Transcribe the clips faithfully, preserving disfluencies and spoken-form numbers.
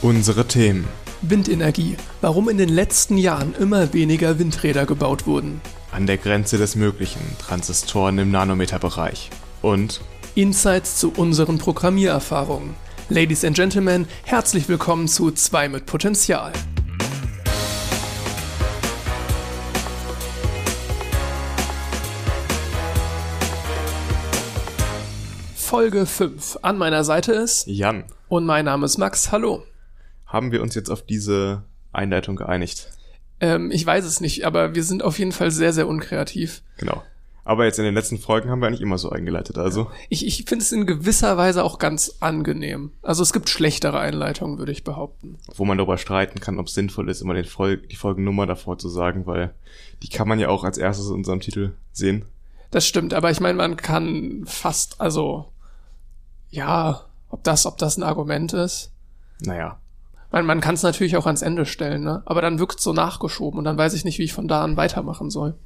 Unsere Themen. Windenergie. Warum in den letzten Jahren immer weniger Windräder gebaut wurden. An der Grenze des Möglichen. Transistoren im Nanometerbereich. Und Insights zu unseren Programmiererfahrungen. Ladies and Gentlemen, herzlich willkommen zu zwei mit Potenzial. Folge fünf. An meiner Seite ist Jan. Und mein Name ist Max. Hallo. Haben wir uns jetzt auf diese Einleitung geeinigt? Ähm, ich weiß es nicht, aber wir sind auf jeden Fall sehr, sehr unkreativ. Genau. Aber jetzt in den letzten Folgen haben wir eigentlich immer so eingeleitet, also. Ich, ich finde es in gewisser Weise auch ganz angenehm. Also es gibt schlechtere Einleitungen, würde ich behaupten. Wo man darüber streiten kann, ob es sinnvoll ist, immer den Fol- die Folgennummer davor zu sagen, weil die kann man ja auch als erstes in unserem Titel sehen. Das stimmt, aber ich meine, man kann fast, also, ja, ob das, ob das ein Argument ist. Naja. Man, man kann es natürlich auch ans Ende stellen, ne? Aber dann wirkt es so nachgeschoben und dann weiß ich nicht, wie ich von da an weitermachen soll.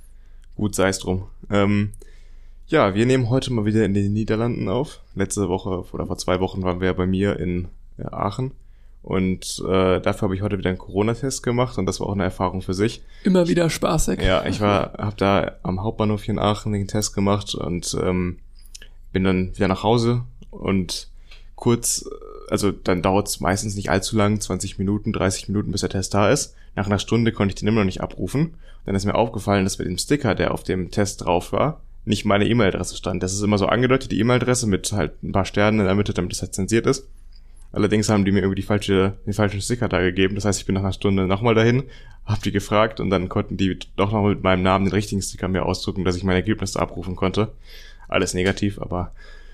Gut, sei es drum. Ähm, ja, wir nehmen heute mal wieder in den Niederlanden auf. Letzte Woche oder vor zwei Wochen waren wir ja bei mir in äh, Aachen. Und äh, dafür habe ich heute wieder einen Corona-Test gemacht und das war auch eine Erfahrung für sich. Immer wieder spaßig. Ja, ich war, habe da am Hauptbahnhof hier in Aachen den Test gemacht und ähm, bin dann wieder nach Hause und kurz, also dann dauert es meistens nicht allzu lang, zwanzig Minuten, dreißig Minuten, bis der Test da ist. Nach einer Stunde konnte ich den immer noch nicht abrufen. Dann ist mir aufgefallen, dass bei dem Sticker, der auf dem Test drauf war, nicht meine E-Mail-Adresse stand. Das ist immer so angedeutet, die E-Mail-Adresse mit halt ein paar Sternen in der Mitte, damit das halt zensiert ist. Allerdings haben die mir irgendwie die falsche, den falschen Sticker da gegeben. Das heißt, ich bin nach einer Stunde nochmal dahin, hab die gefragt und dann konnten die doch noch mit meinem Namen den richtigen Sticker mir ausdrucken, dass ich mein Ergebnis abrufen konnte. Alles negativ, aber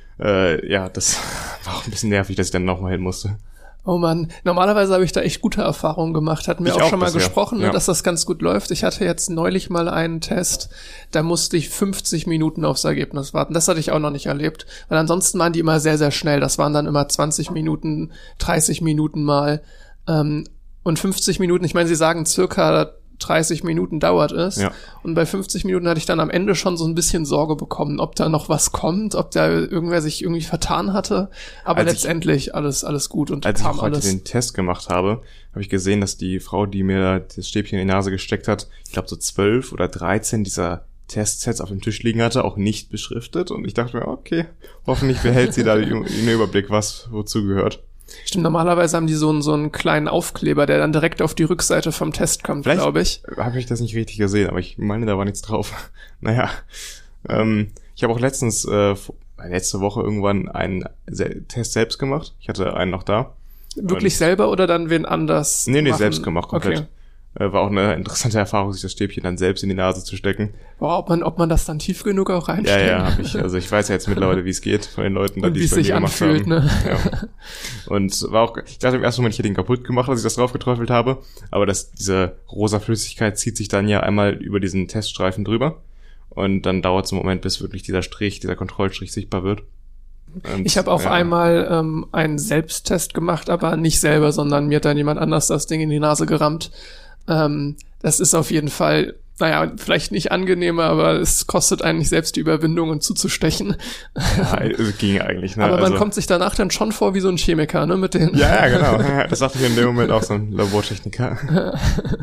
äh, ja, das war auch ein bisschen nervig, dass ich dann nochmal hin musste. Oh Mann, normalerweise habe ich da echt gute Erfahrungen gemacht. Hatten wir auch, auch schon mal bisher gesprochen, ja. Dass das ganz gut läuft. Ich hatte jetzt neulich mal einen Test, da musste ich fünfzig Minuten aufs Ergebnis warten. Das hatte ich auch noch nicht erlebt. Weil ansonsten waren die immer sehr, sehr schnell. Das waren dann immer zwanzig Minuten, dreißig Minuten mal. Ähm, und fünfzig Minuten, ich meine, sie sagen circa dreißig Minuten dauert es. Ja. Und bei fünfzig Minuten hatte ich dann am Ende schon so ein bisschen Sorge bekommen, ob da noch was kommt, ob da irgendwer sich irgendwie vertan hatte. Aber als letztendlich ich, alles alles gut und als kam ich heute alles. den Test gemacht habe, habe ich gesehen, dass die Frau, die mir das Stäbchen in die Nase gesteckt hat, ich glaube so zwölf oder dreizehn dieser Testsets auf dem Tisch liegen hatte, auch nicht beschriftet. Und ich dachte mir, okay, hoffentlich behält sie da den Überblick, was wozu gehört. Stimmt, normalerweise haben die so einen, so einen kleinen Aufkleber, der dann direkt auf die Rückseite vom Test kommt, glaube ich. Habe ich das nicht richtig gesehen, aber ich meine, da war nichts drauf. Naja, ähm, ich habe auch letztens, äh, letzte Woche irgendwann einen Se- Test selbst gemacht. Ich hatte einen noch da. Wirklich Und selber oder dann wen anders? Nee, nee, machen? selbst gemacht, komplett. Okay. War auch eine interessante Erfahrung, sich das Stäbchen dann selbst in die Nase zu stecken. Boah, ob man, ob man das dann tief genug auch reinsteckt. Ja, ja, hab ich. Also ich weiß ja jetzt mittlerweile, wie es geht von den Leuten, die es bei mir gemacht haben. Ne? Ja. Und war auch, ich dachte im ersten Moment, ich hätte ihn kaputt gemacht, als ich das drauf geträufelt habe. Aber das, diese rosa Flüssigkeit zieht sich dann ja einmal über diesen Teststreifen drüber. Und dann dauert es einen Moment, bis wirklich dieser Strich, dieser Kontrollstrich sichtbar wird. Und, ich habe auch ja. einmal ähm, einen Selbsttest gemacht, aber nicht selber, sondern mir hat dann jemand anders das Ding in die Nase gerammt. Ähm, das ist auf jeden Fall, naja, vielleicht nicht angenehmer, aber es kostet eigentlich selbst die Überwindung, um zuzustechen. Ja, es ging eigentlich, ne? Aber man also, kommt sich danach dann schon vor wie so ein Chemiker, ne, mit den... Ja, ja, genau. Das dachte ich in dem Moment auch, so ein Labortechniker.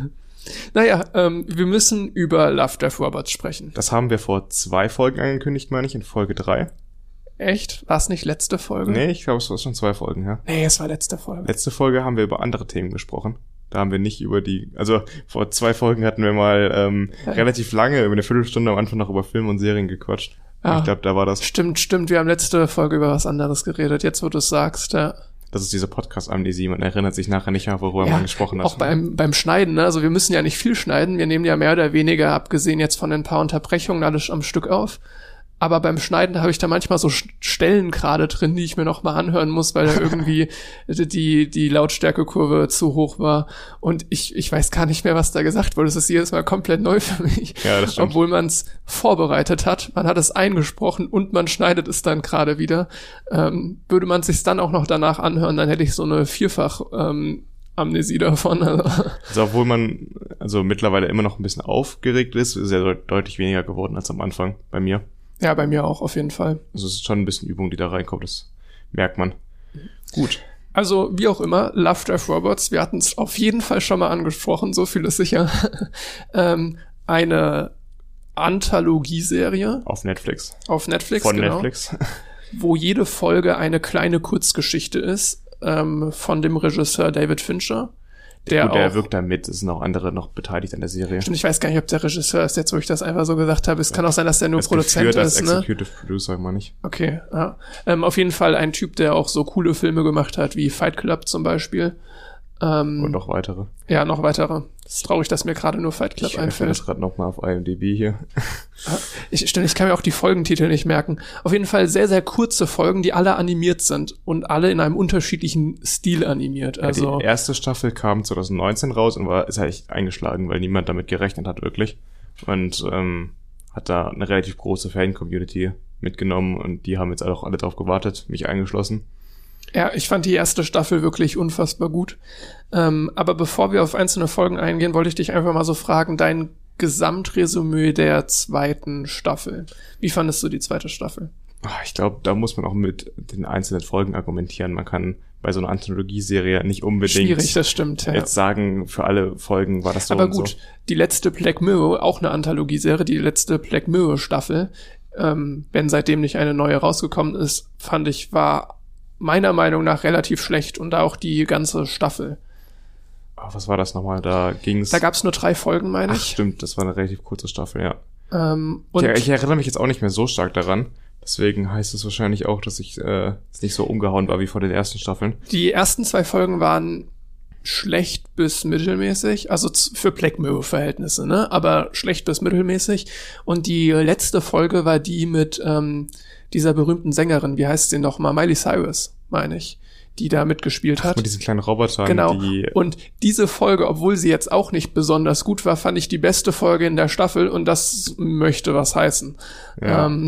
Naja, ähm, wir müssen über Love, Death, Robots sprechen. Das haben wir vor zwei Folgen angekündigt, meine ich, in Folge drei. Echt? War es nicht letzte Folge? Nee, ich glaube, es war schon zwei Folgen, ja. Nee, es war letzte Folge. Letzte Folge haben wir über andere Themen gesprochen. Da haben wir nicht über die, also vor zwei Folgen hatten wir mal ähm, ja. relativ lange, über eine Viertelstunde am Anfang noch über Filme und Serien gequatscht. Ah, ich glaube, da war das. Stimmt, stimmt. Wir haben letzte Folge über was anderes geredet. Jetzt, wo du es sagst, ja. Das ist diese Podcast-Amnesie. Man erinnert sich nachher nicht mehr, worüber ja, man gesprochen hat. Auch beim beim Schneiden, ne? Also wir müssen ja nicht viel schneiden. Wir nehmen ja mehr oder weniger, abgesehen jetzt von ein paar Unterbrechungen, alles am Stück auf. Aber beim Schneiden, da habe ich da manchmal so Stellen gerade drin, die ich mir noch mal anhören muss, weil da irgendwie die die Lautstärkekurve zu hoch war. Und ich ich weiß gar nicht mehr, was da gesagt wurde. Das ist jedes Mal komplett neu für mich. Ja, das stimmt. Obwohl man es vorbereitet hat. Man hat es eingesprochen und man schneidet es dann gerade wieder. Ähm, würde man es sich dann auch noch danach anhören, dann hätte ich so eine Vierfach ähm, Amnesie davon. Also. also obwohl man also mittlerweile immer noch ein bisschen aufgeregt ist, ist er deutlich weniger geworden als am Anfang bei mir. Ja, bei mir auch, auf jeden Fall. Also es ist schon ein bisschen Übung, die da reinkommt, das merkt man. Gut. Also, wie auch immer, Love, Death, Robots, wir hatten es auf jeden Fall schon mal angesprochen, so viel ist sicher. ähm, eine Anthologieserie. Auf Netflix. Auf Netflix, Von genau. Netflix. Wo jede Folge eine kleine Kurzgeschichte ist, ähm, von dem Regisseur David Fincher. Der, Gut, der auch, wirkt da mit, es sind auch andere noch beteiligt an der Serie. Stimmt, ich weiß gar nicht, ob der Regisseur ist, jetzt wo ich das einfach so gesagt habe. Es ja. kann auch sein, dass der nur das Produzent geführt ist, als ne? Executive Producer, meine ich. Okay, ja. Ähm, auf jeden Fall ein Typ, der auch so coole Filme gemacht hat, wie Fight Club zum Beispiel. Ähm, Und noch weitere. Ja, noch weitere. Es ist traurig, dass mir gerade nur Fight Club ich einfällt. Ich gerade noch mal auf I M D B hier. Ich, stimmt, ich kann mir auch die Folgentitel nicht merken. Auf jeden Fall sehr, sehr kurze Folgen, die alle animiert sind und alle in einem unterschiedlichen Stil animiert. Also ja, die erste Staffel kam zwanzig neunzehn raus und war ist halt echt eingeschlagen, weil niemand damit gerechnet hat, wirklich. Und ähm, hat da eine relativ große Fan-Community mitgenommen und die haben jetzt auch alle drauf gewartet, mich eingeschlossen. Ja, ich fand die erste Staffel wirklich unfassbar gut. Ähm, aber bevor wir auf einzelne Folgen eingehen, wollte ich dich einfach mal so fragen, dein Gesamtresümee der zweiten Staffel. Wie fandest du die zweite Staffel? Ich glaube, da muss man auch mit den einzelnen Folgen argumentieren. Man kann bei so einer Anthologieserie nicht unbedingt Schwierig, das stimmt, ja. jetzt sagen, für alle Folgen war das so. Aber und gut, so. Die letzte Black Mirror, auch eine Anthologieserie, die letzte Black Mirror Staffel, ähm, wenn seitdem nicht eine neue rausgekommen ist, fand ich, war meiner Meinung nach relativ schlecht und auch die ganze Staffel. Ach, was war das nochmal? Da ging's. Da gab's nur drei Folgen, meine ich. Ach, stimmt, das war eine relativ kurze Staffel, ja. Ähm, und ich, ich erinnere mich jetzt auch nicht mehr so stark daran. Deswegen heißt es wahrscheinlich auch, dass ich äh, es nicht so umgehauen war wie vor den ersten Staffeln. Die ersten zwei Folgen waren schlecht bis mittelmäßig, also z- für Black Mirror-Verhältnisse, ne? Aber schlecht bis mittelmäßig. Und die letzte Folge war die mit ähm, dieser berühmten Sängerin, wie heißt sie nochmal? Miley Cyrus, meine ich, die da mitgespielt hat. Ach, mit diesen kleinen Robotern. Genau. Die Und diese Folge, obwohl sie jetzt auch nicht besonders gut war, fand ich die beste Folge in der Staffel und das möchte was heißen. Ja, Ähm.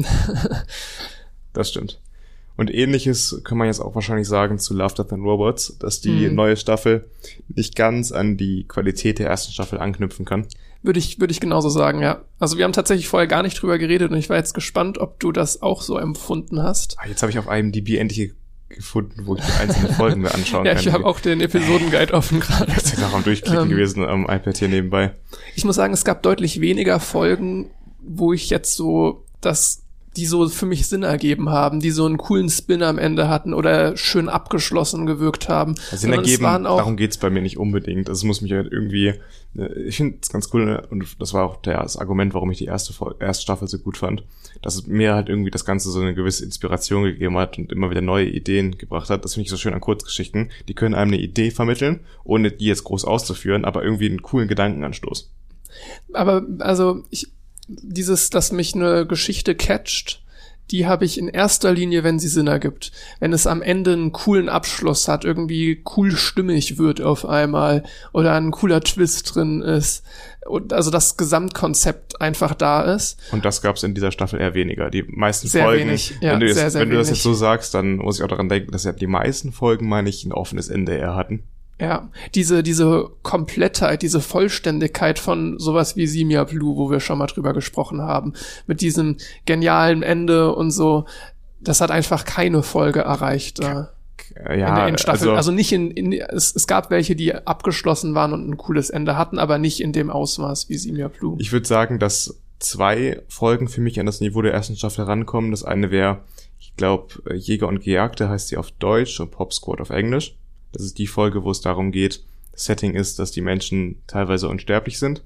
das stimmt. Und Ähnliches kann man jetzt auch wahrscheinlich sagen zu Love, Death and Robots, dass die Mhm. neue Staffel nicht ganz an die Qualität der ersten Staffel anknüpfen kann. Würde ich, würde ich genauso sagen, ja. Also wir haben tatsächlich vorher gar nicht drüber geredet und ich war jetzt gespannt, ob du das auch so empfunden hast. Ah, jetzt habe ich auf I M D B endlich gefunden, wo ich die einzelnen Folgen mir anschauen Ja, kann. ich habe auch den Episodenguide offen gerade. Ich bin auch am Durchklicken Ähm. gewesen am iPad hier nebenbei. Ich muss sagen, es gab deutlich weniger Folgen, wo ich jetzt so das, die so für mich Sinn ergeben haben, die so einen coolen Spin am Ende hatten oder schön abgeschlossen gewirkt haben. Sinn Sondern es ergeben, waren auch, darum geht's bei mir nicht unbedingt. Also es muss mich halt irgendwie, ich finde es ganz cool, und das war auch das Argument, warum ich die erste, erste Staffel so gut fand, dass es mir halt irgendwie das Ganze so eine gewisse Inspiration gegeben hat und immer wieder neue Ideen gebracht hat. Das finde ich so schön an Kurzgeschichten. Die können einem eine Idee vermitteln, ohne die jetzt groß auszuführen, aber irgendwie einen coolen Gedankenanstoß. aber also ich, dieses, dass mich eine Geschichte catcht, die habe ich in erster Linie, wenn sie Sinn ergibt. Wenn es am Ende einen coolen Abschluss hat, irgendwie cool stimmig wird auf einmal oder ein cooler Twist drin ist. Und also das Gesamtkonzept einfach da ist. Und das gab's in dieser Staffel eher weniger. Die meisten Sehr Folgen, wenig. Ja, wenn, du, jetzt, sehr, sehr wenn du das wenig. jetzt so sagst, dann muss ich auch daran denken, dass ja die meisten Folgen, meine ich, ein offenes Ende eher hatten. Ja, diese, diese Komplettheit, diese Vollständigkeit von sowas wie Simia Blue, wo wir schon mal drüber gesprochen haben, mit diesem genialen Ende und so, das hat einfach keine Folge erreicht. Äh, Ja, in der in Staffel. also, Also nicht in, in es, es gab welche, die abgeschlossen waren und ein cooles Ende hatten, aber nicht in dem Ausmaß wie Simia Blue. ich würde sagen, dass zwei Folgen für mich an das Niveau der ersten Staffel rankommen. Das eine wäre, ich glaube, Jäger und Gejagte heißt sie auf Deutsch und Pop Squad auf Englisch. Das ist die Folge, wo es darum geht, das Setting ist, dass die Menschen teilweise unsterblich sind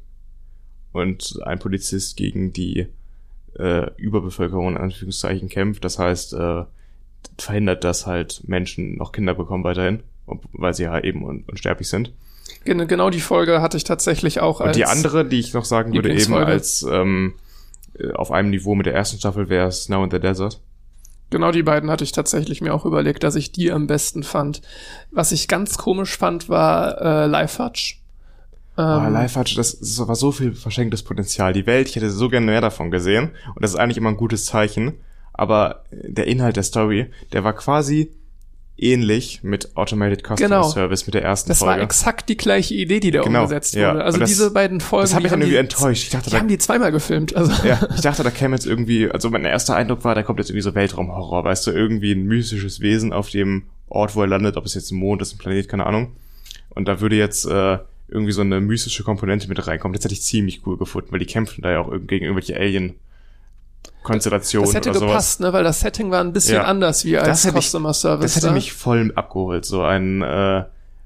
und ein Polizist gegen die äh, Überbevölkerung in Anführungszeichen kämpft. Das heißt, äh, verhindert, dass halt Menschen noch Kinder bekommen weiterhin, weil sie halt eben un- unsterblich sind. Gen- Genau die Folge hatte ich tatsächlich auch als Und die andere, die ich noch sagen würde, eben Lieblingsfolge. als ähm, äh, auf einem Niveau mit der ersten Staffel, wäre Snow in the Desert. Genau die beiden hatte ich tatsächlich mir auch überlegt, dass ich die am besten fand. Was ich ganz komisch fand, war äh, Life Hutch. Ähm, Ah, Life Hutch, das, das war so viel verschenktes Potenzial. Die Welt, ich hätte so gerne mehr davon gesehen. Und das ist eigentlich immer ein gutes Zeichen. Aber der Inhalt der Story, der war quasi ähnlich mit Automated Customer Genau. Service mit der ersten Das Folge. war exakt die gleiche Idee, die da Genau, umgesetzt ja. wurde. Also Und das- diese beiden Folgen, das hat die mich dann haben irgendwie die, enttäuscht. Ich dachte, die da haben die zweimal gefilmt. Also Ja, ich dachte, da käme jetzt irgendwie, also mein erster Eindruck war, da kommt jetzt irgendwie so Weltraumhorror, weißt du, irgendwie ein mystisches Wesen auf dem Ort, wo er landet, ob es jetzt ein Mond ist, ein Planet, keine Ahnung. Und da würde jetzt äh, irgendwie so eine mystische Komponente mit reinkommen. Das hätte ich ziemlich cool gefunden, weil die kämpfen da ja auch gegen irgendwelche Alien-Konstellationen oder sowas. Das hätte gepasst, ne, weil das Setting war ein bisschen ja. anders wie als Customer Service. Das hätte da. mich voll abgeholt, so ein äh,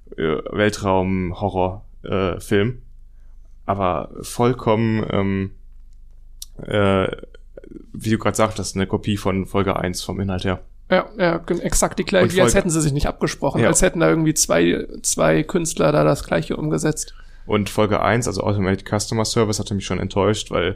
Weltraum-Horror-Film. Äh, Aber vollkommen, ähm, äh, wie du gerade sagtest, eine Kopie von Folge eins vom Inhalt her. Ja, ja, exakt die gleiche, wie als hätten sie sich nicht abgesprochen, ja. als hätten da irgendwie zwei zwei Künstler da das Gleiche umgesetzt. Und Folge eins, also Automated Customer Service, hatte mich schon enttäuscht, weil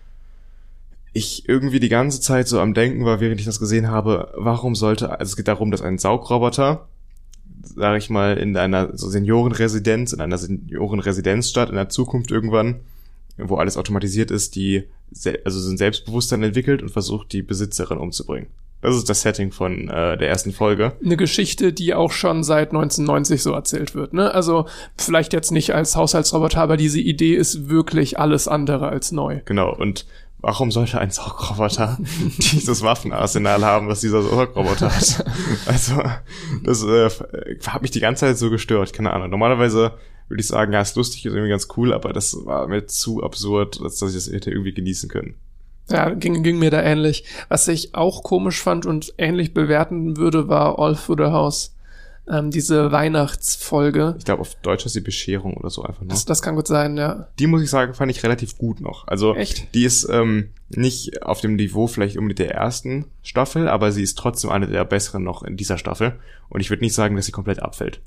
ich irgendwie die ganze Zeit so am Denken war, während ich das gesehen habe, warum sollte, also es geht darum, dass ein Saugroboter, sage ich mal, in einer so Seniorenresidenz, in einer Seniorenresidenzstadt in der Zukunft irgendwann, wo alles automatisiert ist, die also so ein Selbstbewusstsein entwickelt und versucht, die Besitzerin umzubringen. Das ist das Setting von äh, der ersten Folge. Eine Geschichte, die auch schon seit neunzehnhundertneunzig so erzählt wird, ne? Also vielleicht jetzt nicht als Haushaltsroboter, aber diese Idee ist wirklich alles andere als neu. Genau, und warum sollte ein Saugroboter dieses Waffenarsenal haben, was dieser Saugroboter hat? Also, das äh, hat mich die ganze Zeit so gestört, keine Ahnung. Normalerweise würde ich sagen, ja, ist lustig, ist irgendwie ganz cool, aber das war mir zu absurd, dass, dass ich das hätte irgendwie genießen können. Ja, ging, ging mir da ähnlich. Was ich auch komisch fand und ähnlich bewerten würde, war All Through the House. Ähm, diese Weihnachtsfolge. Ich glaube, auf Deutsch ist die Bescherung oder so einfach nur. Das, das kann gut sein, ja. Die, muss ich sagen, fand ich relativ gut noch. Also, echt? Die ist ähm, nicht auf dem Niveau vielleicht unbedingt der ersten Staffel, aber sie ist trotzdem eine der besseren noch in dieser Staffel. Und ich würde nicht sagen, dass sie komplett abfällt.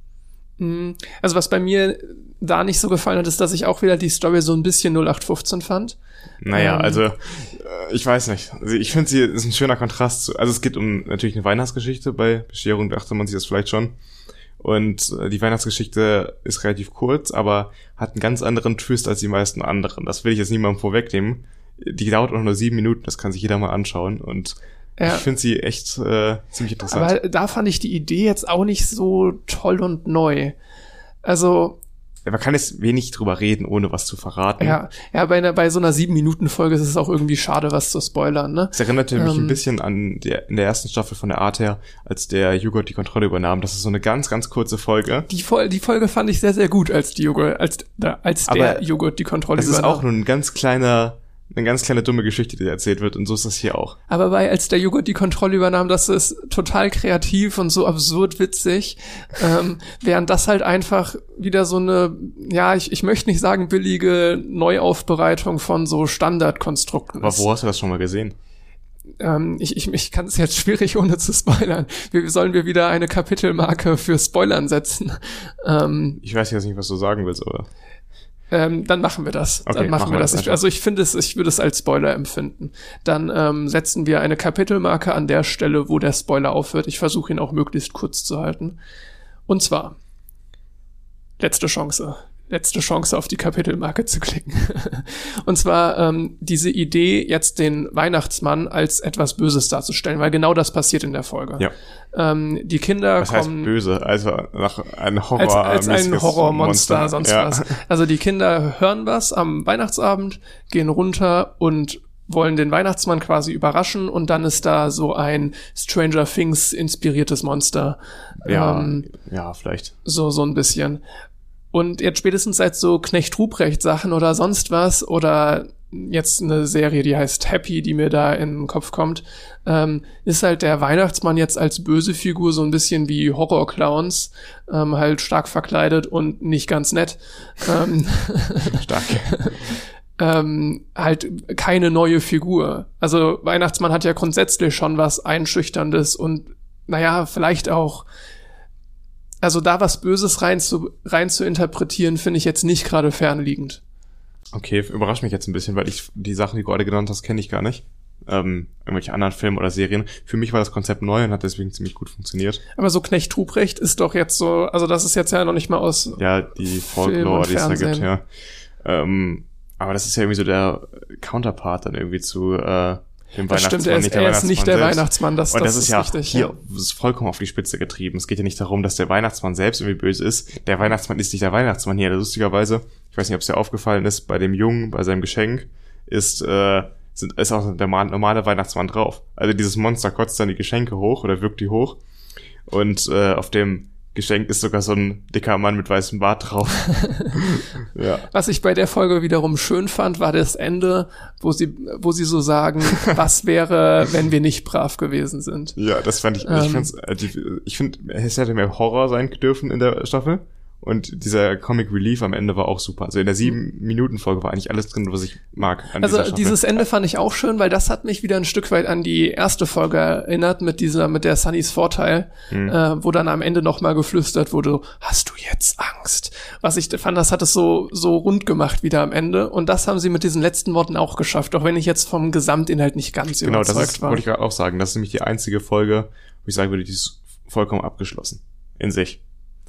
Also was bei mir da nicht so gefallen hat, ist, dass ich auch wieder die Story so ein bisschen null acht fünfzehn fand. Naja, ähm, also äh, ich weiß nicht. Also ich finde, sie ist ein schöner Kontrast zu, also es geht um natürlich eine Weihnachtsgeschichte, bei Bescherung dachte man sich das vielleicht schon. Und äh, die Weihnachtsgeschichte ist relativ kurz, aber hat einen ganz anderen Twist als die meisten anderen. Das will ich jetzt niemandem vorwegnehmen. Die dauert auch nur sieben Minuten, das kann sich jeder mal anschauen und ja. Ich finde sie echt äh, ziemlich interessant. Aber da fand ich die Idee jetzt auch nicht so toll und neu. Also ja, man kann jetzt wenig drüber reden, ohne was zu verraten. Ja, ja, bei einer, bei so einer sieben-Minuten-Folge ist es auch irgendwie schade, was zu spoilern, ne? Es erinnerte ähm, mich ein bisschen an der, in der ersten Staffel von der Art her, als der Joghurt die Kontrolle übernahm. Das ist so eine ganz, ganz kurze Folge. Die, Fol- die Folge fand ich sehr, sehr gut, als die Joghurt, als, als der Aber Joghurt die Kontrolle das übernahm. Das ist auch nur ein ganz kleiner eine ganz kleine dumme Geschichte, die erzählt wird, und so ist das hier auch. Aber bei als der Joghurt die Kontrolle übernahm, das ist total kreativ und so absurd witzig, ähm, während das halt einfach wieder so eine, ja, ich, ich möchte nicht sagen billige Neuaufbereitung von so Standardkonstrukten ist. Aber wo hast du das schon mal gesehen? Ähm, ich ich, ich kann es jetzt schwierig ohne zu spoilern. Wie sollen wir wieder eine Kapitelmarke für Spoilern setzen? Ähm, ich weiß jetzt nicht, was du sagen willst, aber Ähm, dann machen wir das. Okay, dann machen, machen wir das. das Ich, also ich finde es, ich würde es als Spoiler empfinden. Dann ähm, setzen wir eine Kapitelmarke an der Stelle, wo der Spoiler aufhört. Ich versuche ihn auch möglichst kurz zu halten. Und zwar letzte Chance. Letzte Chance, auf die Kapitelmarke zu klicken. Und zwar ähm, diese Idee, jetzt den Weihnachtsmann als etwas Böses darzustellen, weil genau das passiert in der Folge. Ja. Ähm, die Kinder was kommen... heißt böse? Also nach ein Horror als, als ein Horrormonster, Monster. sonst ja. was. Also die Kinder hören was am Weihnachtsabend, gehen runter und wollen den Weihnachtsmann quasi überraschen, und dann ist da so ein Stranger Things inspiriertes Monster. Ja, ähm, ja, vielleicht. So, so ein bisschen. Und jetzt spätestens seit so Knecht-Ruprecht-Sachen oder sonst was, oder jetzt eine Serie, die heißt Happy, die mir da in den Kopf kommt, ähm, ist halt der Weihnachtsmann jetzt als böse Figur so ein bisschen wie Horrorclowns, ähm, halt stark verkleidet und nicht ganz nett. Ähm, stark. ähm, halt keine neue Figur. Also Weihnachtsmann hat ja grundsätzlich schon was Einschüchterndes und naja, vielleicht auch, also da was Böses rein zu, rein zu interpretieren, finde ich jetzt nicht gerade fernliegend. Okay, überrascht mich jetzt ein bisschen, weil ich die Sachen, die du gerade genannt hast, kenne ich gar nicht. Ähm, irgendwelche anderen Filme oder Serien. Für mich war das Konzept neu und hat deswegen ziemlich gut funktioniert. Aber so Knecht Ruprecht ist doch jetzt so, also das ist jetzt ja noch nicht mal aus ja, die Folklore, die es da gibt, ja. Ähm, aber das ist ja irgendwie so der Counterpart dann irgendwie zu äh, dem das Weihnachtsmann, stimmt, er ist, nicht der er Weihnachtsmann ist nicht der selbst. Weihnachtsmann, das, und das, das ist ja richtig, hier ja. ist vollkommen auf die Spitze getrieben. Es geht ja nicht darum, dass der Weihnachtsmann selbst irgendwie böse ist. Der Weihnachtsmann ist nicht der Weihnachtsmann hier. Lustigerweise, ich weiß nicht, ob es dir aufgefallen ist, bei dem Jungen, bei seinem Geschenk, ist äh, sind, ist auch der normale Weihnachtsmann drauf. Also dieses Monster kotzt dann die Geschenke hoch oder wirkt die hoch. Und äh, auf dem Geschenk ist sogar so ein dicker Mann mit weißem Bart drauf. Ja. Was ich bei der Folge wiederum schön fand, war das Ende, wo sie, wo sie so sagen, was wäre, wenn wir nicht brav gewesen sind. Ja, das fand ich, ähm, ich find's, ich finde, es hätte mehr Horror sein dürfen in der Staffel. Und dieser Comic Relief am Ende war auch super. Also in der sieben-Minuten-Folge war eigentlich alles drin, was ich mag an also dieser Staffel. Dieses Ende fand ich auch schön, weil das hat mich wieder ein Stück weit an die erste Folge erinnert mit dieser, mit der Sunnys Vorteil, mhm. äh, wo dann am Ende nochmal geflüstert wurde, hast du jetzt Angst? Was ich fand, das hat es so, so rund gemacht wieder am Ende. Und das haben sie mit diesen letzten Worten auch geschafft, auch wenn ich jetzt vom Gesamtinhalt nicht ganz genau, überzeugt war. Genau, das wollte ich gerade auch sagen. Das ist nämlich die einzige Folge, wo ich sagen würde, die ist vollkommen abgeschlossen. In sich.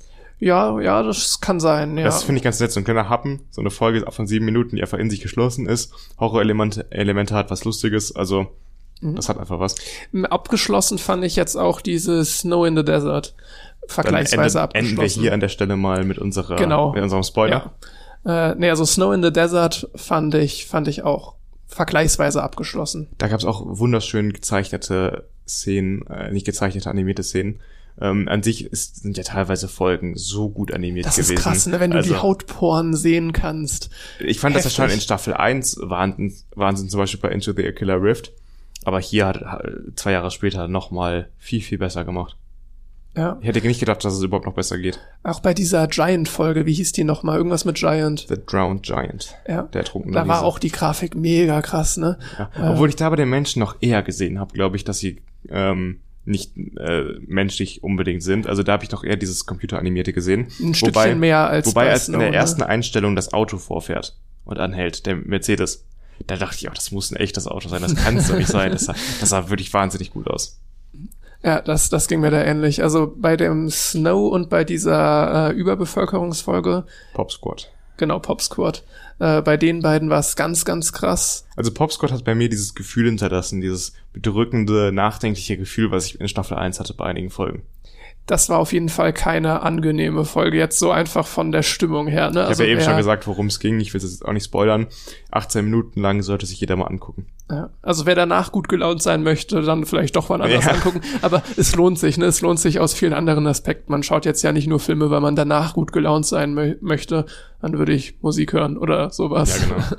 Ja, ja, das kann sein, ja. Das finde ich ganz nett, so ein kleiner Happen, so eine Folge von sieben Minuten, die einfach in sich geschlossen ist. Horror-Elemente Elemente hat was Lustiges, also mhm. das hat einfach was. Abgeschlossen fand ich jetzt auch dieses Snow in the Desert. Vergleichsweise Dann enden, abgeschlossen. Enden wir hier an der Stelle mal mit unserer, genau. mit unserem Spoiler. Ja. Äh, nee, also Snow in the Desert fand ich, fand ich auch vergleichsweise abgeschlossen. Da gab es auch wunderschön gezeichnete Szenen, äh, nicht gezeichnete, animierte Szenen. Ähm, an sich ist, sind ja teilweise Folgen so gut animiert das gewesen. Das ist krass, ne, wenn du also, die Hautporen sehen kannst. Ich fand, Heftig. Das ja schon in Staffel eins Wahnsinn, Wahnsinn zum Beispiel bei Into the Killer Rift. Aber hier hat zwei Jahre später nochmal viel, viel besser gemacht. Ja. Ich hätte nicht gedacht, dass es überhaupt noch besser geht. Auch bei dieser Giant-Folge, wie hieß die nochmal? Irgendwas mit Giant. The Drowned Giant. Ja. Der ertrunkene Da war Riese. auch die Grafik mega krass, ne? Ja. Äh, Obwohl ich da bei den Menschen noch eher gesehen habe, glaube ich, dass sie ähm, nicht äh, menschlich unbedingt sind. Also da habe ich doch eher dieses computeranimierte gesehen. Ein Stückchen wobei, mehr als Wobei bei als Snow, in der ne? ersten Einstellung das Auto vorfährt und anhält, der Mercedes. Da dachte ich auch, das muss ein echtes Auto sein. Das kann es doch nicht sein. Das sah, das sah wirklich wahnsinnig gut aus. Ja, das, das ging mir da ähnlich. Also bei dem Snow und bei dieser äh, Überbevölkerungsfolge. Pop Squad. Genau, Pop Squad. Äh, bei den beiden war es ganz, ganz krass. Also Pop Squad hat bei mir dieses Gefühl hinterlassen, dieses bedrückende, nachdenkliche Gefühl, was ich in Staffel eins hatte bei einigen Folgen. Das war auf jeden Fall keine angenehme Folge, jetzt so einfach von der Stimmung her. Ne? Ich also habe ja eben schon gesagt, worum es ging. Ich will es jetzt auch nicht spoilern. achtzehn Minuten lang sollte sich jeder mal angucken. Ja, also wer danach gut gelaunt sein möchte, dann vielleicht doch mal anders ja. angucken. Aber es lohnt sich, ne? Es lohnt sich aus vielen anderen Aspekten. Man schaut jetzt ja nicht nur Filme, weil man danach gut gelaunt sein mö- möchte. Dann würde ich Musik hören oder sowas. Ja, genau.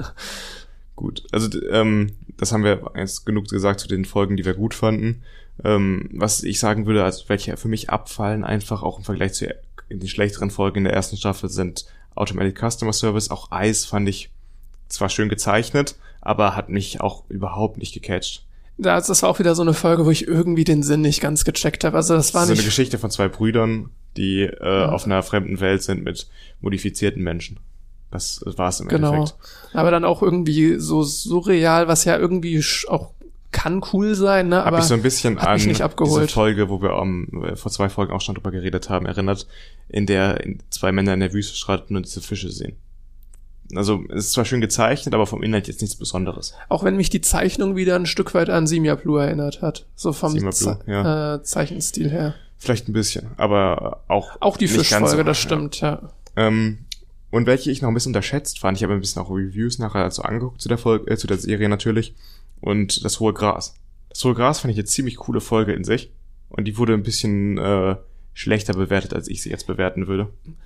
Gut, also ähm, das haben wir jetzt genug gesagt zu den Folgen, die wir gut fanden. Ähm, was ich sagen würde, also welche für mich abfallen, einfach auch im Vergleich zu den schlechteren Folgen in der ersten Staffel, sind Automatic Customer Service. Auch Ice fand ich zwar schön gezeichnet, aber hat mich auch überhaupt nicht gecatcht. Das, das war auch wieder so eine Folge, wo ich irgendwie den Sinn nicht ganz gecheckt habe. Also das war das ist nicht so eine Geschichte von zwei Brüdern, die äh, ja. auf einer fremden Welt sind mit modifizierten Menschen. Das war's im genau. Endeffekt. Aber dann auch irgendwie so surreal, was ja irgendwie auch kann cool sein, ne? Aber hab ich so ein bisschen an nicht abgeholt. Diese Folge, wo wir um, vor zwei Folgen auch schon drüber geredet haben, erinnert, in der zwei Männer in der Wüste streiten und diese Fische sehen. Also es ist zwar schön gezeichnet, aber vom Inhalt jetzt nichts Besonderes. Auch wenn mich die Zeichnung wieder ein Stück weit an Simia Blue erinnert hat. So vom Blue, Ze- ja. äh, Zeichenstil her. Vielleicht ein bisschen, aber auch Auch die nicht Fischfolge, ganz so, das stimmt, ja. ja. Ähm, und welche ich noch ein bisschen unterschätzt fand, ich habe ein bisschen auch Reviews nachher so angeguckt zu der Folge, äh, zu der Serie natürlich, und das hohe Gras. Das hohe Gras fand ich eine ziemlich coole Folge in sich, und die wurde ein bisschen äh, schlechter bewertet, als ich sie jetzt bewerten würde.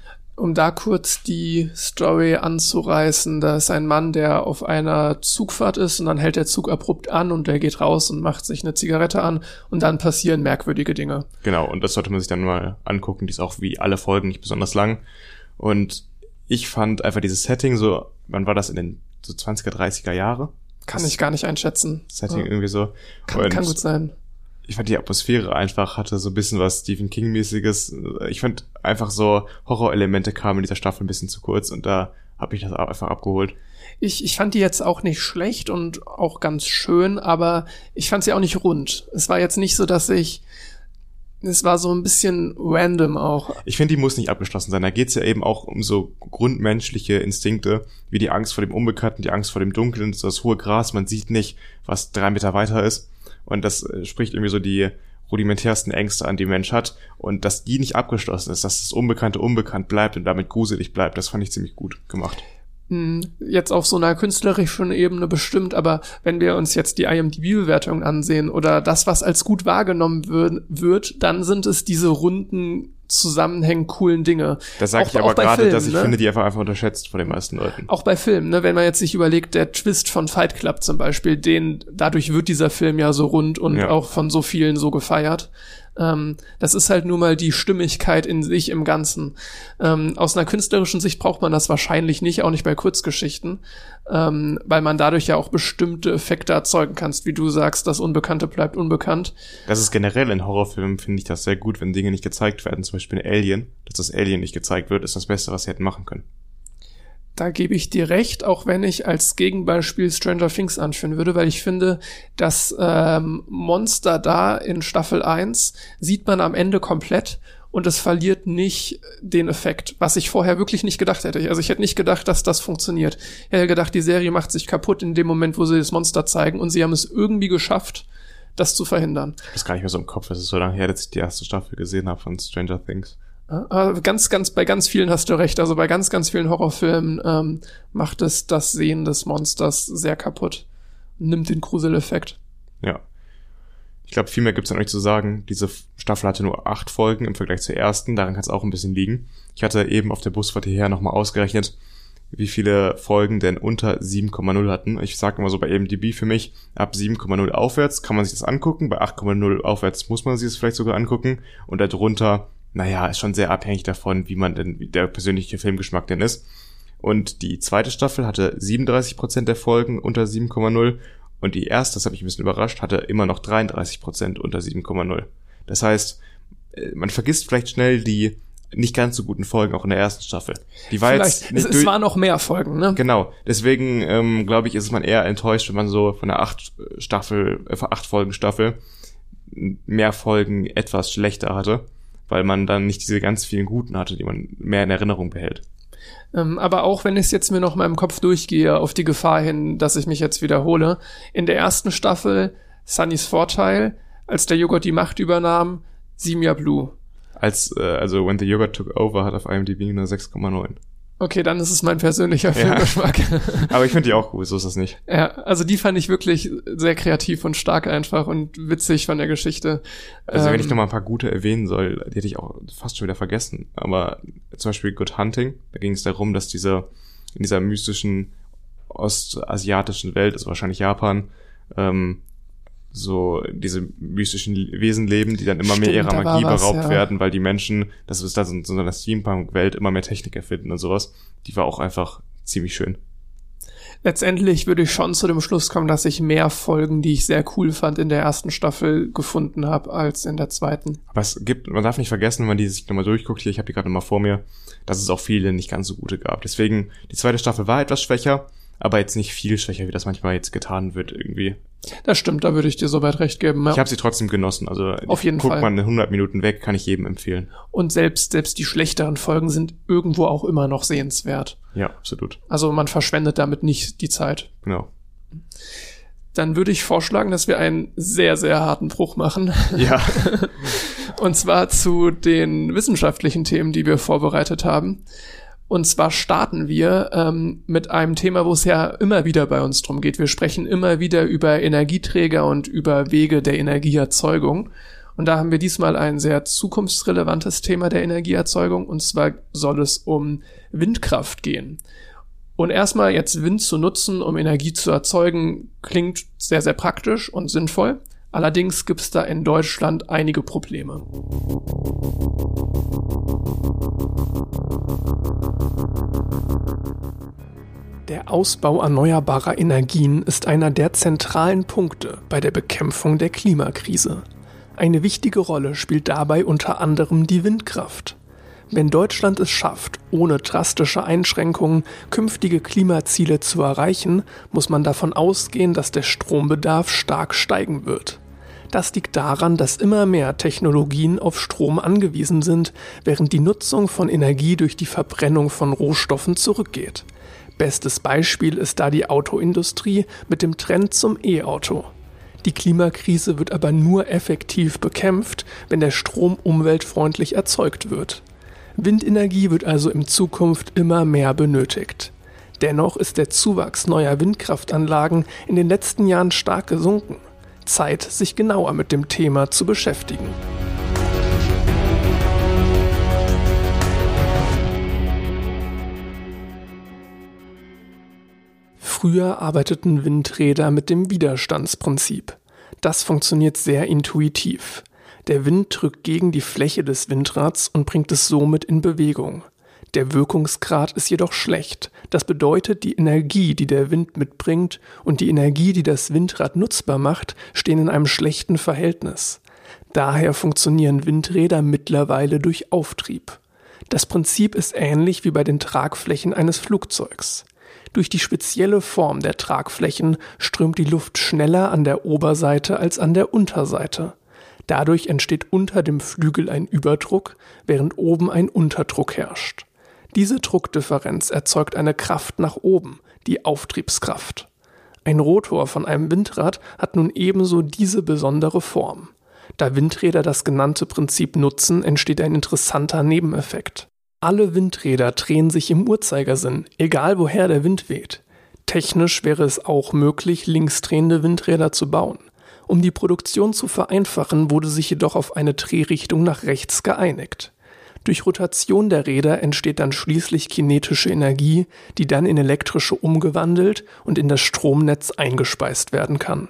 Um da kurz die Story anzureißen, da ist ein Mann, der auf einer Zugfahrt ist und dann hält der Zug abrupt an und der geht raus und macht sich eine Zigarette an und dann passieren merkwürdige Dinge. Genau, und das sollte man sich dann mal angucken, die ist auch wie alle Folgen nicht besonders lang, und ich fand einfach dieses Setting so, wann war das, in den so zwanziger, dreißiger Jahre? Kann das ich gar nicht einschätzen. Setting ja. irgendwie so. Kann, kann gut sein. Ich fand die Atmosphäre einfach, hatte so ein bisschen was Stephen King-mäßiges. Ich fand einfach so Horrorelemente kamen in dieser Staffel ein bisschen zu kurz und da habe ich das einfach abgeholt. Ich, ich fand die jetzt auch nicht schlecht und auch ganz schön, aber ich fand sie auch nicht rund. Es war jetzt nicht so, dass ich... Es war so ein bisschen random auch. Ich finde, die muss nicht abgeschlossen sein. Da geht's ja eben auch um so grundmenschliche Instinkte, wie die Angst vor dem Unbekannten, die Angst vor dem Dunkeln, das hohe Gras. Man sieht nicht, was drei Meter weiter ist. Und das spricht irgendwie so die rudimentärsten Ängste an, die Mensch hat. Und dass die nicht abgeschlossen ist, dass das Unbekannte unbekannt bleibt und damit gruselig bleibt, das fand ich ziemlich gut gemacht. Jetzt auf so einer künstlerischen Ebene bestimmt, aber wenn wir uns jetzt die I M D B-Bewertungen ansehen oder das, was als gut wahrgenommen wird, wird, dann sind es diese runden, zusammenhängend coolen Dinge. Das sage ich aber gerade, dass ich ne? finde, die einfach einfach unterschätzt von den meisten Leuten. Auch bei Filmen, ne? Wenn man jetzt sich überlegt, der Twist von Fight Club zum Beispiel, den dadurch wird dieser Film ja so rund und ja. auch von so vielen so gefeiert. Ähm, das ist halt nur mal die Stimmigkeit in sich im Ganzen. Ähm, aus einer künstlerischen Sicht braucht man das wahrscheinlich nicht, auch nicht bei Kurzgeschichten, ähm, weil man dadurch ja auch bestimmte Effekte erzeugen kannst, wie du sagst, das Unbekannte bleibt unbekannt. Das ist generell in Horrorfilmen, finde ich das sehr gut, wenn Dinge nicht gezeigt werden, zum Beispiel in Alien, dass das Alien nicht gezeigt wird, ist das Beste, was sie hätten machen können. Da gebe ich dir recht, auch wenn ich als Gegenbeispiel Stranger Things anführen würde, weil ich finde, das ähm, Monster da in Staffel eins sieht man am Ende komplett und es verliert nicht den Effekt, was ich vorher wirklich nicht gedacht hätte. Also ich hätte nicht gedacht, dass das funktioniert. Ich hätte gedacht, die Serie macht sich kaputt in dem Moment, wo sie das Monster zeigen und sie haben es irgendwie geschafft, das zu verhindern. Das ist gar nicht mehr so im Kopf, es ist so lange her, dass ich die erste Staffel gesehen habe von Stranger Things. Aber ganz, ganz, bei ganz vielen hast du recht. Also bei ganz, ganz vielen Horrorfilmen ähm, macht es das Sehen des Monsters sehr kaputt. Nimmt den Gruseleffekt. Ja. Ich glaube, viel mehr gibt's da noch nicht zu sagen. Diese Staffel hatte nur acht Folgen im Vergleich zur ersten. Daran kann es auch ein bisschen liegen. Ich hatte eben auf der Busfahrt hierher nochmal ausgerechnet, wie viele Folgen denn unter sieben Komma null hatten. Ich sage immer so bei I M D B für mich, ab sieben Komma null aufwärts kann man sich das angucken. Bei acht Komma null aufwärts muss man sich das vielleicht sogar angucken. Und darunter, naja, ist schon sehr abhängig davon, wie man denn, wie der persönliche Filmgeschmack denn ist. Und die zweite Staffel hatte siebenunddreißig Prozent der Folgen unter sieben Komma null und die erste, das hat mich ein bisschen überrascht, hatte immer noch dreiunddreißig Prozent unter sieben Komma null. Das heißt, man vergisst vielleicht schnell die nicht ganz so guten Folgen auch in der ersten Staffel. Die war vielleicht, jetzt nicht es, es waren noch mehr Folgen, ne? Genau. Deswegen ähm, glaube ich, ist man eher enttäuscht, wenn man so von der acht Staffel, äh, acht Folgen Staffel mehr Folgen etwas schlechter hatte, weil man dann nicht diese ganz vielen guten hatte, die man mehr in Erinnerung behält. Ähm, aber auch wenn ich es jetzt mir noch mal im Kopf durchgehe, auf die Gefahr hin, dass ich mich jetzt wiederhole, in der ersten Staffel Sunnys Vorteil, als der Joghurt die Macht übernahm, Simia Blue. Als, äh, also When the Yogurt Took Over hat auf I M D B nur sechs Komma neun. Okay, dann ist es mein persönlicher Filmgeschmack. Ja. Aber ich finde die auch gut, so ist das nicht. Ja, also die fand ich wirklich sehr kreativ und stark einfach und witzig von der Geschichte. Also ähm, wenn ich noch mal ein paar gute erwähnen soll, die hätte ich auch fast schon wieder vergessen. Aber zum Beispiel Good Hunting, da ging es darum, dass diese in dieser mystischen ostasiatischen Welt, also wahrscheinlich Japan, ähm, so diese mystischen Wesen leben, die dann immer Stimmt, mehr ihrer Magie was, beraubt ja. werden, weil die Menschen, das ist da so in so einer Steampunk-Welt, immer mehr Technik erfinden und sowas. Die war auch einfach ziemlich schön. Letztendlich würde ich schon zu dem Schluss kommen, dass ich mehr Folgen, die ich sehr cool fand, in der ersten Staffel gefunden habe, als in der zweiten. Aber es gibt, man darf nicht vergessen, wenn man die sich nochmal durchguckt, hier, ich habe die gerade nochmal vor mir, dass es auch viele nicht ganz so gute gab. Deswegen, die zweite Staffel war etwas schwächer, aber jetzt nicht viel schwächer, wie das manchmal jetzt getan wird irgendwie. Das stimmt, da würde ich dir soweit recht geben. Ja. Ich habe sie trotzdem genossen, also auf jeden guck Fall. Guck mal hundert Minuten weg, kann ich jedem empfehlen. Und selbst selbst die schlechteren Folgen sind irgendwo auch immer noch sehenswert. Ja, absolut. Also man verschwendet damit nicht die Zeit. Genau. Dann würde ich vorschlagen, dass wir einen sehr, sehr harten Bruch machen. Ja. Und zwar zu den wissenschaftlichen Themen, die wir vorbereitet haben. Und zwar starten wir ähm, mit einem Thema, wo es ja immer wieder bei uns drum geht. Wir sprechen immer wieder über Energieträger und über Wege der Energieerzeugung. Und da haben wir diesmal ein sehr zukunftsrelevantes Thema der Energieerzeugung. Und zwar soll es um Windkraft gehen. Und erstmal jetzt Wind zu nutzen, um Energie zu erzeugen, klingt sehr, sehr praktisch und sinnvoll. Allerdings gibt es da in Deutschland einige Probleme. Der Ausbau erneuerbarer Energien ist einer der zentralen Punkte bei der Bekämpfung der Klimakrise. Eine wichtige Rolle spielt dabei unter anderem die Windkraft. Wenn Deutschland es schafft, ohne drastische Einschränkungen künftige Klimaziele zu erreichen, muss man davon ausgehen, dass der Strombedarf stark steigen wird. Das liegt daran, dass immer mehr Technologien auf Strom angewiesen sind, während die Nutzung von Energie durch die Verbrennung von Rohstoffen zurückgeht. Bestes Beispiel ist da die Autoindustrie mit dem Trend zum E-Auto. Die Klimakrise wird aber nur effektiv bekämpft, wenn der Strom umweltfreundlich erzeugt wird. Windenergie wird also in Zukunft immer mehr benötigt. Dennoch ist der Zuwachs neuer Windkraftanlagen in den letzten Jahren stark gesunken. Zeit, sich genauer mit dem Thema zu beschäftigen. Früher arbeiteten Windräder mit dem Widerstandsprinzip. Das funktioniert sehr intuitiv. Der Wind drückt gegen die Fläche des Windrads und bringt es somit in Bewegung. Der Wirkungsgrad ist jedoch schlecht. Das bedeutet, die Energie, die der Wind mitbringt, und die Energie, die das Windrad nutzbar macht, stehen in einem schlechten Verhältnis. Daher funktionieren Windräder mittlerweile durch Auftrieb. Das Prinzip ist ähnlich wie bei den Tragflächen eines Flugzeugs. Durch die spezielle Form der Tragflächen strömt die Luft schneller an der Oberseite als an der Unterseite. Dadurch entsteht unter dem Flügel ein Überdruck, während oben ein Unterdruck herrscht. Diese Druckdifferenz erzeugt eine Kraft nach oben, die Auftriebskraft. Ein Rotor von einem Windrad hat nun ebenso diese besondere Form. Da Windräder das genannte Prinzip nutzen, entsteht ein interessanter Nebeneffekt. Alle Windräder drehen sich im Uhrzeigersinn, egal woher der Wind weht. Technisch wäre es auch möglich, linksdrehende Windräder zu bauen. Um die Produktion zu vereinfachen, wurde sich jedoch auf eine Drehrichtung nach rechts geeinigt. Durch Rotation der Räder entsteht dann schließlich kinetische Energie, die dann in elektrische umgewandelt und in das Stromnetz eingespeist werden kann.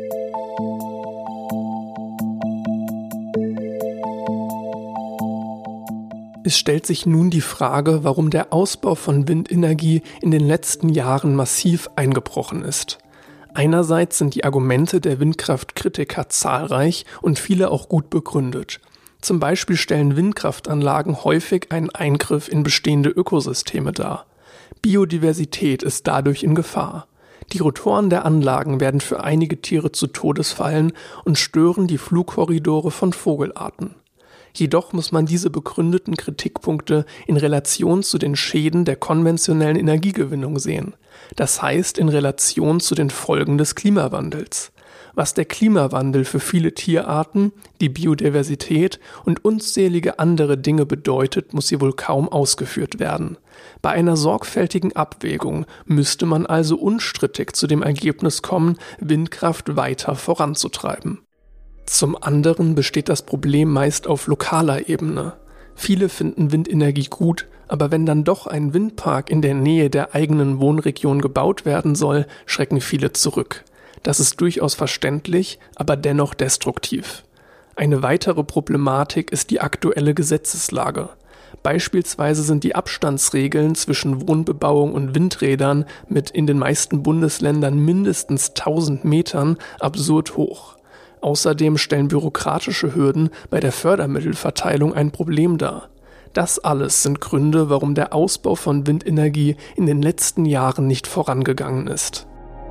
Es stellt sich nun die Frage, warum der Ausbau von Windenergie in den letzten Jahren massiv eingebrochen ist. Einerseits sind die Argumente der Windkraftkritiker zahlreich und viele auch gut begründet. Zum Beispiel stellen Windkraftanlagen häufig einen Eingriff in bestehende Ökosysteme dar. Biodiversität ist dadurch in Gefahr. Die Rotoren der Anlagen werden für einige Tiere zu Todes fallen und stören die Flugkorridore von Vogelarten. Jedoch muss man diese begründeten Kritikpunkte in Relation zu den Schäden der konventionellen Energiegewinnung sehen. Das heißt in Relation zu den Folgen des Klimawandels. Was der Klimawandel für viele Tierarten, die Biodiversität und unzählige andere Dinge bedeutet, muss hier wohl kaum ausgeführt werden. Bei einer sorgfältigen Abwägung müsste man also unstrittig zu dem Ergebnis kommen, Windkraft weiter voranzutreiben. Zum anderen besteht das Problem meist auf lokaler Ebene. Viele finden Windenergie gut, aber wenn dann doch ein Windpark in der Nähe der eigenen Wohnregion gebaut werden soll, schrecken viele zurück. Das ist durchaus verständlich, aber dennoch destruktiv. Eine weitere Problematik ist die aktuelle Gesetzeslage. Beispielsweise sind die Abstandsregeln zwischen Wohnbebauung und Windrädern mit in den meisten Bundesländern mindestens tausend Metern absurd hoch. Außerdem stellen bürokratische Hürden bei der Fördermittelverteilung ein Problem dar. Das alles sind Gründe, warum der Ausbau von Windenergie in den letzten Jahren nicht vorangegangen ist.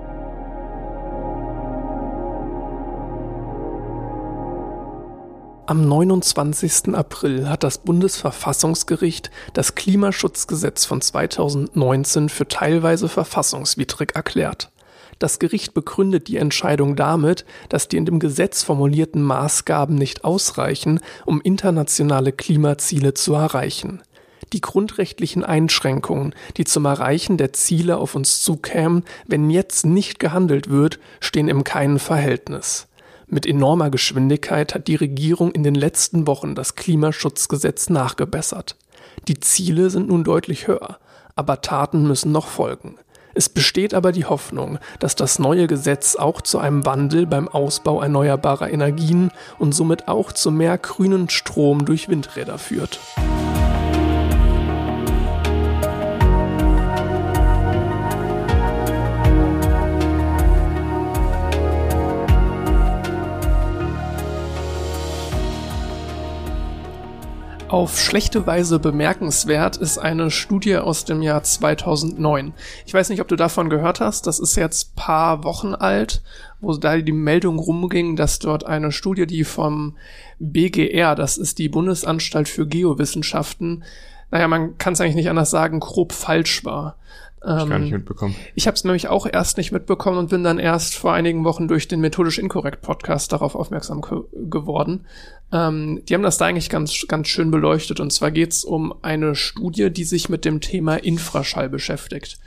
Am neunundzwanzigsten April hat das Bundesverfassungsgericht das Klimaschutzgesetz von zweitausendneunzehn für teilweise verfassungswidrig erklärt. Das Gericht begründet die Entscheidung damit, dass die in dem Gesetz formulierten Maßgaben nicht ausreichen, um internationale Klimaziele zu erreichen. Die grundrechtlichen Einschränkungen, die zum Erreichen der Ziele auf uns zukämen, wenn jetzt nicht gehandelt wird, stehen in keinem Verhältnis. Mit enormer Geschwindigkeit hat die Regierung in den letzten Wochen das Klimaschutzgesetz nachgebessert. Die Ziele sind nun deutlich höher, aber Taten müssen noch folgen. Es besteht aber die Hoffnung, dass das neue Gesetz auch zu einem Wandel beim Ausbau erneuerbarer Energien und somit auch zu mehr grünen Strom durch Windräder führt. Auf schlechte Weise bemerkenswert ist eine Studie aus dem Jahr zweitausendneun. Ich weiß nicht, ob du davon gehört hast, das ist jetzt paar Wochen alt, wo da die Meldung rumging, dass dort eine Studie, die vom B G R, das ist die Bundesanstalt für Geowissenschaften, naja, man kann es eigentlich nicht anders sagen, grob falsch war. Ich gar nicht mitbekommen. Ich habe es nämlich auch erst nicht mitbekommen und bin dann erst vor einigen Wochen durch den Methodisch Inkorrekt Podcast darauf aufmerksam ge- geworden. Ähm, die haben das da eigentlich ganz ganz schön beleuchtet und zwar geht es um eine Studie, die sich mit dem Thema Infraschall beschäftigt.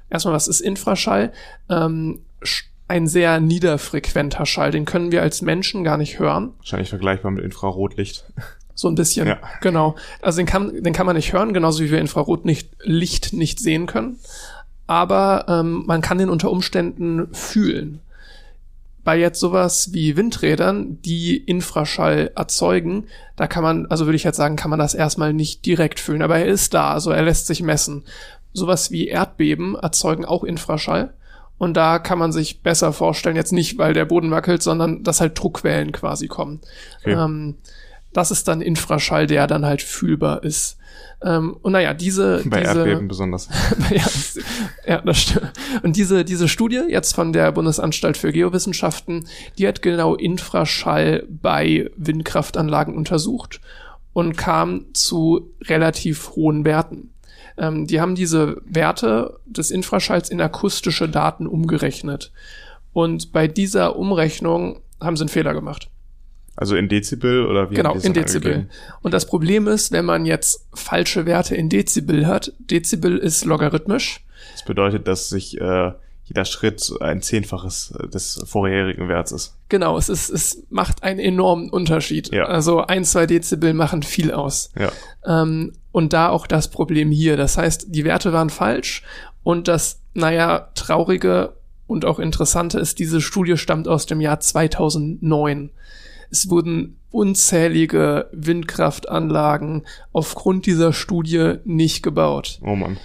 erstmal, was ist Infraschall? Ähm, ein sehr niederfrequenter Schall, den können wir als Menschen gar nicht hören. Wahrscheinlich vergleichbar mit Infrarotlicht. So ein bisschen, ja. Genau. Also den kann, den kann man nicht hören, genauso wie wir Infrarotlicht nicht sehen können. Aber ähm, man kann den unter Umständen fühlen. Bei jetzt sowas wie Windrädern, die Infraschall erzeugen, da kann man, also würde ich jetzt sagen, kann man das erstmal nicht direkt fühlen. Aber er ist da, also er lässt sich messen. Sowas wie Erdbeben erzeugen auch Infraschall. Und da kann man sich besser vorstellen, jetzt nicht, weil der Boden wackelt, sondern dass halt Druckwellen quasi kommen. Okay. Ähm, das ist dann Infraschall, der dann halt fühlbar ist. Ähm, und naja, diese... Bei diese, Erdbeben besonders. ja, ja, das stimmt. Und diese, diese Studie jetzt von der Bundesanstalt für Geowissenschaften, die hat genau Infraschall bei Windkraftanlagen untersucht und kam zu relativ hohen Werten. Ähm, die haben diese Werte des Infraschalls in akustische Daten umgerechnet. Und bei dieser Umrechnung haben sie einen Fehler gemacht. Also in Dezibel oder wie? Genau, in Dezibel. Angegeben? Und das Problem ist, wenn man jetzt falsche Werte in Dezibel hat, Dezibel ist logarithmisch. Das bedeutet, dass sich äh, jeder Schritt ein Zehnfaches des vorherigen Werts ist. Genau, es ist, es macht einen enormen Unterschied. Ja. Also ein, zwei Dezibel machen viel aus. Ja. Ähm, und da auch das Problem hier. Das heißt, die Werte waren falsch und das, naja, traurige und auch interessante ist, diese Studie stammt aus dem Jahr zweitausendneun. Es wurden unzählige Windkraftanlagen aufgrund dieser Studie nicht gebaut. Oh Mann.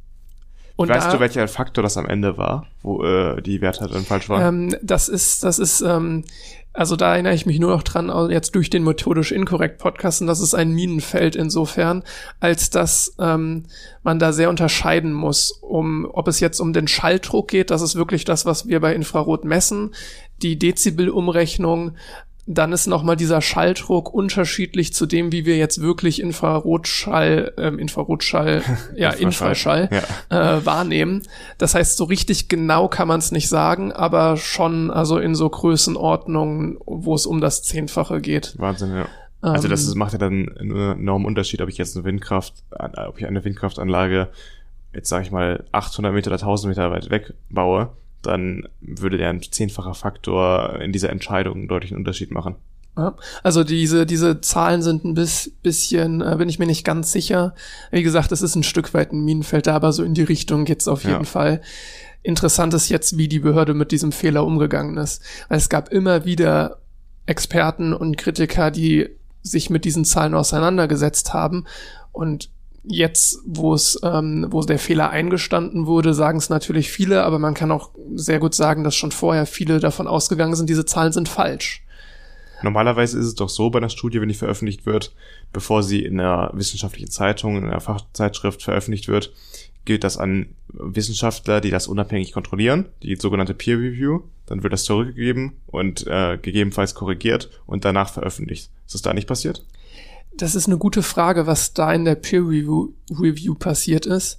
Und weißt da, du, welcher Faktor das am Ende war, wo äh, die Werte dann falsch waren? Ähm, das ist, das ist, ähm, also da erinnere ich mich nur noch dran, jetzt durch den methodisch inkorrekt Podcast, und das ist ein Minenfeld insofern, als dass ähm, man da sehr unterscheiden muss, um, ob es jetzt um den Schalldruck geht, das ist wirklich das, was wir bei Infrarot messen, die Dezibel-Umrechnung. Dann ist nochmal dieser Schalldruck unterschiedlich zu dem, wie wir jetzt wirklich Infrarotschall, ähm, Infrarotschall, ja, Infraschall, ja. Äh, wahrnehmen. Das heißt, so richtig genau kann man es nicht sagen, aber schon also in so Größenordnungen, wo es um das Zehnfache geht. Wahnsinn, ja. Also das ist, macht ja dann einen enormen Unterschied, ob ich jetzt eine Windkraft, ob ich eine Windkraftanlage jetzt sage ich mal achthundert Meter oder tausend Meter weit weg baue, dann würde der ein zehnfacher Faktor in dieser Entscheidung deutlich einen Unterschied machen. Ja, also diese diese Zahlen sind ein bisschen, äh, bin ich mir nicht ganz sicher. Wie gesagt, es ist ein Stück weit ein Minenfeld da, aber so in die Richtung geht's auf jeden ja. Fall. Interessant ist jetzt, wie die Behörde mit diesem Fehler umgegangen ist. Weil es gab immer wieder Experten und Kritiker, die sich mit diesen Zahlen auseinandergesetzt haben, und jetzt, wo es, ähm, wo der Fehler eingestanden wurde, sagen es natürlich viele, aber man kann auch sehr gut sagen, dass schon vorher viele davon ausgegangen sind, diese Zahlen sind falsch. Normalerweise ist es doch so bei einer Studie, wenn die veröffentlicht wird, bevor sie in einer wissenschaftlichen Zeitung, in einer Fachzeitschrift veröffentlicht wird, gilt das an Wissenschaftler, die das unabhängig kontrollieren, die sogenannte Peer Review. Dann wird das zurückgegeben und äh, gegebenenfalls korrigiert und danach veröffentlicht. Ist das da nicht passiert? Das ist eine gute Frage, was da in der Peer Review, Review passiert ist.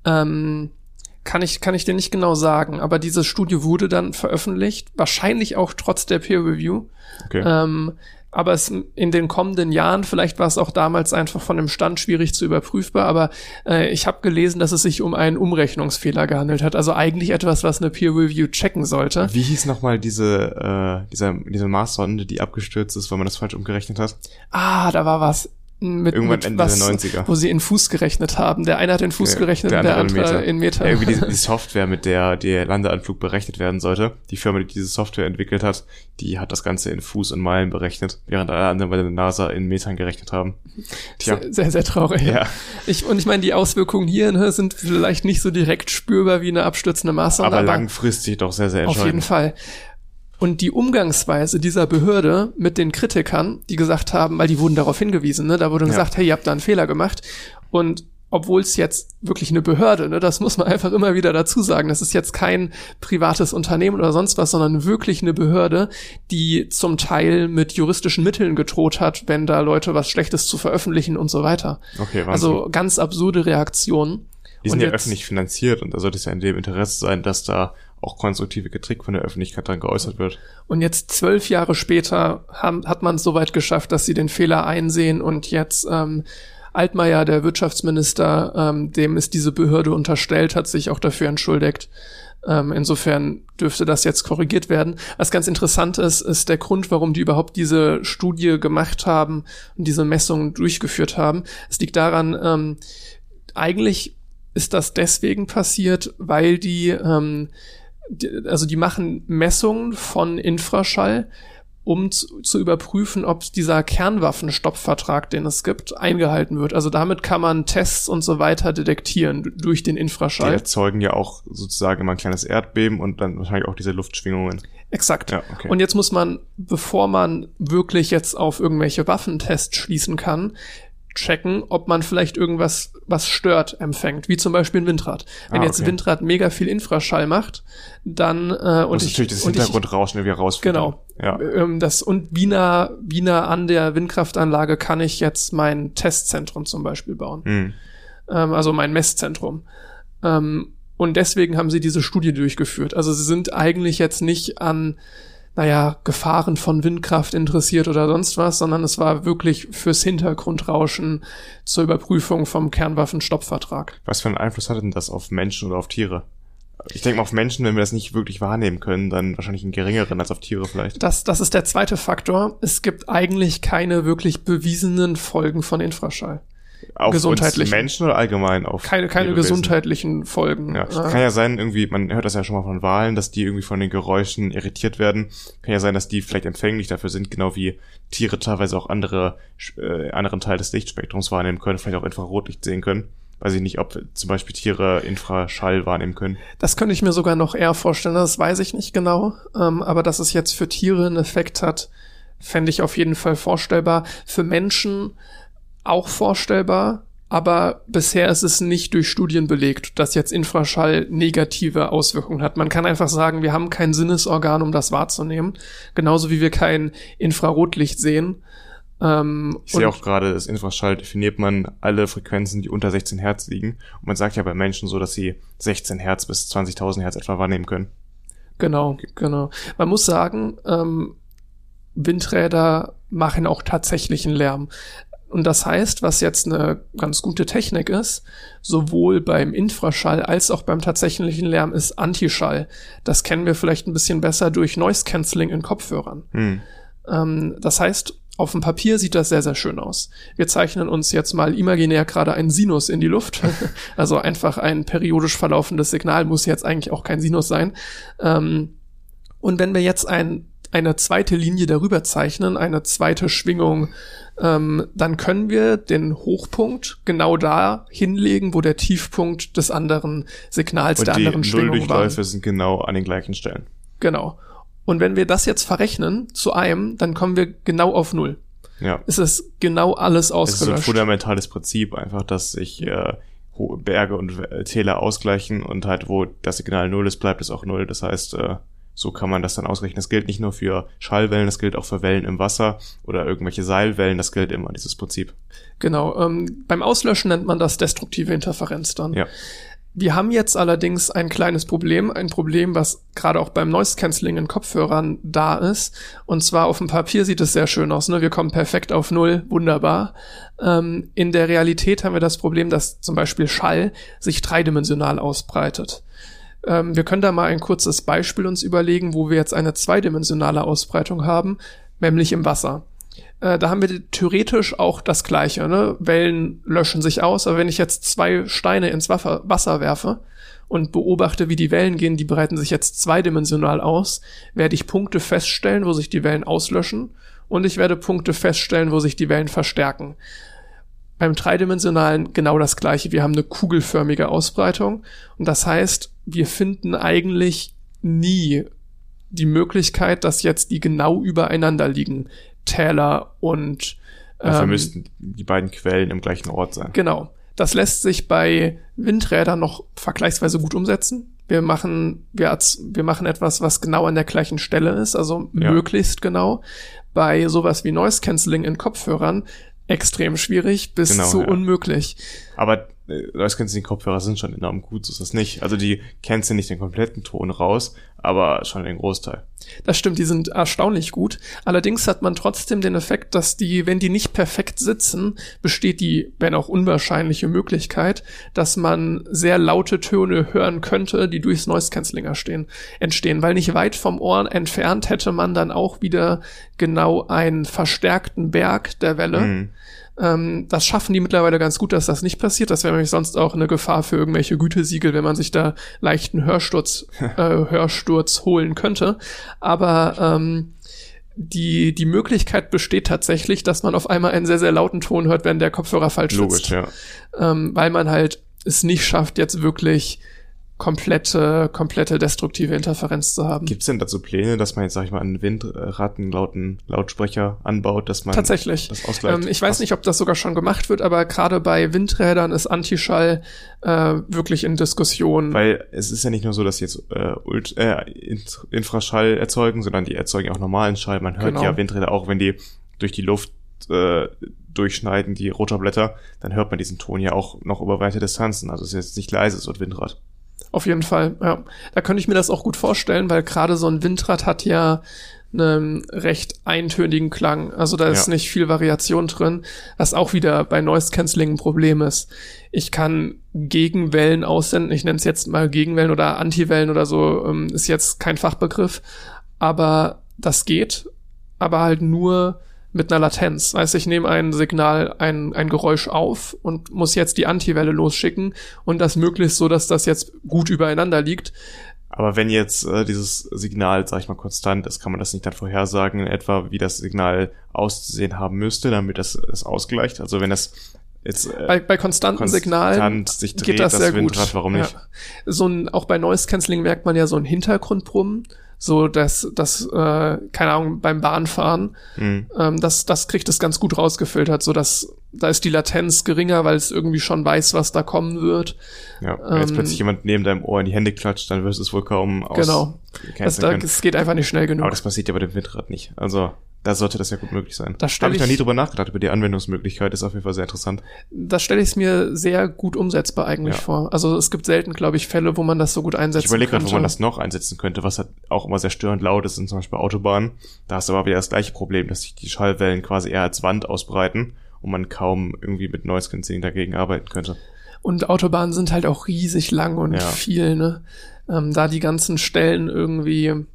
Ähm, kann ich, kann ich dir nicht genau sagen, aber diese Studie wurde dann veröffentlicht, wahrscheinlich auch trotz der Peer Review. Okay. Ähm, aber es in den kommenden Jahren, vielleicht war es auch damals einfach von dem Stand schwierig zu überprüfbar, aber äh, ich habe gelesen, dass es sich um einen Umrechnungsfehler gehandelt hat. Also eigentlich etwas, was eine Peer Review checken sollte. Wie hieß nochmal diese, äh, diese, diese Marssonde, die abgestürzt ist, weil man das falsch umgerechnet hat? Ah, da war was. Mit, Irgendwann mit Ende was, der neunziger. Wo sie in Fuß gerechnet haben. Der eine hat in Fuß okay, gerechnet der und der andere, andere in Meter. In Meter. Ja, irgendwie die, die Software, mit der der Landeanflug berechnet werden sollte. Die Firma, die diese Software entwickelt hat, die hat das Ganze in Fuß und Meilen berechnet, während alle anderen bei der NASA in Metern gerechnet haben. Tja. Sehr, sehr, sehr traurig. Ja. Ich, und ich meine, die Auswirkungen hier ne, sind vielleicht nicht so direkt spürbar wie eine abstürzende Marssonde. Aber, aber langfristig doch sehr, sehr entscheidend. Auf jeden Fall. Und die Umgangsweise dieser Behörde mit den Kritikern, die gesagt haben, weil die wurden darauf hingewiesen, ne, da wurde gesagt, ja. hey, ihr habt da einen Fehler gemacht. Und obwohl es jetzt wirklich eine Behörde, ne, das muss man einfach immer wieder dazu sagen, das ist jetzt kein privates Unternehmen oder sonst was, sondern wirklich eine Behörde, die zum Teil mit juristischen Mitteln gedroht hat, wenn da Leute was Schlechtes zu veröffentlichen und so weiter. Okay, Wahnsinn. Also ganz absurde Reaktionen. Die sind und ja jetzt, öffentlich finanziert und da sollte es ja in dem Interesse sein, dass da auch konstruktive Kritik von der Öffentlichkeit dran geäußert wird. Und jetzt zwölf Jahre später haben, hat man es soweit geschafft, dass sie den Fehler einsehen und jetzt ähm, Altmaier, der Wirtschaftsminister, ähm, dem ist diese Behörde unterstellt, hat sich auch dafür entschuldigt. Ähm, insofern dürfte das jetzt korrigiert werden. Was ganz interessant ist, ist der Grund, warum die überhaupt diese Studie gemacht haben und diese Messungen durchgeführt haben. Es liegt daran, ähm, eigentlich ist das deswegen passiert, weil die, ähm, die also die machen Messungen von Infraschall, um zu, zu überprüfen, ob dieser Kernwaffenstoppvertrag, den es gibt, eingehalten wird. Also damit kann man Tests und so weiter detektieren durch den Infraschall. Die erzeugen ja auch sozusagen immer ein kleines Erdbeben und dann wahrscheinlich auch diese Luftschwingungen. Exakt. Ja, okay. Und jetzt muss man, bevor man wirklich jetzt auf irgendwelche Waffentests schließen kann, checken, ob man vielleicht irgendwas, was stört, empfängt, wie zum Beispiel ein Windrad. Wenn ah, okay. jetzt ein Windrad mega viel Infraschall macht, dann äh, und muss ich, natürlich das Hintergrundrauschen irgendwie rausfinden. Genau. Ja. Ähm, das und wie nah, wie nah an der Windkraftanlage kann ich jetzt mein Testzentrum zum Beispiel bauen, hm. ähm, also mein Messzentrum. Ähm, und deswegen haben sie diese Studie durchgeführt. Also sie sind eigentlich jetzt nicht an naja, Gefahren von Windkraft interessiert oder sonst was, sondern es war wirklich fürs Hintergrundrauschen zur Überprüfung vom Kernwaffenstoppvertrag. Was für einen Einfluss hat denn das auf Menschen oder auf Tiere? Ich denke mal, auf Menschen, wenn wir das nicht wirklich wahrnehmen können, dann wahrscheinlich einen geringeren als auf Tiere vielleicht. Das, das ist der zweite Faktor. Es gibt eigentlich keine wirklich bewiesenen Folgen von Infraschall. Auf uns Menschen oder allgemein auf keine keine Lebewesen? Gesundheitlichen Folgen. Ja, äh, kann ja sein, irgendwie, man hört das ja schon mal von Walen, dass die irgendwie von den Geräuschen irritiert werden. Kann ja sein, dass die vielleicht empfänglich dafür sind, genau wie Tiere teilweise auch andere äh, anderen Teil des Lichtspektrums wahrnehmen können, vielleicht auch Infrarotlicht sehen können. Weiß ich nicht, ob zum Beispiel Tiere Infraschall wahrnehmen können. Das könnte ich mir sogar noch eher vorstellen, das weiß ich nicht genau. Ähm, aber dass es jetzt für Tiere einen Effekt hat, fände ich auf jeden Fall vorstellbar. Für Menschen auch vorstellbar, aber bisher ist es nicht durch Studien belegt, dass jetzt Infraschall negative Auswirkungen hat. Man kann einfach sagen, wir haben kein Sinnesorgan, um das wahrzunehmen. Genauso wie wir kein Infrarotlicht sehen. Ähm, ich sehe auch gerade, das Infraschall definiert man alle Frequenzen, die unter sechzehn Hertz liegen. Und man sagt ja bei Menschen so, dass sie sechzehn Hertz bis zwanzigtausend Hertz etwa wahrnehmen können. Genau, okay. genau. Man muss sagen, ähm, Windräder machen auch tatsächlichen Lärm. Und das heißt, was jetzt eine ganz gute Technik ist, sowohl beim Infraschall als auch beim tatsächlichen Lärm, ist Antischall. Das kennen wir vielleicht ein bisschen besser durch Noise Cancelling in Kopfhörern. Hm. Ähm, das heißt, auf dem Papier sieht das sehr, sehr schön aus. Wir zeichnen uns jetzt mal imaginär gerade einen Sinus in die Luft. Also einfach ein periodisch verlaufendes Signal, muss jetzt eigentlich auch kein Sinus sein. Ähm, und wenn wir jetzt ein, eine zweite Linie darüber zeichnen, eine zweite Schwingung, ähm, dann können wir den Hochpunkt genau da hinlegen, wo der Tiefpunkt des anderen Signals, und der anderen Schwingung war. Und die Nulldurchläufe sind genau an den gleichen Stellen. Genau. Und wenn wir das jetzt verrechnen zu einem, dann kommen wir genau auf Null. Ja. Es ist genau alles ausgelöscht. Es ist ein fundamentales Prinzip einfach, dass sich äh, Berge und Täler ausgleichen und halt, wo das Signal Null ist, bleibt es auch Null. Das heißt, äh, so kann man das dann ausrechnen. Das gilt nicht nur für Schallwellen, das gilt auch für Wellen im Wasser oder irgendwelche Seilwellen, das gilt immer, dieses Prinzip. Genau. Ähm, beim Auslöschen nennt man das destruktive Interferenz dann. Ja. Wir haben jetzt allerdings ein kleines Problem, ein Problem, was gerade auch beim Noise Cancelling in Kopfhörern da ist. Und zwar auf dem Papier sieht es sehr schön aus, ne? Wir kommen perfekt auf Null, wunderbar. Ähm, in der Realität haben wir das Problem, dass zum Beispiel Schall sich dreidimensional ausbreitet. Ähm, wir können da mal ein kurzes Beispiel uns überlegen, wo wir jetzt eine zweidimensionale Ausbreitung haben, nämlich im Wasser. Äh, da haben wir theoretisch auch das Gleiche, ne? Wellen löschen sich aus, aber wenn ich jetzt zwei Steine ins Wasser, Wasser werfe und beobachte, wie die Wellen gehen, die breiten sich jetzt zweidimensional aus, werde ich Punkte feststellen, wo sich die Wellen auslöschen, und ich werde Punkte feststellen, wo sich die Wellen verstärken. Beim dreidimensionalen genau das Gleiche. Wir haben eine kugelförmige Ausbreitung, und das heißt, wir finden eigentlich nie die Möglichkeit, dass jetzt die genau übereinander liegen. Täler und ähm, dafür müssten die beiden Quellen im gleichen Ort sein. Genau. Das lässt sich bei Windrädern noch vergleichsweise gut umsetzen. Wir machen, wir, wir machen etwas, was genau an der gleichen Stelle ist, also ja. möglichst genau. Bei sowas wie Noise Cancelling in Kopfhörern extrem schwierig bis genau, zu ja. unmöglich. Aber Noise Cancelling Kopfhörer sind schon enorm gut, so ist das nicht. Also die canceln nicht den kompletten Ton raus, aber schon den Großteil. Das stimmt, die sind erstaunlich gut. Allerdings hat man trotzdem den Effekt, dass die, wenn die nicht perfekt sitzen, besteht die, wenn auch unwahrscheinliche Möglichkeit, dass man sehr laute Töne hören könnte, die durchs Noise Cancelling entstehen, entstehen. Weil nicht weit vom Ohr entfernt hätte man dann auch wieder genau einen verstärkten Berg der Welle. Mhm. Ähm, das schaffen die mittlerweile ganz gut, dass das nicht passiert. Das wäre nämlich sonst auch eine Gefahr für irgendwelche Gütesiegel, wenn man sich da leichten Hörsturz, äh, Hörsturz holen könnte. Aber ähm, die die Möglichkeit besteht tatsächlich, dass man auf einmal einen sehr, sehr lauten Ton hört, wenn der Kopfhörer falsch sitzt. Logisch, ja. Ähm, weil man halt es nicht schafft, jetzt wirklich komplette, komplette destruktive Interferenz zu haben. Gibt's denn dazu Pläne, dass man jetzt, sag ich mal, an Windrad einen lauten Lautsprecher anbaut, dass man Tatsächlich. das ausgleicht? Ähm, ich weiß nicht, ob das sogar schon gemacht wird, aber gerade bei Windrädern ist Antischall äh, wirklich in Diskussion. Weil es ist ja nicht nur so, dass sie jetzt äh, Ult- äh, Infraschall erzeugen, sondern die erzeugen auch normalen Schall. Man hört genau. ja Windräder auch, wenn die durch die Luft äh, durchschneiden, die Rotorblätter, dann hört man diesen Ton ja auch noch über weite Distanzen. Also es ist jetzt nicht leise, so ein Windrad. Auf jeden Fall, ja. Da könnte ich mir das auch gut vorstellen, weil gerade so ein Windrad hat ja einen recht eintönigen Klang. Also da ist ja. nicht viel Variation drin, was auch wieder bei Noise Cancelling ein Problem ist. Ich kann Gegenwellen aussenden, ich nenne es jetzt mal Gegenwellen oder Antiwellen oder so, ist jetzt kein Fachbegriff, aber das geht, aber halt nur mit einer Latenz. Heißt, ich nehme ein Signal, ein, ein Geräusch auf und muss jetzt die Antiwelle losschicken und das möglichst so, dass das jetzt gut übereinander liegt. Aber wenn jetzt äh, dieses Signal, sag ich mal, konstant ist, kann man das nicht dann vorhersagen, in etwa, wie das Signal auszusehen haben müsste, damit das es ausgleicht? Also wenn das jetzt äh, bei, bei konstanten konstant Signalen sich dreht, geht das, das sehr Windrad, gut. Warum nicht? Ja. So ein, auch bei Noise Cancelling merkt man ja so ein Hintergrundbrummen. So, dass, dass äh, keine Ahnung, beim Bahnfahren, mhm. ähm, das, das kriegt es ganz gut rausgefiltert, so dass da ist die Latenz geringer, weil es irgendwie schon weiß, was da kommen wird. Ja, wenn ähm, jetzt plötzlich jemand neben deinem Ohr in die Hände klatscht, dann wirst du es wohl kaum aus. Genau, das, da, es geht einfach nicht schnell genug. Aber das passiert ja bei dem Windrad nicht. Also da sollte das ja gut möglich sein. Da habe ich noch nie drüber nachgedacht, über die Anwendungsmöglichkeit, ist auf jeden Fall sehr interessant. Das stelle ich mir sehr gut umsetzbar eigentlich ja. vor. Also es gibt selten, glaube ich, Fälle, wo man das so gut einsetzen könnte. Ich überlege gerade, wo man das noch einsetzen könnte, was halt auch immer sehr störend laut ist, sind zum Beispiel Autobahnen. Da hast du aber wieder das gleiche Problem, dass sich die Schallwellen quasi eher als Wand ausbreiten und man kaum irgendwie mit Noise Cancelling dagegen arbeiten könnte. Und Autobahnen sind halt auch riesig lang und ja. viel, ne? Ähm, da die ganzen Stellen irgendwie, äh,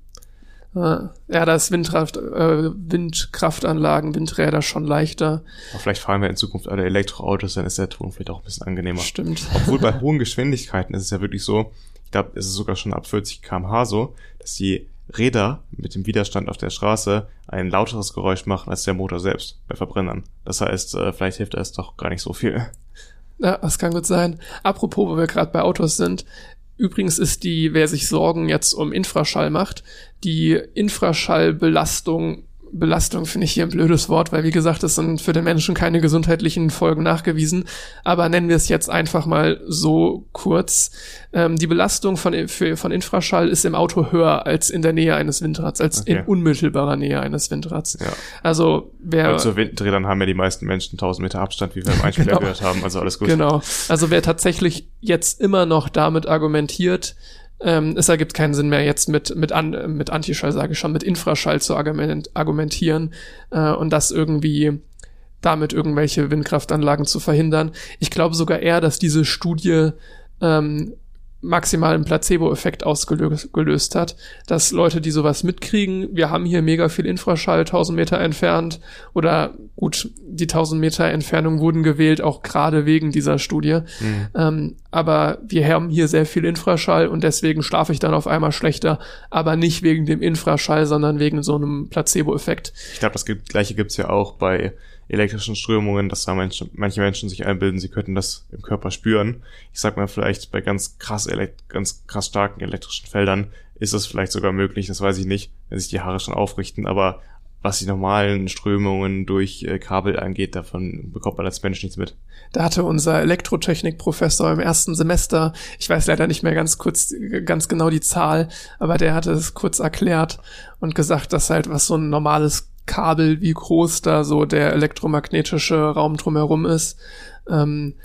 ja, da ist Windkraft, äh, Windkraftanlagen, Windräder schon leichter. Aber vielleicht fahren wir in Zukunft alle Elektroautos, dann ist der Ton vielleicht auch ein bisschen angenehmer. Stimmt. Obwohl bei hohen Geschwindigkeiten ist es ja wirklich so, ich glaube, es ist sogar schon ab vierzig Kilometer pro Stunde so, dass die Räder mit dem Widerstand auf der Straße ein lauteres Geräusch machen als der Motor selbst bei Verbrennern. Das heißt, äh, vielleicht hilft das doch gar nicht so viel. Ja, das kann gut sein. Apropos, wo wir gerade bei Autos sind, übrigens ist die, wer sich Sorgen jetzt um Infraschall macht, die Infraschallbelastung, Belastung finde ich hier ein blödes Wort, weil wie gesagt, es sind für den Menschen keine gesundheitlichen Folgen nachgewiesen, aber nennen wir es jetzt einfach mal so kurz. Ähm, die Belastung von, für, von Infraschall ist im Auto höher als in der Nähe eines Windrads, als okay. in unmittelbarer Nähe eines Windrads. Ja. Also wer... Und zu Windrädern haben ja die meisten Menschen tausend Meter Abstand, wie wir im Einspieler genau. gehört haben, also alles gut. Genau, also wer tatsächlich jetzt immer noch damit argumentiert, Ähm, es ergibt keinen Sinn mehr, jetzt mit mit an, mit Antischall, sage ich schon, mit Infraschall zu argument, argumentieren äh, und das irgendwie damit irgendwelche Windkraftanlagen zu verhindern. Ich glaube sogar eher, dass diese Studie ähm, maximalen Placebo-Effekt ausgelöst gelöst hat, dass Leute, die sowas mitkriegen, wir haben hier mega viel Infraschall, tausend Meter entfernt, oder gut, die tausend Meter Entfernung wurden gewählt, auch gerade wegen dieser Studie, mhm. ähm, aber wir haben hier sehr viel Infraschall und deswegen schlafe ich dann auf einmal schlechter, aber nicht wegen dem Infraschall, sondern wegen so einem Placebo-Effekt. Ich glaube, das Gleiche gibt's ja auch bei elektrischen Strömungen, dass da Menschen, manche Menschen sich einbilden, sie könnten das im Körper spüren. Ich sag mal, vielleicht bei ganz krass, elekt- ganz krass starken elektrischen Feldern ist es vielleicht sogar möglich, das weiß ich nicht, wenn sich die Haare schon aufrichten, aber was die normalen Strömungen durch äh, Kabel angeht, davon bekommt man als Mensch nichts mit. Da hatte unser Elektrotechnikprofessor im ersten Semester, ich weiß leider nicht mehr ganz kurz, ganz genau die Zahl, aber der hatte es kurz erklärt und gesagt, dass halt was so ein normales Kabel, wie groß da so der elektromagnetische Raum drumherum ist, ähm,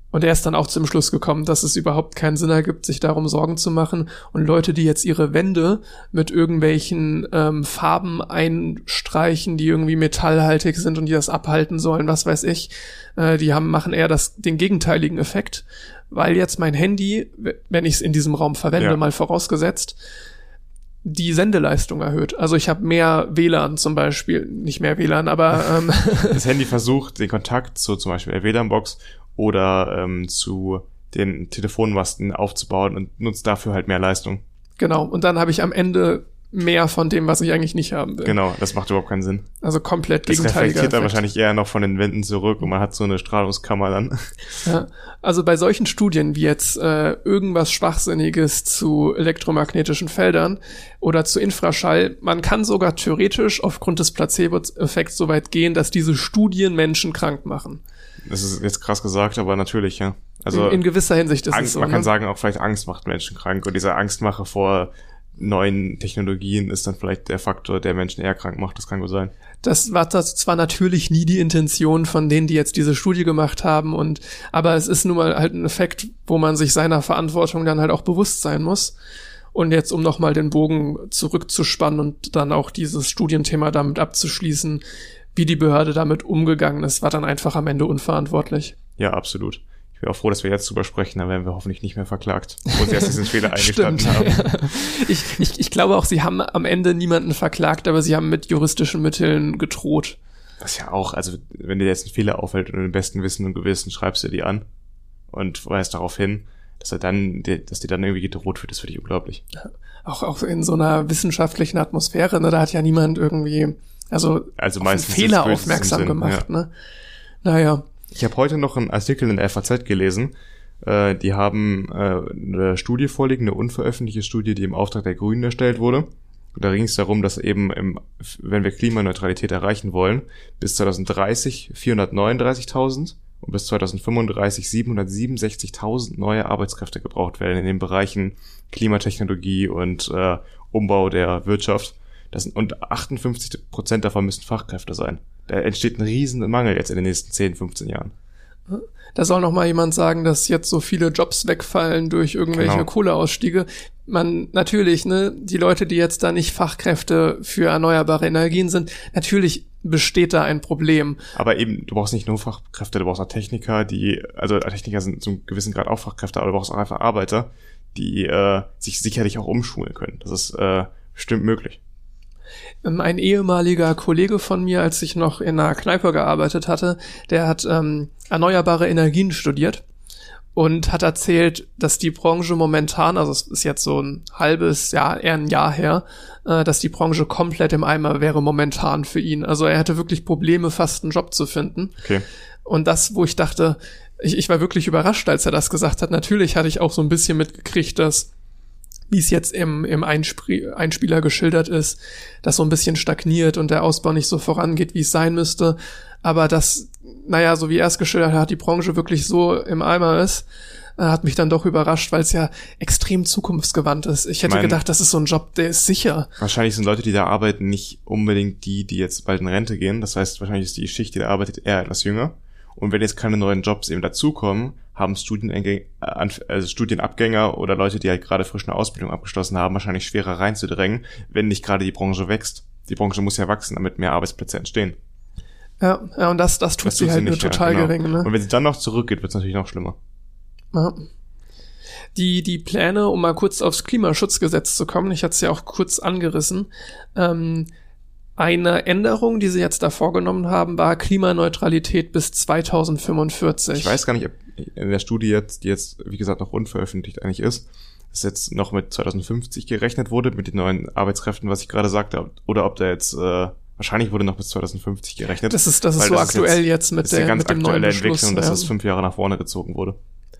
Und er ist dann auch zum Schluss gekommen, dass es überhaupt keinen Sinn ergibt, sich darum Sorgen zu machen. Und Leute, die jetzt ihre Wände mit irgendwelchen ähm, Farben einstreichen, die irgendwie metallhaltig sind und die das abhalten sollen, was weiß ich, äh, die haben machen eher das den gegenteiligen Effekt, weil jetzt mein Handy, wenn ich es in diesem Raum verwende, ja. mal vorausgesetzt, die Sendeleistung erhöht. Also ich habe mehr W L A N zum Beispiel, nicht mehr W L A N, aber ähm das Handy versucht, den Kontakt zu zum Beispiel der W L A N-Box oder ähm, zu den Telefonmasten aufzubauen und nutzt dafür halt mehr Leistung. Genau, und dann habe ich am Ende mehr von dem, was ich eigentlich nicht haben will. Genau, das macht überhaupt keinen Sinn. Also komplett gegenteiliger Das reflektiert dann Effekt. wahrscheinlich eher noch von den Wänden zurück und man hat so eine Strahlungskammer dann. Ja, also bei solchen Studien wie jetzt äh, irgendwas Schwachsinniges zu elektromagnetischen Feldern oder zu Infraschall, man kann sogar theoretisch aufgrund des Placebo-Effekts so weit gehen, dass diese Studien Menschen krank machen. Das ist jetzt krass gesagt, aber natürlich, ja. Also in, in gewisser Hinsicht ist Angst, es so. Man ne? kann sagen, auch vielleicht Angst macht Menschen krank und diese Angstmache vor neuen Technologien ist dann vielleicht der Faktor, der Menschen eher krank macht. Das kann gut sein. Das war das zwar natürlich nie die Intention von denen, die jetzt diese Studie gemacht haben, und aber es ist nun mal halt ein Effekt, wo man sich seiner Verantwortung dann halt auch bewusst sein muss. Und jetzt, um nochmal den Bogen zurückzuspannen und dann auch dieses Studienthema damit abzuschließen, wie die Behörde damit umgegangen ist, war dann einfach am Ende unverantwortlich. Ja, absolut. Ich bin auch froh, dass wir jetzt drüber sprechen, dann werden wir hoffentlich nicht mehr verklagt, wo sie erst diesen Fehler eingestanden Stimmt, haben. Ja. Ich, ich, ich glaube auch, sie haben am Ende niemanden verklagt, aber sie haben mit juristischen Mitteln gedroht. Das ja auch, also wenn dir jetzt ein Fehler auffällt und du im besten Wissen und Gewissen schreibst du die an und weist darauf hin, dass er dann, dass dir dann irgendwie gedroht wird, das finde ich unglaublich. Auch, auch in so einer wissenschaftlichen Atmosphäre, ne, da hat ja niemand irgendwie, also, also auf einen Fehler aufmerksam Sinn, gemacht, ja. ne. Naja. Ich habe heute noch einen Artikel in der F A Z gelesen. Äh, die haben äh, eine Studie vorliegen, eine unveröffentlichte Studie, die im Auftrag der Grünen erstellt wurde. Und da ging es darum, dass eben, im, wenn wir Klimaneutralität erreichen wollen, bis zwanzig dreißig vierhundertneununddreißigtausend und bis zwanzig fünfunddreißig siebenhundertsiebenundsechzigtausend neue Arbeitskräfte gebraucht werden in den Bereichen Klimatechnologie und äh, Umbau der Wirtschaft. Das sind, und achtundfünfzig Prozent davon müssen Fachkräfte sein. Da entsteht ein riesen Mangel jetzt in den nächsten zehn, fünfzehn Jahren. Da soll noch mal jemand sagen, dass jetzt so viele Jobs wegfallen durch irgendwelche Genau. Kohleausstiege. Man, natürlich, ne, die Leute, die jetzt da nicht Fachkräfte für erneuerbare Energien sind, natürlich besteht da ein Problem. Aber eben, du brauchst nicht nur Fachkräfte, du brauchst auch Techniker, die, also Techniker sind zum gewissen Grad auch Fachkräfte, aber du brauchst auch einfach Arbeiter, die äh, sich sicherlich auch umschulen können. Das ist äh, bestimmt möglich. Ein ehemaliger Kollege von mir, als ich noch in einer Kneipe gearbeitet hatte, der hat ähm, erneuerbare Energien studiert und hat erzählt, dass die Branche momentan, also es ist jetzt so ein halbes Jahr, eher ein Jahr her, äh, dass die Branche komplett im Eimer wäre momentan für ihn. Also er hatte wirklich Probleme, fast einen Job zu finden. Okay. Und das, wo ich dachte, ich, ich war wirklich überrascht, als er das gesagt hat. Natürlich hatte ich auch so ein bisschen mitgekriegt, dass, wie es jetzt im, im Einspr- Einspieler geschildert ist, das so ein bisschen stagniert und der Ausbau nicht so vorangeht, wie es sein müsste. Aber das, naja, so wie er es geschildert hat, die Branche wirklich so im Eimer ist, äh, hat mich dann doch überrascht, weil es ja extrem zukunftsgewandt ist. Ich hätte mein, gedacht, das ist so ein Job, der ist sicher. Wahrscheinlich sind Leute, die da arbeiten, nicht unbedingt die, die jetzt bald in Rente gehen. Das heißt, wahrscheinlich ist die Schicht, die da arbeitet, eher etwas jünger. Und wenn jetzt keine neuen Jobs eben dazukommen, haben Studienengäng- also Studienabgänger oder Leute, die halt gerade frisch eine Ausbildung abgeschlossen haben, wahrscheinlich schwerer reinzudrängen, wenn nicht gerade die Branche wächst. Die Branche muss ja wachsen, damit mehr Arbeitsplätze entstehen. Ja, ja, und das, das tut Das sie tut halt sie nur nicht, ja, total genau. gering, ne? Und wenn sie dann noch zurückgeht, wird es natürlich noch schlimmer. Ja. Die, die Pläne, um mal kurz aufs Klimaschutzgesetz zu kommen, ich hatte es ja auch kurz angerissen, ähm, eine Änderung, die sie jetzt da vorgenommen haben, war Klimaneutralität bis zweitausendfünfundvierzig. Ich weiß gar nicht, ob in der Studie jetzt, die jetzt, wie gesagt, noch unveröffentlicht eigentlich ist, dass jetzt noch mit zweitausendfünfzig gerechnet wurde, mit den neuen Arbeitskräften, was ich gerade sagte, oder ob da jetzt, äh, wahrscheinlich wurde noch bis zweitausendfünfzig gerechnet. Das ist, das ist weil so das aktuell ist jetzt, jetzt mit, das ist der, eine ganz mit dem neuen aktuelle Beschluss. Entwicklung, dass ja. das fünf Jahre nach vorne gezogen wurde.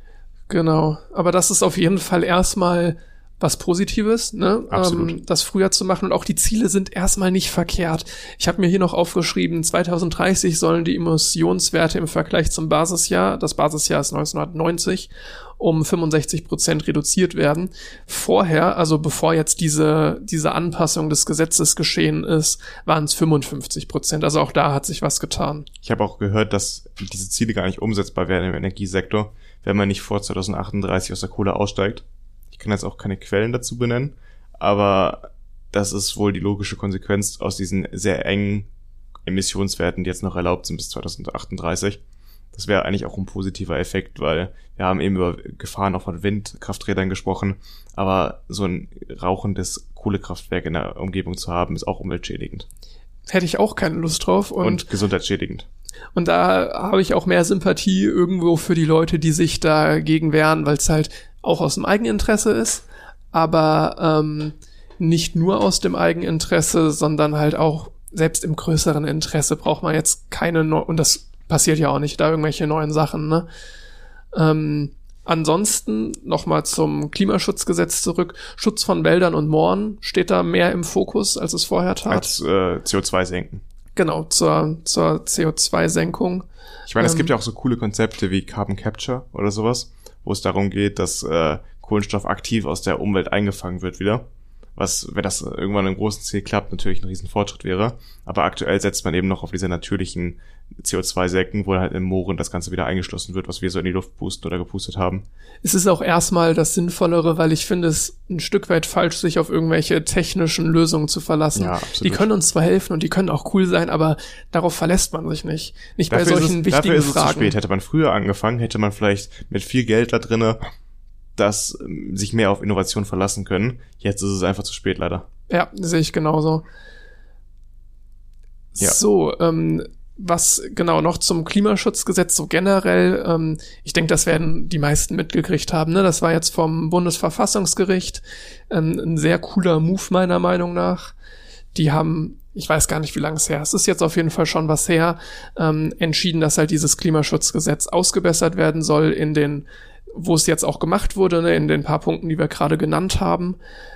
Genau, aber das ist auf jeden Fall erstmal was Positives, ne? Absolut. Ähm, das früher zu machen, und auch die Ziele sind erstmal nicht verkehrt. Ich habe mir hier noch aufgeschrieben, zweitausenddreißig sollen die Emissionswerte im Vergleich zum Basisjahr, das Basisjahr ist neunzehnhundertneunzig, um fünfundsechzig Prozent reduziert werden. Vorher, also bevor jetzt diese diese Anpassung des Gesetzes geschehen ist, waren es fünfundfünfzig Prozent. Also auch da hat sich was getan. Ich habe auch gehört, dass diese Ziele gar nicht umsetzbar wären im Energiesektor, wenn man nicht vor zwanzig achtunddreißig aus der Kohle aussteigt. Ich kann jetzt auch keine Quellen dazu benennen, aber das ist wohl die logische Konsequenz aus diesen sehr engen Emissionswerten, die jetzt noch erlaubt sind bis zwanzig achtunddreißig. Das wäre eigentlich auch ein positiver Effekt, weil wir haben eben über Gefahren auch von Windkrafträdern gesprochen, aber so ein rauchendes Kohlekraftwerk in der Umgebung zu haben, ist auch umweltschädigend. Hätte ich auch keine Lust drauf. Und, und gesundheitsschädigend. Und da habe ich auch mehr Sympathie irgendwo für die Leute, die sich dagegen wehren, weil es halt auch aus dem Eigeninteresse ist, aber ähm, nicht nur aus dem Eigeninteresse, sondern halt auch selbst im größeren Interesse braucht man jetzt keine neu- und das passiert ja auch nicht, da irgendwelche neuen Sachen, ne? Ähm, ansonsten nochmal zum Klimaschutzgesetz zurück. Schutz von Wäldern und Mooren steht da mehr im Fokus, als es vorher tat. Als äh, C O zwei senken. Genau, zur, zur C O zwei Senkung. Ich meine, es ähm, gibt ja auch so coole Konzepte wie Carbon Capture oder sowas, wo es darum geht, dass äh, Kohlenstoff aktiv aus der Umwelt eingefangen wird wieder. Was, wenn das irgendwann im großen Ziel klappt, natürlich ein riesen Fortschritt wäre. Aber aktuell setzt man eben noch auf diese natürlichen C O zwei Senken, wo halt im Mooren das Ganze wieder eingeschlossen wird, was wir so in die Luft pusten oder gepustet haben. Es ist auch erstmal das Sinnvollere, weil ich finde es ein Stück weit falsch, sich auf irgendwelche technischen Lösungen zu verlassen. Ja, absolut. Die können uns zwar helfen und die können auch cool sein, aber darauf verlässt man sich nicht. Nicht dafür bei solchen es, wichtigen dafür ist es Fragen. Zu spät. Hätte man früher angefangen, hätte man vielleicht mit viel Geld da drinne das sich mehr auf Innovation verlassen können. Jetzt ist es einfach zu spät, leider. Ja, sehe ich genauso. Ja. So, ähm, was genau noch zum Klimaschutzgesetz so generell, ähm, ich denke, das werden die meisten mitgekriegt haben, ne? Das war jetzt vom Bundesverfassungsgericht ähm, ein sehr cooler Move meiner Meinung nach. Die haben, ich weiß gar nicht, wie lange es her ist, es ist jetzt auf jeden Fall schon was her, ähm, entschieden, dass halt dieses Klimaschutzgesetz ausgebessert werden soll in den, wo es jetzt auch gemacht wurde, ne, in den paar Punkten, die wir gerade genannt haben.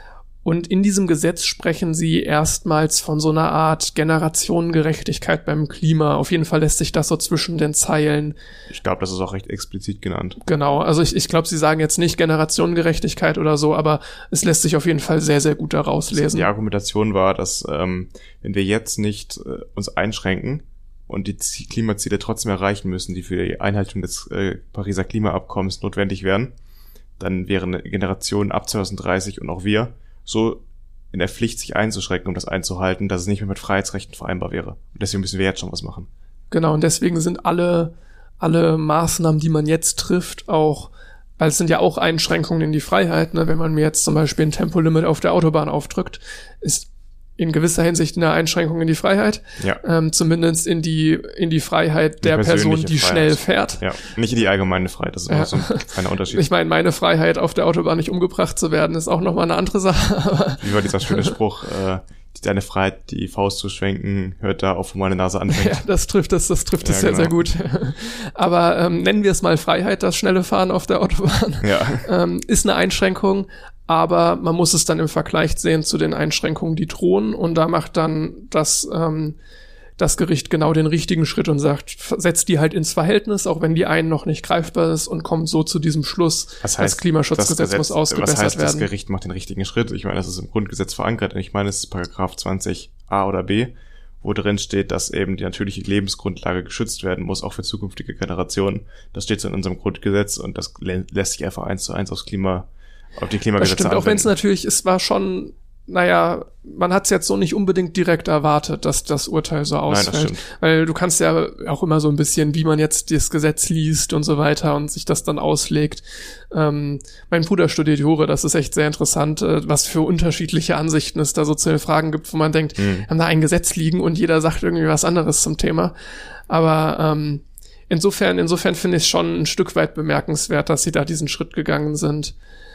Und in diesem Gesetz sprechen sie erstmals von so einer Art Generationengerechtigkeit beim Klima. Auf jeden Fall lässt sich das so zwischen den Zeilen. Ich glaube, das ist auch recht explizit genannt. Genau, also ich, ich glaube, sie sagen jetzt nicht Generationengerechtigkeit oder so, aber es lässt sich auf jeden Fall sehr, sehr gut daraus lesen. Die Argumentation war, dass ähm, wenn wir jetzt nicht äh, uns einschränken und die Z- Klimaziele trotzdem erreichen müssen, die für die Einhaltung des äh, Pariser Klimaabkommens notwendig wären, dann wären Generationen ab zwanzig dreißig und auch wir so in der Pflicht, sich einzuschränken, um das einzuhalten, dass es nicht mehr mit Freiheitsrechten vereinbar wäre. Und deswegen müssen wir jetzt schon was machen. Genau, und deswegen sind alle, alle Maßnahmen, die man jetzt trifft, auch, weil es sind ja auch Einschränkungen in die Freiheit, ne? Wenn man mir jetzt zum Beispiel ein Tempolimit auf der Autobahn aufdrückt, ist in gewisser Hinsicht eine Einschränkung in die Freiheit, ja. ähm, zumindest in die in die Freiheit der Person, die Freiheit. Schnell fährt. Ja, nicht in die allgemeine Freiheit, das ist immer ja. so ein kleiner Unterschied. Ich meine, meine Freiheit, auf der Autobahn nicht umgebracht zu werden, ist auch nochmal eine andere Sache. Wie war dieser schöne Spruch, äh, deine Freiheit, die Faust zu schwenken, hört da auf, wo meine Nase anfängt. Ja, das trifft es, das trifft es ja, sehr, genau. sehr gut. Aber ähm, nennen wir es mal Freiheit, das schnelle Fahren auf der Autobahn. Ja. Ähm, ist eine Einschränkung, aber man muss es dann im Vergleich sehen zu den Einschränkungen, die drohen, und da macht dann das ähm, das Gericht genau den richtigen Schritt und sagt, setzt die halt ins Verhältnis, auch wenn die einen noch nicht greifbar ist, und kommt so zu diesem Schluss, was heißt, das Klimaschutzgesetz das Gesetz, muss ausgebessert was heißt, werden. Das Gericht macht den richtigen Schritt. Ich meine, das ist im Grundgesetz verankert, und ich meine, es ist Paragraph zwanzig a oder b, wo drin steht, dass eben die natürliche Lebensgrundlage geschützt werden muss, auch für zukünftige Generationen. Das steht so in unserem Grundgesetz, und das lä- lässt sich einfach eins zu eins aufs Klima auf die Klimagesetze Das stimmt, auch wenn es natürlich, es war schon, naja, man hat es jetzt so nicht unbedingt direkt erwartet, dass das Urteil so ausfällt. Nein, das stimmt. Weil du kannst ja auch immer so ein bisschen, wie man jetzt das Gesetz liest und so weiter und sich das dann auslegt. Ähm, mein Bruder studiert Jura, das ist echt sehr interessant, äh, was für unterschiedliche Ansichten es da so zu den Fragen gibt, wo man denkt, mhm. wir haben da ein Gesetz liegen und jeder sagt irgendwie was anderes zum Thema. Aber ähm, insofern, insofern finde ich es schon ein Stück weit bemerkenswert, dass sie da diesen Schritt gegangen sind.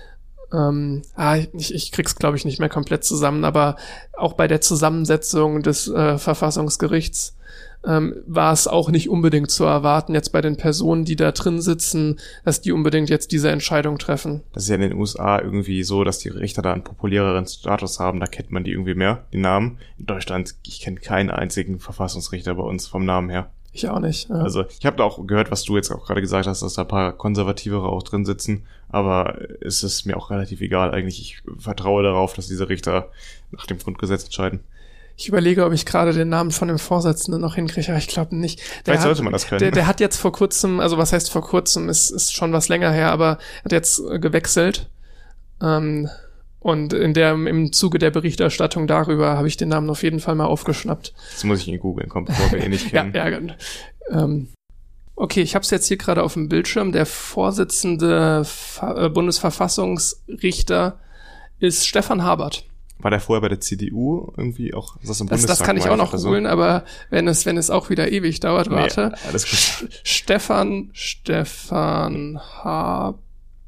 Ähm, ah, ich, ich krieg's, glaube ich, nicht mehr komplett zusammen, aber auch bei der Zusammensetzung des äh, Verfassungsgerichts ähm, war es auch nicht unbedingt zu erwarten, jetzt bei den Personen, die da drin sitzen, dass die unbedingt jetzt diese Entscheidung treffen. Das ist ja in den U S A irgendwie so, dass die Richter da einen populäreren Status haben, da kennt man die irgendwie mehr, die Namen. In Deutschland, ich kenne keinen einzigen Verfassungsrichter bei uns vom Namen her. Ich auch nicht. Ja. Also ich habe da auch gehört, was du jetzt auch gerade gesagt hast, dass da ein paar Konservativere auch drin sitzen, aber es ist mir auch relativ egal eigentlich. Ich vertraue darauf, dass diese Richter nach dem Grundgesetz entscheiden. Ich überlege, ob ich gerade den Namen von dem Vorsitzenden noch hinkriege, aber ich glaube nicht. Der Vielleicht hat, sollte man das können. Der, der hat jetzt vor kurzem, also was heißt vor kurzem, ist, ist schon was länger her, aber hat jetzt gewechselt. Ähm, und in der, im Zuge der Berichterstattung darüber habe ich den Namen auf jeden Fall mal aufgeschnappt. Jetzt muss ich ihn googeln, kommt bevor wir ihn nicht kennen. ja, ja, ähm, okay, ich habe es jetzt hier gerade auf dem Bildschirm. Der Vorsitzende Fa- äh, Bundesverfassungsrichter ist Stefan Habert. War der vorher bei der C D U irgendwie auch? Ist das im das, Bundestag? Das kann ich auch noch googeln, so? Aber wenn es, wenn es auch wieder ewig dauert, nee, warte. Alles gut. Stefan, Stefan Habert.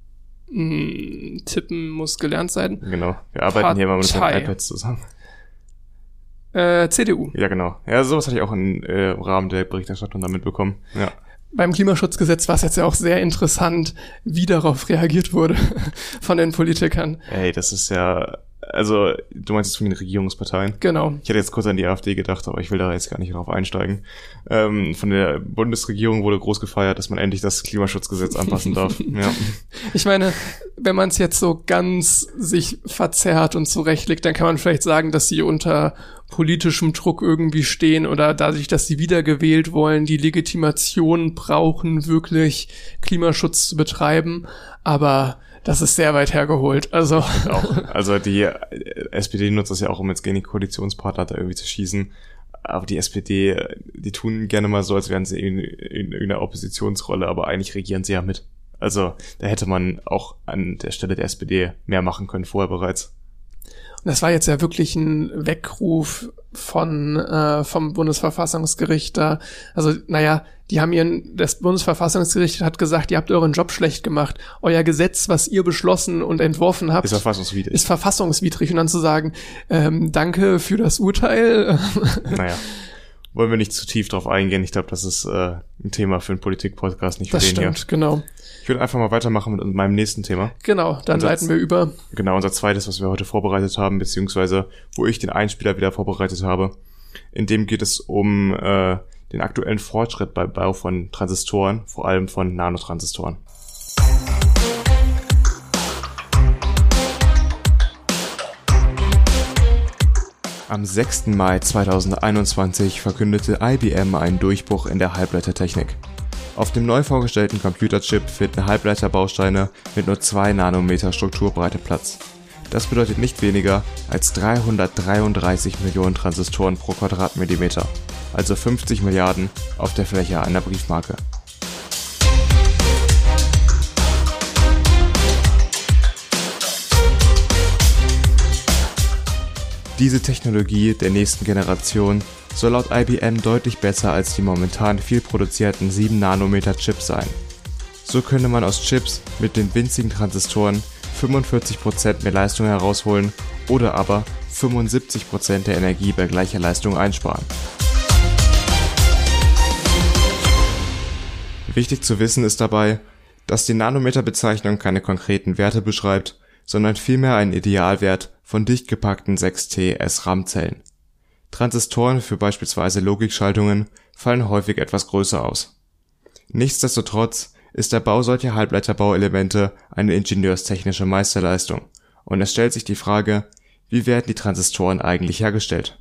Hm, tippen muss gelernt sein. Genau. Wir arbeiten Partei. Hier mal mit den iPads zusammen. Äh, C D U. Ja, genau. Ja, sowas hatte ich auch im äh, Rahmen der Berichterstattung damit bekommen. Ja. Beim Klimaschutzgesetz war es jetzt ja auch sehr interessant, wie darauf reagiert wurde von den Politikern. Ey, das ist ja, also du meinst jetzt von den Regierungsparteien? Genau. Ich hätte jetzt kurz an die AfD gedacht, aber ich will da jetzt gar nicht drauf einsteigen. Ähm, von der Bundesregierung wurde groß gefeiert, dass man endlich das Klimaschutzgesetz anpassen darf. Ja. Ich meine, wenn man es jetzt so ganz sich verzerrt und zurechtlegt, dann kann man vielleicht sagen, dass sie unter politischem Druck irgendwie stehen oder dadurch, dass sie wiedergewählt wollen, die Legitimation brauchen, wirklich Klimaschutz zu betreiben. Aber das ist sehr weit hergeholt. Also auch. Also die S P D nutzt das ja auch, um jetzt gegen die Koalitionspartner da irgendwie zu schießen. Aber die S P D, die tun gerne mal so, als wären sie in, in irgendeiner Oppositionsrolle, aber eigentlich regieren sie ja mit. Also da hätte man auch an der Stelle der S P D mehr machen können, vorher bereits. Und das war jetzt ja wirklich ein Weckruf von äh, vom Bundesverfassungsgericht da. Also, naja, die haben ihren, das Bundesverfassungsgericht hat gesagt, ihr habt euren Job schlecht gemacht. Euer Gesetz, was ihr beschlossen und entworfen habt, ist verfassungswidrig. Ist verfassungswidrig. Und dann zu sagen, ähm, danke für das Urteil. Naja, wollen wir nicht zu tief drauf eingehen. Ich glaube, das ist äh, ein Thema für einen Politik-Podcast, nicht für das den stimmt, hier. Genau. Ich will einfach mal weitermachen mit meinem nächsten Thema. Genau, dann unser, leiten wir über. Genau, unser zweites, was wir heute vorbereitet haben, beziehungsweise wo ich den Einspieler wieder vorbereitet habe. In dem geht es um äh, den aktuellen Fortschritt beim Bau von Transistoren, vor allem von Nanotransistoren. Am sechsten Mai zweitausendeinundzwanzig verkündete I B M einen Durchbruch in der Halbleitertechnik. Auf dem neu vorgestellten Computerchip finden Halbleiterbausteine mit nur zwei Nanometer Strukturbreite Platz. Das bedeutet nicht weniger als dreihundertdreiunddreißig Millionen Transistoren pro Quadratmillimeter, also fünfzig Milliarden auf der Fläche einer Briefmarke. Diese Technologie der nächsten Generation soll laut I B M deutlich besser als die momentan viel produzierten sieben Nanometer Chips sein. So könne man aus Chips mit den winzigen Transistoren fünfundvierzig Prozent mehr Leistung herausholen oder aber fünfundsiebzig Prozent der Energie bei gleicher Leistung einsparen. Wichtig zu wissen ist dabei, dass die Nanometer-Bezeichnung keine konkreten Werte beschreibt, sondern vielmehr einen Idealwert von dicht gepackten sechs T S RAM-Zellen. Transistoren für beispielsweise Logikschaltungen fallen häufig etwas größer aus. Nichtsdestotrotz ist der Bau solcher Halbleiterbauelemente eine ingenieurstechnische Meisterleistung und es stellt sich die Frage, wie werden die Transistoren eigentlich hergestellt?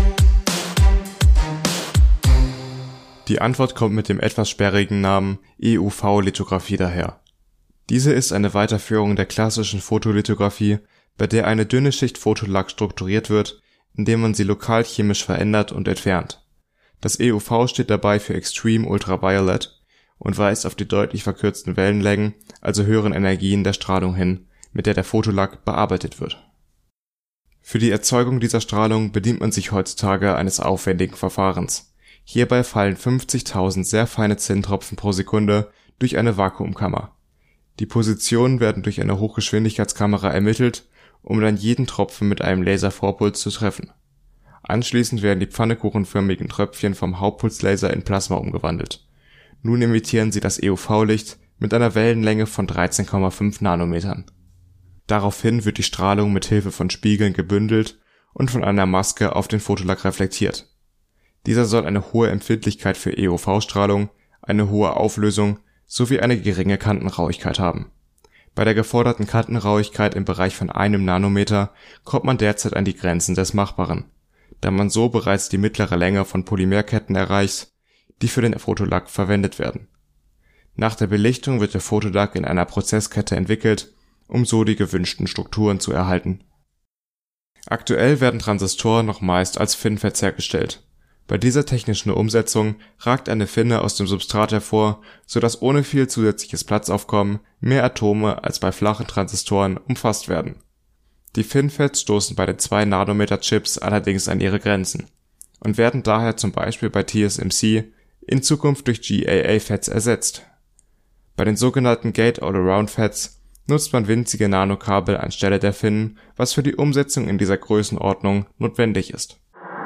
Die Antwort kommt mit dem etwas sperrigen Namen E U V-Lithografie daher. Diese ist eine Weiterführung der klassischen Fotolithografie, bei der eine dünne Schicht Fotolack strukturiert wird, indem man sie lokal chemisch verändert und entfernt. Das E U V steht dabei für Extreme Ultraviolet und weist auf die deutlich verkürzten Wellenlängen, also höheren Energien der Strahlung hin, mit der der Fotolack bearbeitet wird. Für die Erzeugung dieser Strahlung bedient man sich heutzutage eines aufwendigen Verfahrens. Hierbei fallen fünfzigtausend sehr feine Zintropfen pro Sekunde durch eine Vakuumkammer. Die Positionen werden durch eine Hochgeschwindigkeitskamera ermittelt, um dann jeden Tropfen mit einem Laservorpuls zu treffen. Anschließend werden die pfannekuchenförmigen Tröpfchen vom Hauptpulslaser in Plasma umgewandelt. Nun emittieren sie das E U V-Licht mit einer Wellenlänge von dreizehn Komma fünf Nanometern. Daraufhin wird die Strahlung mit Hilfe von Spiegeln gebündelt und von einer Maske auf den Fotolack reflektiert. Dieser soll eine hohe Empfindlichkeit für E U V-Strahlung, eine hohe Auflösung sowie eine geringe Kantenrauigkeit haben. Bei der geforderten Kantenrauigkeit im Bereich von einem Nanometer kommt man derzeit an die Grenzen des Machbaren. da man so bereits die mittlere Länge von Polymerketten erreicht, die für den Fotolack verwendet werden. Nach der Belichtung wird der Fotolack in einer Prozesskette entwickelt, um so die gewünschten Strukturen zu erhalten. Aktuell werden Transistoren noch meist als FinFETs hergestellt. Bei dieser technischen Umsetzung ragt eine Finne aus dem Substrat hervor, sodass ohne viel zusätzliches Platzaufkommen mehr Atome als bei flachen Transistoren umfasst werden. Die FinFETs stoßen bei den zwei Nanometer Chips allerdings an ihre Grenzen und werden daher zum Beispiel bei T S M C in Zukunft durch G A A-FETs ersetzt. Bei den sogenannten Gate-All-Around-FETs nutzt man winzige Nanokabel anstelle der Finnen, was für die Umsetzung in dieser Größenordnung notwendig ist.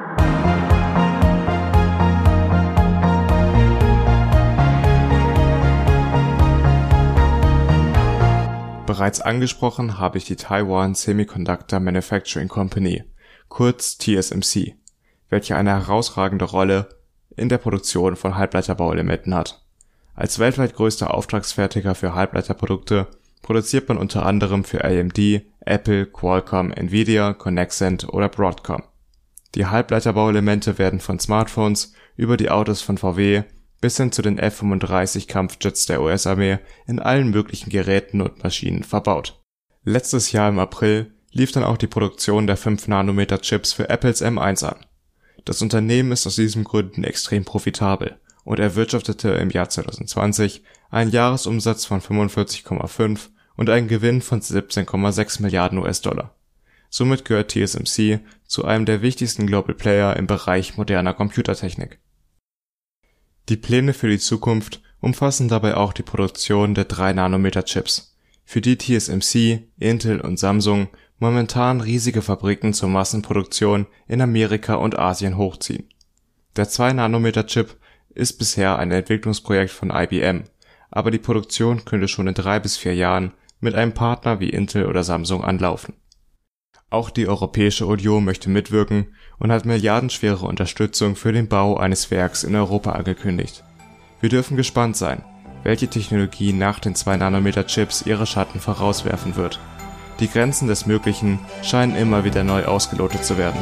Bereits angesprochen habe ich die Taiwan Semiconductor Manufacturing Company, kurz T S M C, welche eine herausragende Rolle in der Produktion von Halbleiterbauelementen hat. Als weltweit größter Auftragsfertiger für Halbleiterprodukte produziert man unter anderem für A M D, Apple, Qualcomm, Nvidia, Conexant oder Broadcom. Die Halbleiterbauelemente werden von Smartphones über die Autos von V W bis hin zu den F fünfunddreißig Kampfjets der U S-Armee in allen möglichen Geräten und Maschinen verbaut. Letztes Jahr im April lief dann auch die Produktion der fünf Nanometer Chips für Apples M eins an. Das Unternehmen ist aus diesen Gründen extrem profitabel und erwirtschaftete im Jahr zwanzig zwanzig einen Jahresumsatz von fünfundvierzig Komma fünf und einen Gewinn von siebzehn Komma sechs Milliarden U S-Dollar. Somit gehört T S M C zu einem der wichtigsten Global Player im Bereich moderner Computertechnik. Die Pläne für die Zukunft umfassen dabei auch die Produktion der drei Nanometer Chips, für die T S M C, Intel und Samsung momentan riesige Fabriken zur Massenproduktion in Amerika und Asien hochziehen. Der zwei Nanometer Chip ist bisher ein Entwicklungsprojekt von I B M, aber die Produktion könnte schon in drei bis vier Jahren mit einem Partner wie Intel oder Samsung anlaufen. Auch die Europäische Union möchte mitwirken und hat milliardenschwere Unterstützung für den Bau eines Werks in Europa angekündigt. Wir dürfen gespannt sein, welche Technologie nach den zwei Nanometer Chips ihre Schatten vorauswerfen wird. Die Grenzen des Möglichen scheinen immer wieder neu ausgelotet zu werden.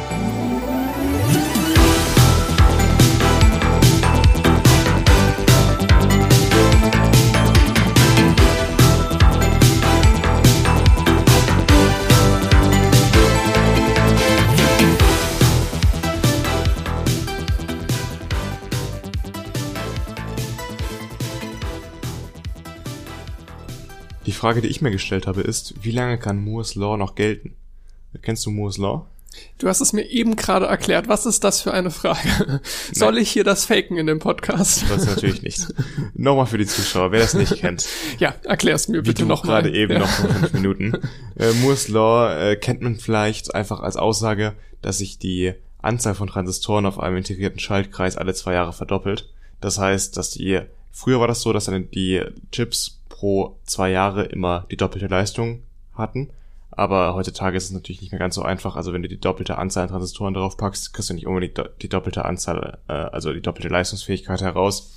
Die Frage, die ich mir gestellt habe, ist, wie lange kann Moore's Law noch gelten? Kennst du Moore's Law? Du hast es mir eben gerade erklärt. Was ist das für eine Frage? Soll Nein. ich hier das faken in dem Podcast? Das natürlich nicht. Nochmal für die Zuschauer, wer das nicht kennt. Ja, erklär's mir bitte nochmal. Gerade eben ja. noch vor fünf Minuten. Äh, Moore's Law äh, kennt man vielleicht einfach als Aussage, dass sich die Anzahl von Transistoren auf einem integrierten Schaltkreis alle zwei Jahre verdoppelt. Das heißt, dass die, früher war das so, dass dann die Chips pro zwei Jahre immer die doppelte Leistung hatten. Aber heutzutage ist es natürlich nicht mehr ganz so einfach. Also wenn du die doppelte Anzahl an Transistoren drauf packst, kriegst du nicht unbedingt die doppelte Anzahl, äh, also die doppelte Leistungsfähigkeit heraus.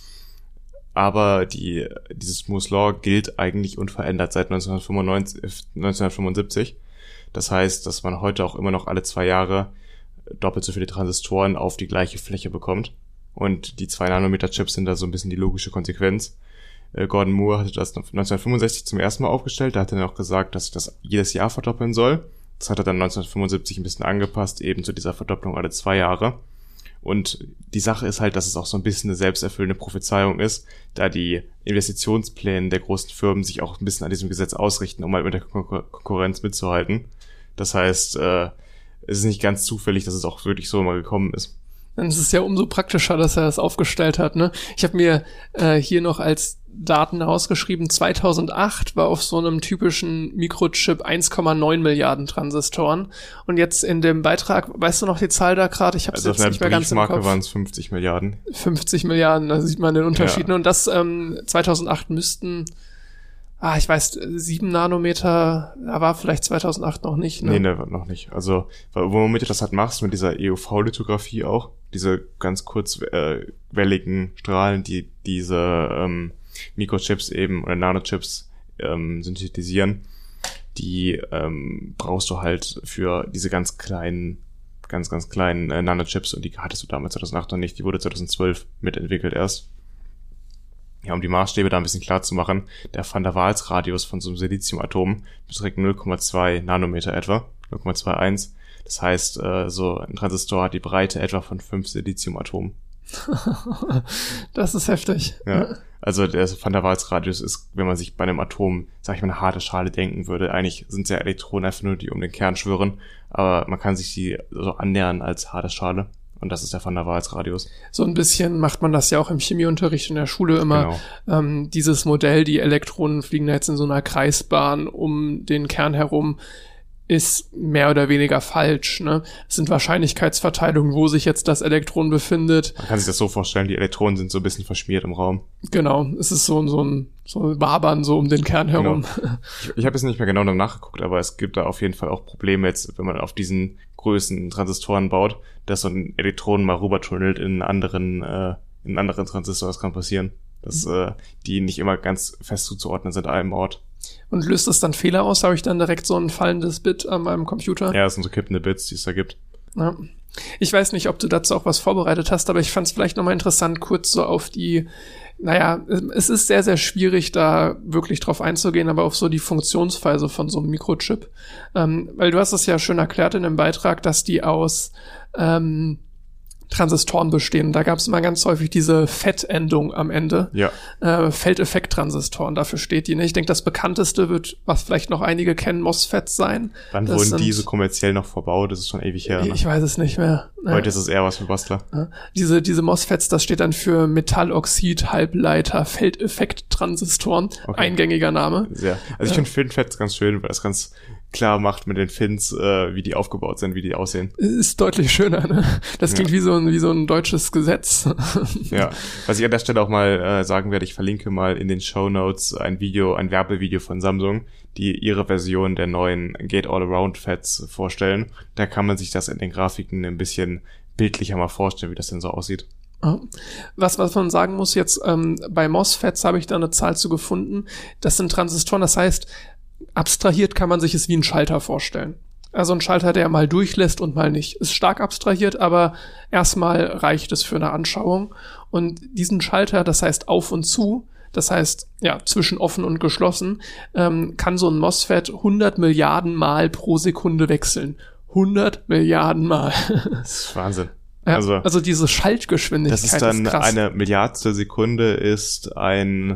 Aber die, dieses Moore's Law gilt eigentlich unverändert seit neunzehnhundertfünfundneunzig, neunzehnhundertfünfundsiebzig. Das heißt, dass man heute auch immer noch alle zwei Jahre doppelt so viele Transistoren auf die gleiche Fläche bekommt. Und die zwei Nanometer Chips sind da so ein bisschen die logische Konsequenz. Gordon Moore hatte das neunzehnhundertfünfundsechzig zum ersten Mal aufgestellt. Da hat er dann auch gesagt, dass sich das jedes Jahr verdoppeln soll. Das hat er dann neunzehnhundertfünfundsiebzig ein bisschen angepasst, eben zu dieser Verdopplung alle zwei Jahre. Und die Sache ist halt, dass es auch so ein bisschen eine selbsterfüllende Prophezeiung ist, da die Investitionspläne der großen Firmen sich auch ein bisschen an diesem Gesetz ausrichten, um halt mit der Konkur- Konkurrenz mitzuhalten. Das heißt, äh, es ist nicht ganz zufällig, dass es auch wirklich so immer gekommen ist. Dann ist es ja umso praktischer, dass er das aufgestellt hat, ne? Ich habe mir äh, hier noch als Daten herausgeschrieben, zweitausendacht war auf so einem typischen Mikrochip eins Komma neun Milliarden Transistoren. Und jetzt in dem Beitrag, weißt du noch die Zahl da gerade? Ich habe es also jetzt nicht mehr ganz im Kopf. Also waren es fünfzig Milliarden. fünfzig Milliarden, da sieht man den Unterschied. Ja. Und das ähm, zweitausendacht müssten, ah, ich weiß, sieben Nanometer, da war vielleicht zweitausendacht noch nicht, ne? Nee, ne, noch nicht. Also, womit du das halt machst, mit dieser E U V-Lithografie auch, diese ganz kurzwelligen äh, Strahlen, die diese ähm, Mikrochips eben oder Nanochips ähm, synthetisieren, die ähm, brauchst du halt für diese ganz kleinen ganz, ganz kleinen äh, Nanochips und die hattest du damals zweitausendacht noch nicht, die wurde zweitausendzwölf mitentwickelt erst. Ja, um die Maßstäbe da ein bisschen klar zu machen, der Van der Waals-Radius von so einem Siliziumatom beträgt null Komma zwei Nanometer etwa, null Komma zweiundzweißig. Das heißt, äh, so ein Transistor hat die Breite etwa von fünf Siliziumatomen. Das ist heftig. Ja, also der Van der Waals-Radius ist, wenn man sich bei einem Atom, sag ich mal, eine harte Schale denken würde, eigentlich sind es ja Elektronen einfach nur, die um den Kern schwirren, aber man kann sich die so annähern als harte Schale. Und das ist der Van der Waals-Radius. So ein bisschen macht man das ja auch im Chemieunterricht in der Schule immer. Genau. Ähm, dieses Modell, die Elektronen fliegen da jetzt in so einer Kreisbahn um den Kern herum, ist mehr oder weniger falsch. Ne? Es sind Wahrscheinlichkeitsverteilungen, wo sich jetzt das Elektron befindet. Man kann sich das so vorstellen, die Elektronen sind so ein bisschen verschmiert im Raum. Genau, es ist so, so ein so ein Wabern so um den Kern herum. Genau. Ich, ich habe jetzt nicht mehr genau nachgeguckt, aber es gibt da auf jeden Fall auch Probleme jetzt, wenn man auf diesen Größen Transistoren baut, dass so ein Elektron mal rübertunnelt in einen anderen, äh, in einen anderen Transistor. Das kann passieren, dass mhm. äh, die nicht immer ganz fest zuzuordnen sind an einem Ort. Und löst das dann Fehler aus? Habe ich dann direkt so ein fallendes Bit an meinem Computer? Ja, das sind so kippende Bits, die es da gibt. Ja. Ich weiß nicht, ob du dazu auch was vorbereitet hast, aber ich fand es vielleicht nochmal interessant, kurz so auf die, naja, es ist sehr, sehr schwierig, da wirklich drauf einzugehen, aber auf so die Funktionsweise von so einem Mikrochip. Ähm, weil du hast es ja schön erklärt in dem Beitrag, dass die aus ähm, Transistoren bestehen. Da gab es immer ganz häufig diese Fettendung am Ende. Ja. Äh, Feldeffekt-Transistoren, dafür steht die. Ne? Ich denke, das bekannteste wird, was vielleicht noch einige kennen, MOSFETs sein. Wann das wurden sind, diese kommerziell noch verbaut? Das ist schon ewig her. Ne? Ich weiß es nicht mehr. Heute ist es eher was für Bastler. Ja. Diese, diese MOSFETs, das steht dann für Metalloxid-Halbleiter Feldeffekt-Transistoren. Okay. Eingängiger Name. Sehr. Also ich ja. finde FinFETs ganz schön, weil das ganz klar macht mit den Fins, äh, wie die aufgebaut sind, wie die aussehen. Ist deutlich schöner, ne? Das klingt ja. wie so ein wie so ein deutsches Gesetz. Ja, was ich an der Stelle auch mal äh, sagen werde, ich verlinke mal in den Shownotes ein Video, ein Werbevideo von Samsung, die ihre Version der neuen Gate-All-Around-Fets vorstellen. Da kann man sich das in den Grafiken ein bisschen bildlicher mal vorstellen, wie das denn so aussieht. Was, was man sagen muss jetzt, ähm, bei MOSFETs habe ich da eine Zahl zu gefunden. Das sind Transistoren, das heißt, abstrahiert kann man sich es wie ein Schalter vorstellen. Also ein Schalter, der mal durchlässt und mal nicht. Ist stark abstrahiert, aber erstmal reicht es für eine Anschauung. Und diesen Schalter, das heißt auf und zu, das heißt, ja, zwischen offen und geschlossen, ähm, kann so ein MOSFET hundert Milliarden Mal pro Sekunde wechseln. hundert Milliarden Mal. Das ist Wahnsinn. Ja, also, also diese Schaltgeschwindigkeit das ist dann ist krass. Eine Milliardstel Sekunde ist ein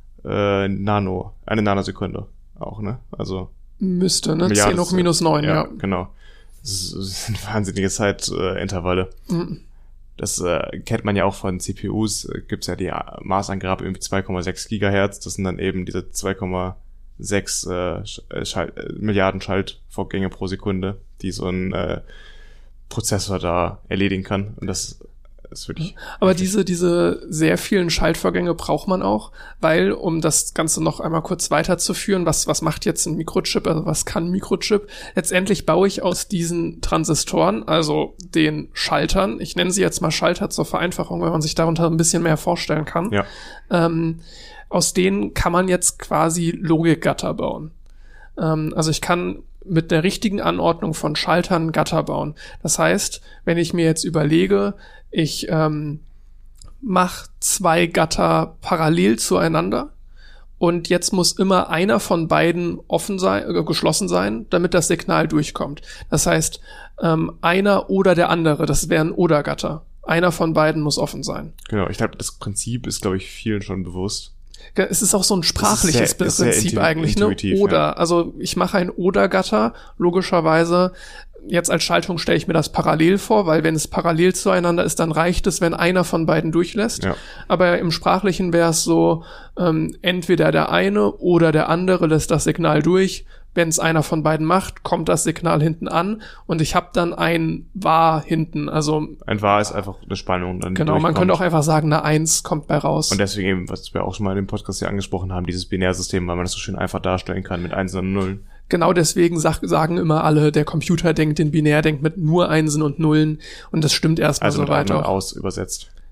äh, Nano, eine Nanosekunde auch, ne? Also müsste, ne? zehn hoch minus neun, ja, ja. Genau. Das sind wahnsinnige Zeitintervalle. Äh, mhm. Das äh, kennt man ja auch von C P Us, äh, gibt's ja die Maßangabe irgendwie zwei Komma sechs Gigahertz, das sind dann eben diese zwei Komma sechs äh, Schall- äh, Milliarden Schaltvorgänge pro Sekunde, die so ein äh, Prozessor da erledigen kann. Und das ist wirklich. Aber diese, diese sehr vielen Schaltvorgänge braucht man auch, weil, um das Ganze noch einmal kurz weiterzuführen, was, was macht jetzt ein Mikrochip, also was kann ein Mikrochip? Letztendlich baue ich aus diesen Transistoren, also den Schaltern, ich nenne sie jetzt mal Schalter zur Vereinfachung, weil man sich darunter ein bisschen mehr vorstellen kann. Ja. Ähm, aus denen kann man jetzt quasi Logikgatter bauen. Ähm, also ich kann mit der richtigen Anordnung von Schaltern Gatter bauen. Das heißt, wenn ich mir jetzt überlege, ich ähm, mache zwei Gatter parallel zueinander und jetzt muss immer einer von beiden offen sein, äh, geschlossen sein, damit das Signal durchkommt. Das heißt, ähm, einer oder der andere, das wäre ein Oder-Gatter. Einer von beiden muss offen sein. Genau, ich glaube, das Prinzip ist, glaube ich, vielen schon bewusst. Es ist auch so ein sprachliches sehr, Prinzip sehr eigentlich, ne? Oder, ja. Also ich mache ein Oder-Gatter, logischerweise. Jetzt als Schaltung stelle ich mir das parallel vor, weil wenn es parallel zueinander ist, dann reicht es, wenn einer von beiden durchlässt. Ja. Aber im Sprachlichen wäre es so, ähm, entweder der eine oder der andere lässt das Signal durch. Wenn es einer von beiden macht, kommt das Signal hinten an und ich habe dann ein War hinten. Also ein War ist einfach eine Spannung. Dann genau, man könnte auch einfach sagen, eine Eins kommt bei raus. Und deswegen eben, was wir auch schon mal in dem Podcast hier angesprochen haben, dieses Binärsystem, weil man das so schön einfach darstellen kann mit Einsen und Nullen. Genau deswegen sag, sagen immer alle, der Computer denkt in binär, denkt mit nur Einsen und Nullen und das stimmt erstmal also so weiter. Also aus übersetzt.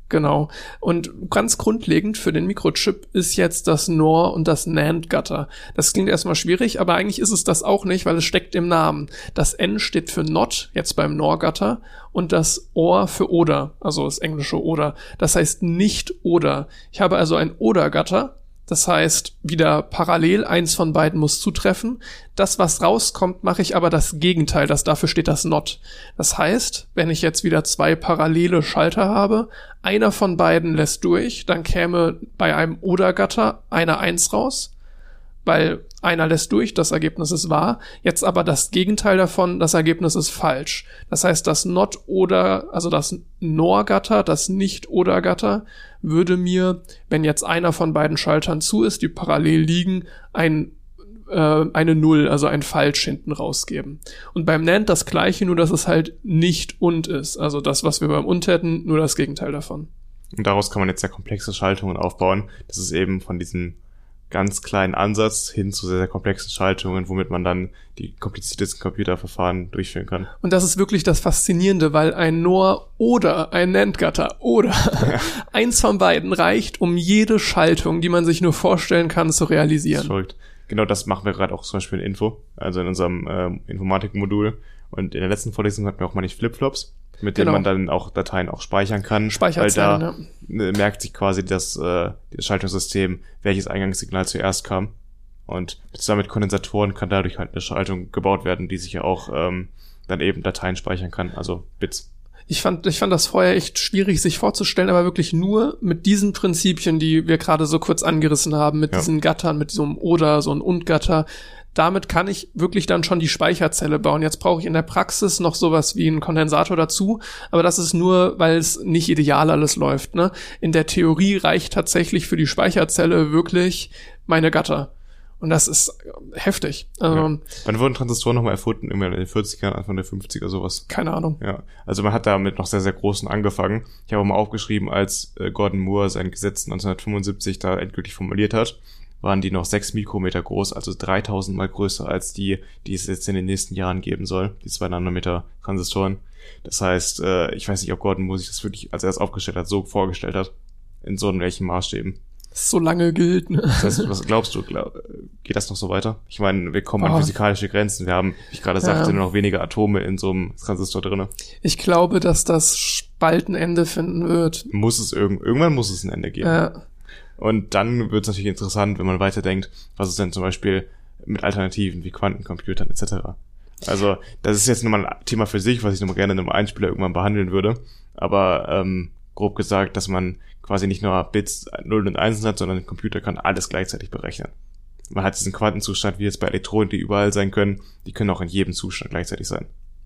Genau. Und ganz grundlegend für den Mikrochip ist jetzt das N O R und das NAND-Gatter. Das klingt erstmal schwierig, aber eigentlich ist es das auch nicht, weil es steckt im Namen. Das N steht für Not, jetzt beim N O R-Gatter, und das O R für Oder, also das englische Oder. Das heißt nicht oder. Ich habe also ein Oder-Gatter. Das heißt, wieder parallel, eins von beiden muss zutreffen. Das, was rauskommt, mache ich aber das Gegenteil, das dafür steht das Not. Das heißt, wenn ich jetzt wieder zwei parallele Schalter habe, einer von beiden lässt durch, dann käme bei einem Oder-Gatter eine eins raus, weil einer lässt durch, das Ergebnis ist wahr. Jetzt aber das Gegenteil davon, das Ergebnis ist falsch. Das heißt, das Not oder, also das N O R-Gatter, das Nicht-Oder-Gatter, würde mir, wenn jetzt einer von beiden Schaltern zu ist, die parallel liegen, ein äh, eine Null, also ein Falsch hinten rausgeben. Und beim NAND das Gleiche, nur dass es halt nicht und ist. Also das, was wir beim und hätten, nur das Gegenteil davon. Und daraus kann man jetzt sehr komplexe Schaltungen aufbauen. Das ist eben von diesem ganz kleinen Ansatz hin zu sehr, sehr komplexen Schaltungen, womit man dann die kompliziertesten Computerverfahren durchführen kann. Und das ist wirklich das Faszinierende, weil ein N O R oder ein NAND-Gatter oder ja. eins von beiden reicht, um jede Schaltung, die man sich nur vorstellen kann, zu realisieren. Verrückt. Genau das machen wir gerade auch zum Beispiel in Info, also in unserem ähm, Informatikmodul. Und in der letzten Vorlesung hatten wir auch mal nicht Flipflops, mit denen genau. man dann auch Dateien auch speichern kann. Speicherzellen, weil da ja. merkt sich quasi das, äh, das Schaltungssystem, welches Eingangssignal zuerst kam. Und zusammen mit Kondensatoren kann dadurch halt eine Schaltung gebaut werden, die sich ja auch ähm, dann eben Dateien speichern kann, also Bits. Ich fand, ich fand das vorher echt schwierig, sich vorzustellen, aber wirklich nur mit diesen Prinzipien, die wir gerade so kurz angerissen haben, mit ja. diesen Gattern, mit diesem Oder, so ein Und-Gatter. Damit kann ich wirklich dann schon die Speicherzelle bauen. Jetzt brauche ich in der Praxis noch sowas wie einen Kondensator dazu, aber das ist nur, weil es nicht ideal alles läuft, ne? In der Theorie reicht tatsächlich für die Speicherzelle wirklich meine Gatter. Und das ist heftig. Ja. Ähm, Wann wurden Transistoren nochmal erfunden? Irgendwann in den vierzigern, Anfang der fünfziger, sowas? Keine Ahnung. Ja, also man hat damit noch sehr, sehr großen angefangen. Ich habe mal aufgeschrieben, als äh, Gordon Moore sein Gesetz neunzehnhundertfünfundsiebzig da endgültig formuliert hat, waren die noch sechs Mikrometer groß, also dreitausend mal größer als die, die es jetzt in den nächsten Jahren geben soll, die zwei Nanometer Transistoren. Das heißt, äh, ich weiß nicht, ob Gordon Moore sich das wirklich, als er das aufgestellt hat, so vorgestellt hat, in so welchen Maßstäben. So lange gilt, ne? Das heißt, was glaubst du, glaub, geht das noch so weiter? Ich meine, wir kommen oh. an physikalische Grenzen. Wir haben, wie ich gerade sagte, ja. nur noch weniger Atome in so einem Transistor drinne. Ich glaube, dass das bald ein Ende finden wird. Muss es irgend, irgendwann muss es ein Ende geben. Ja. Und dann wird es natürlich interessant, wenn man weiterdenkt, was ist denn zum Beispiel mit Alternativen wie Quantencomputern et cetera. Also das ist jetzt nochmal ein Thema für sich, was ich nochmal gerne in einem Einspieler irgendwann behandeln würde. Aber ähm, grob gesagt, dass man quasi nicht nur Bits null und eins hat, sondern der Computer kann alles gleichzeitig berechnen. Man hat diesen Quantenzustand, wie jetzt bei Elektronen, die überall sein können, die können auch in jedem Zustand gleichzeitig sein.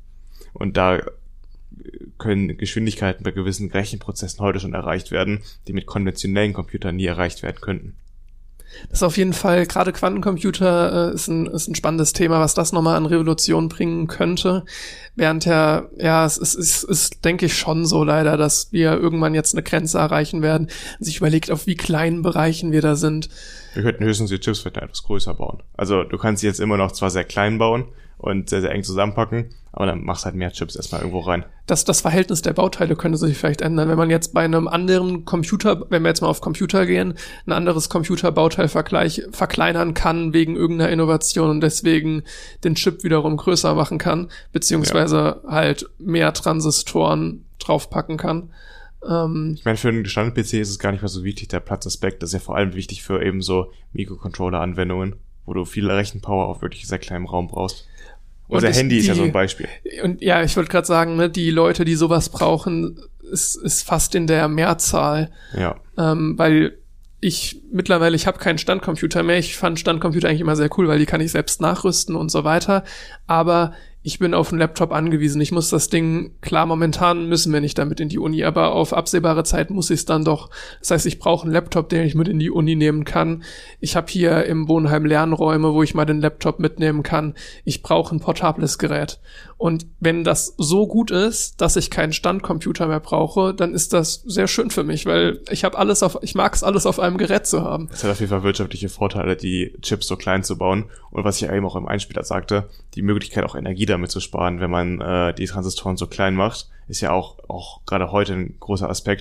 Und da können Geschwindigkeiten bei gewissen Rechenprozessen heute schon erreicht werden, die mit konventionellen Computern nie erreicht werden könnten. Das ist auf jeden Fall, gerade Quantencomputer äh, ist, ein, ist ein spannendes Thema, was das nochmal an Revolution bringen könnte. Während ja, ja, es ist, ist, ist, denke ich, schon so leider, dass wir irgendwann jetzt eine Grenze erreichen werden und sich überlegt, auf wie kleinen Bereichen wir da sind. Wir könnten höchstens die Chips vielleicht etwas größer bauen. Also du kannst sie jetzt immer noch zwar sehr klein bauen und sehr, sehr eng zusammenpacken, aber dann machst halt mehr Chips erstmal irgendwo rein. Das, das Verhältnis der Bauteile könnte sich vielleicht ändern. Wenn man jetzt bei einem anderen Computer, wenn wir jetzt mal auf Computer gehen, ein anderes Computerbauteilvergleich verkleinern kann wegen irgendeiner Innovation und deswegen den Chip wiederum größer machen kann, beziehungsweise ja. halt mehr Transistoren draufpacken kann. Ähm, ich meine, für einen Standard-P C ist es gar nicht mehr so wichtig, der Platzaspekt. Das ist ja vor allem wichtig für eben so Mikrocontroller-Anwendungen, wo du viel Rechenpower auf wirklich sehr kleinem Raum brauchst. Unser Handy ist ja so ein Beispiel. Und ja, ich wollte gerade sagen, ne, die Leute, die sowas brauchen, ist, ist fast in der Mehrzahl. Ja. Ähm, weil ich mittlerweile, ich habe keinen Standcomputer mehr. Ich fand Standcomputer eigentlich immer sehr cool, weil die kann ich selbst nachrüsten und so weiter. Aber ich bin auf einen Laptop angewiesen. Ich muss das Ding, klar, momentan müssen wir nicht damit in die Uni, aber auf absehbare Zeit muss ich es dann doch. Das heißt, ich brauche einen Laptop, den ich mit in die Uni nehmen kann. Ich habe hier im Wohnheim Lernräume, wo ich mal den Laptop mitnehmen kann. Ich brauche ein portables Gerät. Und wenn das so gut ist, dass ich keinen Standcomputer mehr brauche, dann ist das sehr schön für mich, weil ich habe alles auf, ich mag es alles auf einem Gerät zu haben. Es hat auf jeden Fall wirtschaftliche Vorteile, die Chips so klein zu bauen. Und was ich eben auch im Einspieler sagte, die Möglichkeit auch Energie damit zu sparen, wenn man äh, die Transistoren so klein macht, ist ja auch auch gerade heute ein großer Aspekt.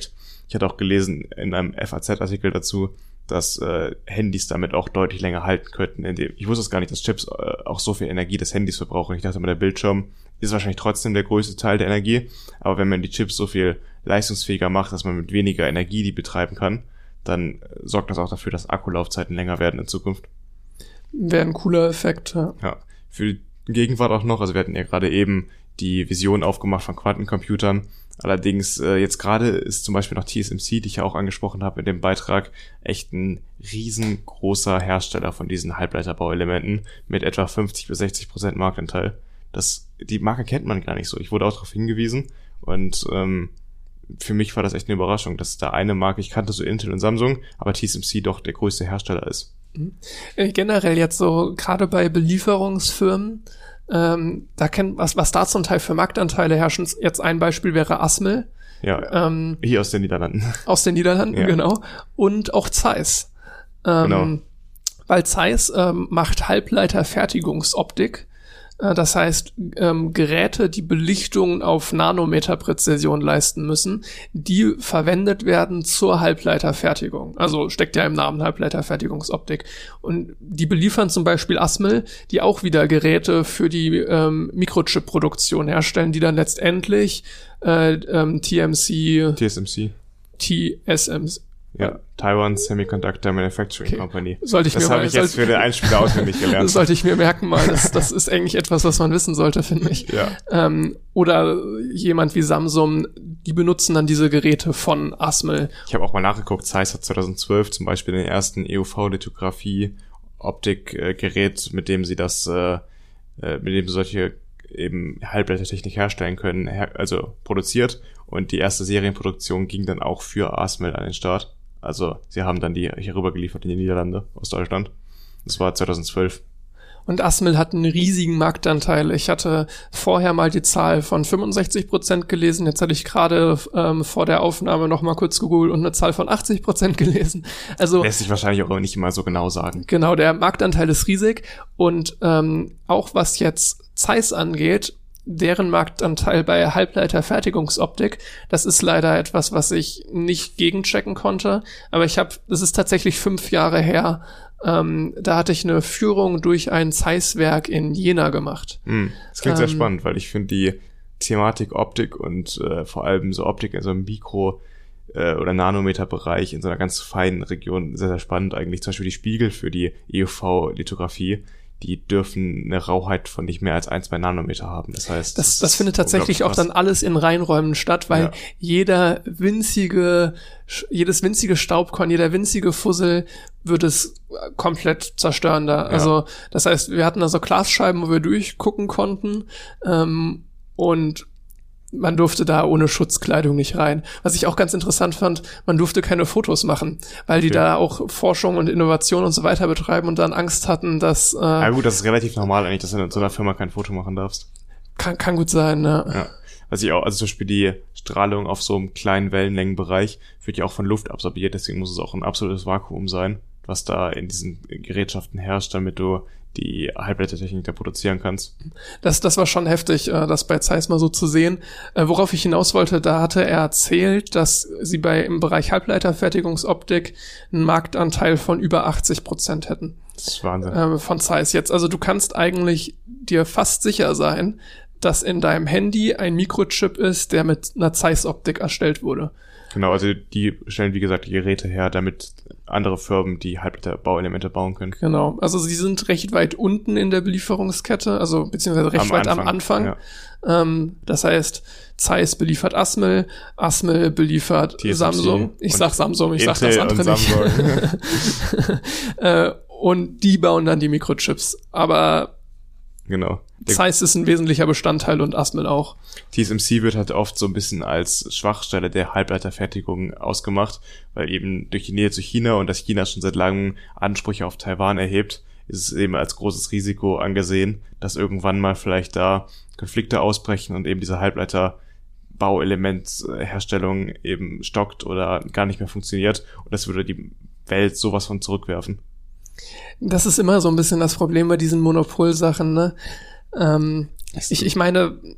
Ich hatte auch gelesen in einem F A Z-Artikel dazu, dass äh, Handys damit auch deutlich länger halten könnten. Indem, ich wusste es gar nicht, dass Chips äh, auch so viel Energie des Handys verbrauchen. Ich dachte immer, der Bildschirm ist wahrscheinlich trotzdem der größte Teil der Energie. Aber wenn man die Chips so viel leistungsfähiger macht, dass man mit weniger Energie die betreiben kann, dann äh, sorgt das auch dafür, dass Akkulaufzeiten länger werden in Zukunft. Wäre ein cooler Effekt, ja. Ja, für die Gegenwart auch noch. Also wir hatten ja gerade eben die Vision aufgemacht von Quantencomputern. Allerdings äh, jetzt gerade ist zum Beispiel noch T S M C, die ich ja auch angesprochen habe in dem Beitrag, echt ein riesengroßer Hersteller von diesen Halbleiterbauelementen mit etwa fünfzig bis sechzig Prozent Marktanteil. Das, die Marke kennt man gar nicht so. Ich wurde auch darauf hingewiesen und ähm, für mich war das echt eine Überraschung, dass da eine Marke, ich kannte so Intel und Samsung, aber T S M C doch der größte Hersteller ist. Generell jetzt so, gerade bei Belieferungsfirmen, ähm, da kennt was, was da zum Teil für Marktanteile herrschen. Jetzt ein Beispiel wäre Asml. Ja, ähm, hier aus den Niederlanden. Aus den Niederlanden, ja. Genau. Und auch Zeiss. Ähm, genau. Weil Zeiss ähm, macht Halbleiterfertigungsoptik. Das heißt, ähm, Geräte, die Belichtungen auf Nanometerpräzision leisten müssen, die verwendet werden zur Halbleiterfertigung. Also steckt ja im Namen Halbleiterfertigungsoptik. Und die beliefern zum Beispiel Asml, die auch wieder Geräte für die ähm, Mikrochip-Produktion herstellen, die dann letztendlich äh, ähm, T M C... T S M C. T S M C. Ja, Taiwan Semiconductor Manufacturing okay. Company. Sollte ich das habe ich jetzt für den Einspieler auswendig gelernt. Das sollte ich mir merken mal. Das, das ist eigentlich etwas, was man wissen sollte, finde ich. Ja. Ähm, oder jemand wie Samsung, die benutzen dann diese Geräte von Asml. Ich habe auch mal nachgeguckt. Zeiss hat zweitausendzwölf zum Beispiel den ersten E U V-Lithografie-Optik-Gerät, mit dem sie das, äh, mit dem sie solche eben Halbleitertechnik herstellen können, her- also produziert. Und die erste Serienproduktion ging dann auch für Asml an den Start. Also sie haben dann die hier rübergeliefert in die Niederlande aus Deutschland. Das war zweitausendzwölf. Und Asml hat einen riesigen Marktanteil. Ich hatte vorher mal die Zahl von fünfundsechzig Prozent gelesen. Jetzt hatte ich gerade ähm, vor der Aufnahme noch mal kurz gegoogelt und eine Zahl von achtzig Prozent gelesen. Also lässt sich wahrscheinlich auch nicht immer so genau sagen. Genau, der Marktanteil ist riesig. Und ähm, auch was jetzt Zeiss angeht, deren Marktanteil bei Halbleiterfertigungsoptik, das ist leider etwas, was ich nicht gegenchecken konnte, aber ich habe, das ist tatsächlich fünf Jahre her, ähm, da hatte ich eine Führung durch ein Zeiss-Werk in Jena gemacht. Hm, das klingt ähm, sehr spannend, weil ich finde die Thematik Optik und äh, vor allem so Optik in so einem Mikro- äh, oder Nanometerbereich in so einer ganz feinen Region sehr, sehr spannend eigentlich. Zum Beispiel die Spiegel für die E U V-Lithografie, die dürfen eine Rauheit von nicht mehr als ein, zwei Nanometer haben. Das heißt, das, das, das findet tatsächlich auch dann alles in Reinräumen statt, weil ja. jeder winzige, jedes winzige Staubkorn, jeder winzige Fussel wird es komplett zerstören da. Ja. Also, das heißt, wir hatten also Glasscheiben, wo wir durchgucken konnten, ähm, und man durfte da ohne Schutzkleidung nicht rein. Was ich auch ganz interessant fand, man durfte keine Fotos machen, weil die okay. da auch Forschung und Innovation und so weiter betreiben und dann Angst hatten, dass... Äh, ja gut, das ist relativ normal eigentlich, dass du in so einer Firma kein Foto machen darfst. Kann, kann gut sein, ne? Ja. Also ich auch, also zum Beispiel die Strahlung auf so einem kleinen Wellenlängenbereich wird ja auch von Luft absorbiert, deswegen muss es auch ein absolutes Vakuum sein, was da in diesen Gerätschaften herrscht, damit du die Halbleitertechnik da produzieren kannst. Das, das war schon heftig, das bei Zeiss mal so zu sehen. Worauf ich hinaus wollte, da hatte er erzählt, dass sie bei im Bereich Halbleiterfertigungsoptik einen Marktanteil von über achtzig Prozent hätten. Das ist Wahnsinn. Äh, von Zeiss jetzt. Also du kannst eigentlich dir fast sicher sein, dass in deinem Handy ein Mikrochip ist, der mit einer Zeiss-Optik erstellt wurde. Genau, also die stellen, wie gesagt, die Geräte her, damit andere Firmen die Halbleiterbauelemente bauen können. Genau, also sie sind recht weit unten in der Belieferungskette, also beziehungsweise recht am weit Anfang, am Anfang. Ja. Ähm, das heißt, Zeiss beliefert Asml, Asml beliefert T S M C Samsung. Ich sag Samsung, ich Intel sag das andere nicht. äh, und die bauen dann die Mikrochips. Aber genau. Zeiss ist ein wesentlicher Bestandteil und Asml auch. T S M C wird halt oft so ein bisschen als Schwachstelle der Halbleiterfertigung ausgemacht, weil eben durch die Nähe zu China und dass China schon seit langem Ansprüche auf Taiwan erhebt, ist es eben als großes Risiko angesehen, dass irgendwann mal vielleicht da Konflikte ausbrechen und eben diese Halbleiterbauelementherstellung eben stockt oder gar nicht mehr funktioniert, und das würde die Welt sowas von zurückwerfen. Das ist immer so ein bisschen das Problem bei diesen Monopolsachen, ne? Ähm, ich, ich meine,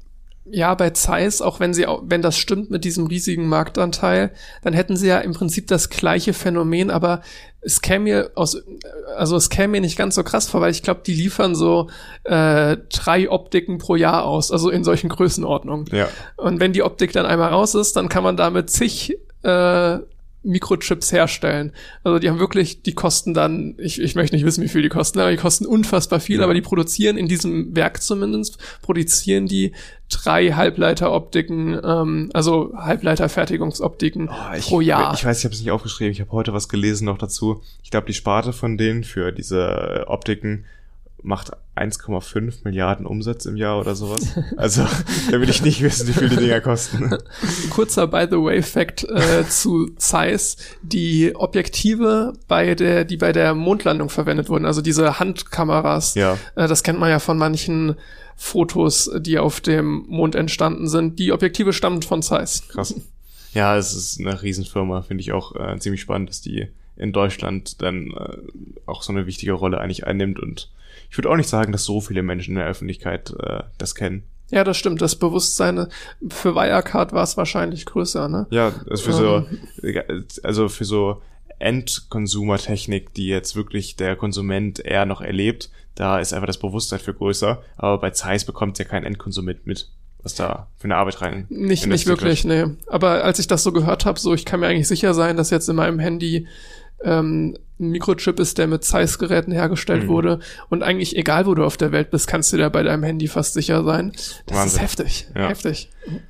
Ja, bei Zeiss, auch wenn sie, wenn das stimmt mit diesem riesigen Marktanteil, dann hätten sie ja im Prinzip das gleiche Phänomen, aber es käme mir aus, also es käme mir nicht ganz so krass vor, weil ich glaube, die liefern so äh, drei Optiken pro Jahr aus, also in solchen Größenordnungen. Ja. Und wenn die Optik dann einmal raus ist, dann kann man damit zig äh, Mikrochips herstellen. Also die haben wirklich, die kosten dann, ich, ich möchte nicht wissen, wie viel die kosten, aber die kosten unfassbar viel, ja. Aber die produzieren in diesem Werk zumindest, produzieren die drei Halbleiteroptiken, ähm, also Halbleiterfertigungsoptiken oh, ich, pro Jahr. Ich weiß, ich habe es nicht aufgeschrieben, ich habe heute was gelesen noch dazu. Ich glaube, die Sparte von denen für diese Optiken macht eins Komma fünf Milliarden Umsatz im Jahr oder sowas. Also, da will ich nicht wissen, wie viel die Dinger kosten. Kurzer By-the-Way-Fact äh, zu Zeiss. Die Objektive, bei der, die bei der Mondlandung verwendet wurden, also diese Handkameras, ja. äh, das kennt man ja von manchen Fotos, die auf dem Mond entstanden sind. Die Objektive stammen von Zeiss. Krass. Ja, es ist eine Riesenfirma, finde ich auch äh, ziemlich spannend, dass die in Deutschland dann äh, auch so eine wichtige Rolle eigentlich einnimmt, und ich würde auch nicht sagen, dass so viele Menschen in der Öffentlichkeit äh, das kennen. Ja, das stimmt. Das Bewusstsein für Wirecard war es wahrscheinlich größer, ne? Ja, also für so, also für so Endkonsumertechnik, die jetzt wirklich der Konsument eher noch erlebt, da ist einfach das Bewusstsein für größer. Aber bei Zeiss bekommt ja kein Endkonsument mit, was da für eine Arbeit rein. Nicht, nicht wirklich, nee. Aber als ich das so gehört habe, so, ich kann mir eigentlich sicher sein, dass jetzt in meinem Handy ähm, ein Mikrochip ist, der mit Zeiss-Geräten hergestellt mhm. wurde. Und eigentlich, egal wo du auf der Welt bist, kannst du da bei deinem Handy fast sicher sein. Das Wahnsinn. Ist heftig. Ja. Heftig.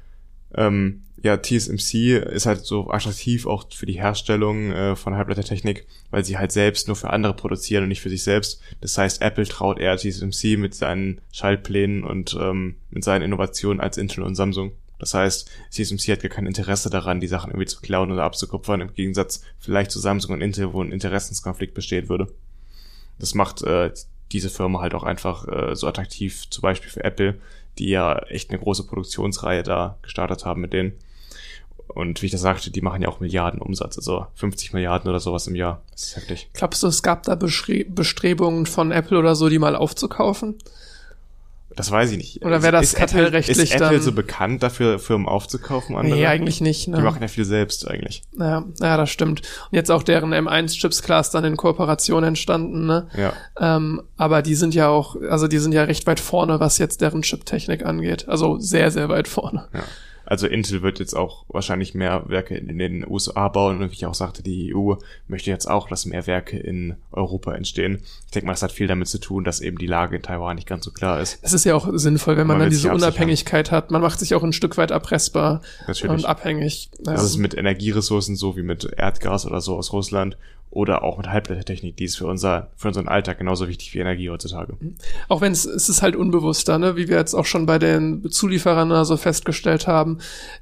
Ähm, ja, T S M C ist halt so attraktiv auch für die Herstellung äh, von Halbleitertechnik, weil sie halt selbst nur für andere produzieren und nicht für sich selbst. Das heißt, Apple traut eher T S M C mit seinen Schaltplänen und ähm, mit seinen Innovationen als Intel und Samsung. Das heißt, T S M C hat gar kein Interesse daran, die Sachen irgendwie zu klauen oder abzukupfern, im Gegensatz vielleicht zu Samsung und Intel, wo ein Interessenskonflikt bestehen würde. Das macht äh, diese Firma halt auch einfach äh, so attraktiv, zum Beispiel für Apple, die ja echt eine große Produktionsreihe da gestartet haben mit denen. Und wie ich das sagte, die machen ja auch Milliarden Umsatz, also fünfzig Milliarden oder sowas im Jahr. Das ist heftig. Glaubst du, es gab da Bestre- Bestrebungen von Apple oder so, die mal aufzukaufen? Das weiß ich nicht. Oder wäre das kartellrechtlich dann... Ist Apple so bekannt dafür, Firmen aufzukaufen? Andere? Nee, eigentlich nicht. Ne? Die machen ja viel selbst eigentlich. Ja, ja, das stimmt. Und jetzt auch deren M eins Chips-Class dann in Kooperation entstanden. Ne? Ja. Ähm, aber die sind ja auch, also die sind ja recht weit vorne, was jetzt deren Chip-Technik angeht. Also sehr, sehr weit vorne. Ja. Also Intel wird jetzt auch wahrscheinlich mehr Werke in den U S A bauen, und wie ich auch sagte, die E U möchte jetzt auch, dass mehr Werke in Europa entstehen. Ich denke mal, das hat viel damit zu tun, dass eben die Lage in Taiwan nicht ganz so klar ist. Es ist ja auch sinnvoll, wenn man, man dann diese Unabhängigkeit hat. Man macht sich auch ein Stück weit erpressbar Natürlich. und abhängig. Ja. Das ist mit Energieressourcen so wie mit Erdgas oder so aus Russland oder auch mit Halbleitertechnik, die ist für unser für unseren Alltag genauso wichtig wie Energie heutzutage. Auch wenn es es ist halt unbewusster, ne, wie wir jetzt auch schon bei den Zulieferern also festgestellt haben.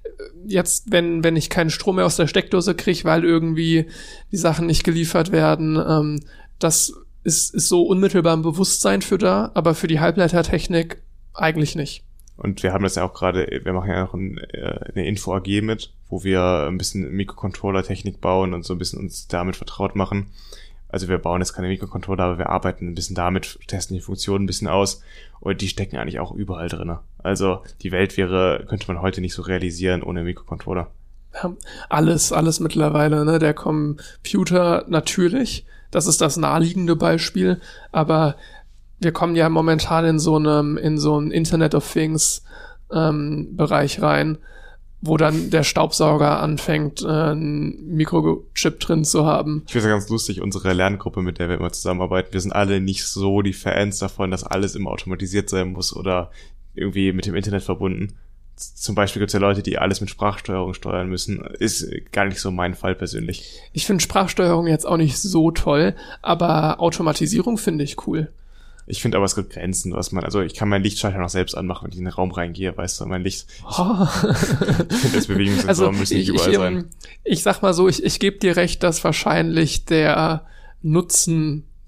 Jetzt, wenn wenn ich keinen Strom mehr aus der Steckdose kriege, weil irgendwie die Sachen nicht geliefert werden, ähm, das ist ist so unmittelbar im Bewusstsein für da, aber für die Halbleitertechnik eigentlich nicht. Und wir haben das ja auch gerade, wir machen ja auch ein, eine Info A G mit, wo wir ein bisschen Mikrocontroller-Technik bauen und so ein bisschen uns damit vertraut machen. Also wir bauen jetzt keine Mikrocontroller, aber wir arbeiten ein bisschen damit, testen die Funktionen ein bisschen aus, und die stecken eigentlich auch überall drin. Also die Welt wäre, könnte man heute nicht so realisieren ohne Mikrocontroller. Ja, alles, alles mittlerweile, ne? Der Computer natürlich, das ist das naheliegende Beispiel, aber wir kommen ja momentan in so einem, in so einem Internet of Things ähm, Bereich rein, wo dann der Staubsauger anfängt, äh, einen Mikrochip drin zu haben. Ich finde es ganz lustig, unsere Lerngruppe, mit der wir immer zusammenarbeiten, wir sind alle nicht so die Fans davon, dass alles immer automatisiert sein muss oder irgendwie mit dem Internet verbunden. Zum Beispiel gibt es ja Leute, die alles mit Sprachsteuerung steuern müssen. Ist gar nicht so mein Fall persönlich. Ich finde Sprachsteuerung jetzt auch nicht so toll, aber Automatisierung finde ich cool. Ich finde aber, es gibt Grenzen, was man, also ich kann meinen Lichtschalter noch selbst anmachen, wenn ich in den Raum reingehe, weißt du, mein Licht. Oh. Ich finde, das Bewegungssensoren also müssen nicht überall ich, sein. Ich sag mal so, ich, ich gebe dir recht, dass wahrscheinlich der Nutzen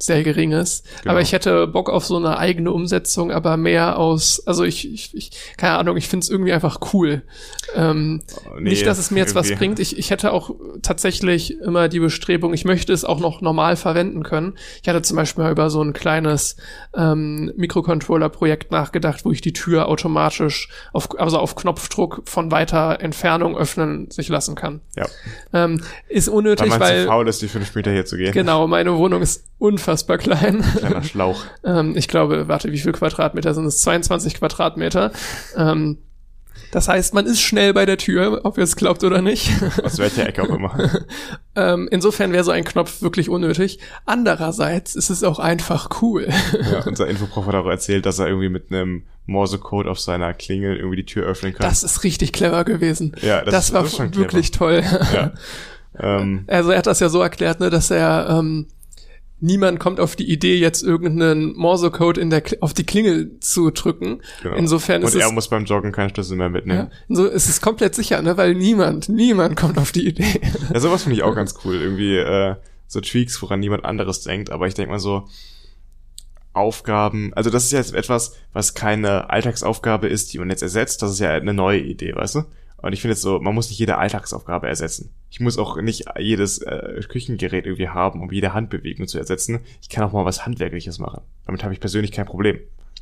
sehr gering ist. Genau. Aber ich hätte Bock auf so eine eigene Umsetzung, aber mehr aus, also ich, ich, ich keine Ahnung, ich finde es irgendwie einfach cool. Ähm, oh, nee, nicht, dass es mir jetzt irgendwie was bringt. Ich, ich hätte auch tatsächlich immer die Bestrebung, ich möchte es auch noch normal verwenden können. Ich hatte zum Beispiel mal über so ein kleines ähm, Mikrocontroller-Projekt nachgedacht, wo ich die Tür automatisch auf, also auf Knopfdruck von weiter Entfernung öffnen sich lassen kann. Ja. Ähm, ist unnötig, weil... weil zu faul ist, die fünf Meter hier zu gehen. Genau, meine Wohnung ist unfassbar klein. Kleiner Schlauch. ähm, ich glaube, warte, wie viel Quadratmeter sind es? zweiundzwanzig Quadratmeter. Ähm, das heißt, man ist schnell bei der Tür, ob ihr es glaubt oder nicht. Aus welcher Ecke auch immer. ähm, insofern wäre so ein Knopf wirklich unnötig. Andererseits ist es auch einfach cool. Ja, unser Infoprof hat auch erzählt, dass er irgendwie mit einem Morse-Code auf seiner Klingel irgendwie die Tür öffnen kann. Das ist richtig clever gewesen. Ja, das, das ist, war das ist schon wirklich clever. Toll. Ja. Ähm, also er hat das ja so erklärt, ne, dass er ähm, niemand kommt auf die Idee, jetzt irgendeinen Morse-Code in der Kl- auf die Klingel zu drücken. Genau. Insofern ist Und er es, muss beim Joggen keinen Schlüssel mehr mitnehmen. Ja, so ist es komplett sicher, ne, weil niemand, niemand kommt auf die Idee. Ja, sowas finde ich auch ganz cool. Irgendwie äh, so Tweaks, woran niemand anderes denkt. Aber ich denke mal so, Aufgaben, also das ist jetzt etwas, was keine Alltagsaufgabe ist, die man jetzt ersetzt. Das ist ja eine neue Idee, weißt du? Und ich finde jetzt so, man muss nicht jede Alltagsaufgabe ersetzen. Ich muss auch nicht jedes äh, Küchengerät irgendwie haben, um jede Handbewegung zu ersetzen. Ich kann auch mal was Handwerkliches machen. Damit habe ich persönlich kein Problem.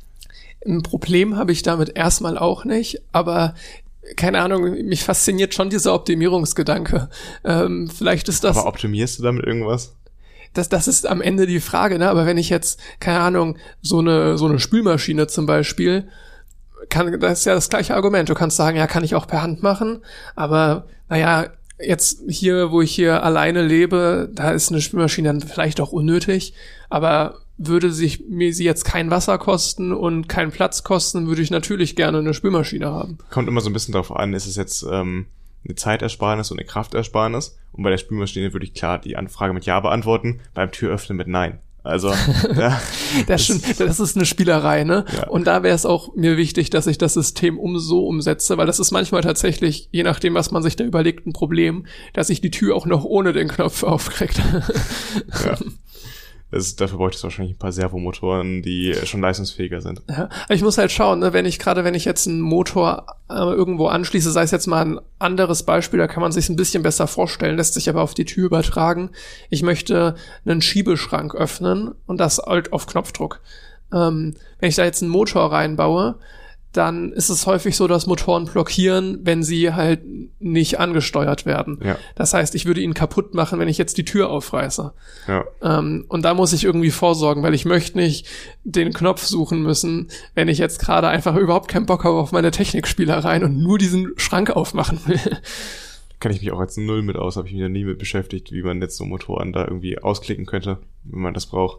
Ein Problem habe ich damit erstmal auch nicht, aber keine Ahnung, mich fasziniert schon dieser Optimierungsgedanke. Ähm, vielleicht ist das... Aber optimierst du damit irgendwas? Das, das ist am Ende die Frage, ne? Aber wenn ich jetzt, keine Ahnung, so eine, so eine Spülmaschine zum Beispiel... Kann, das ist ja das gleiche Argument. Du kannst sagen, ja, kann ich auch per Hand machen, aber naja, jetzt hier, wo ich hier alleine lebe, da ist eine Spülmaschine dann vielleicht auch unnötig, aber würde sich mir sie jetzt kein Wasser kosten und keinen Platz kosten, würde ich natürlich gerne eine Spülmaschine haben. Kommt immer so ein bisschen darauf an, ist es jetzt ähm, eine Zeitersparnis und eine Kraftersparnis? Und bei der Spülmaschine würde ich klar die Anfrage mit Ja beantworten, beim Türöffnen mit Nein. Also, ja. das, ist schon, das ist eine Spielerei, ne? Ja. Und da wäre es auch mir wichtig, dass ich das System um so umsetze, weil das ist manchmal tatsächlich, je nachdem, was man sich da überlegt, ein Problem, dass ich die Tür auch noch ohne den Knopf aufkriege. Ja. Das ist, dafür bräuchte es wahrscheinlich ein paar Servomotoren, die schon leistungsfähiger sind. Ja, aber ich muss halt schauen, ne, wenn ich gerade, wenn ich jetzt einen Motor äh, irgendwo anschließe, sei es jetzt mal ein anderes Beispiel, da kann man sich ein bisschen besser vorstellen, lässt sich aber auf die Tür übertragen. Ich möchte einen Schiebeschrank öffnen und das halt auf Knopfdruck. Ähm, wenn ich da jetzt einen Motor reinbaue, dann ist es häufig so, dass Motoren blockieren, wenn sie halt nicht angesteuert werden. Ja. Das heißt, ich würde ihn kaputt machen, wenn ich jetzt die Tür aufreiße. Ja. Ähm, und da muss ich irgendwie vorsorgen, weil ich möchte nicht den Knopf suchen müssen, wenn ich jetzt gerade einfach überhaupt keinen Bock habe auf meine Technikspielereien und nur diesen Schrank aufmachen will. Kann ich mich auch als Null mit aus, habe ich mich noch nie mit beschäftigt, wie man jetzt so Motoren da irgendwie ausklicken könnte, wenn man das braucht.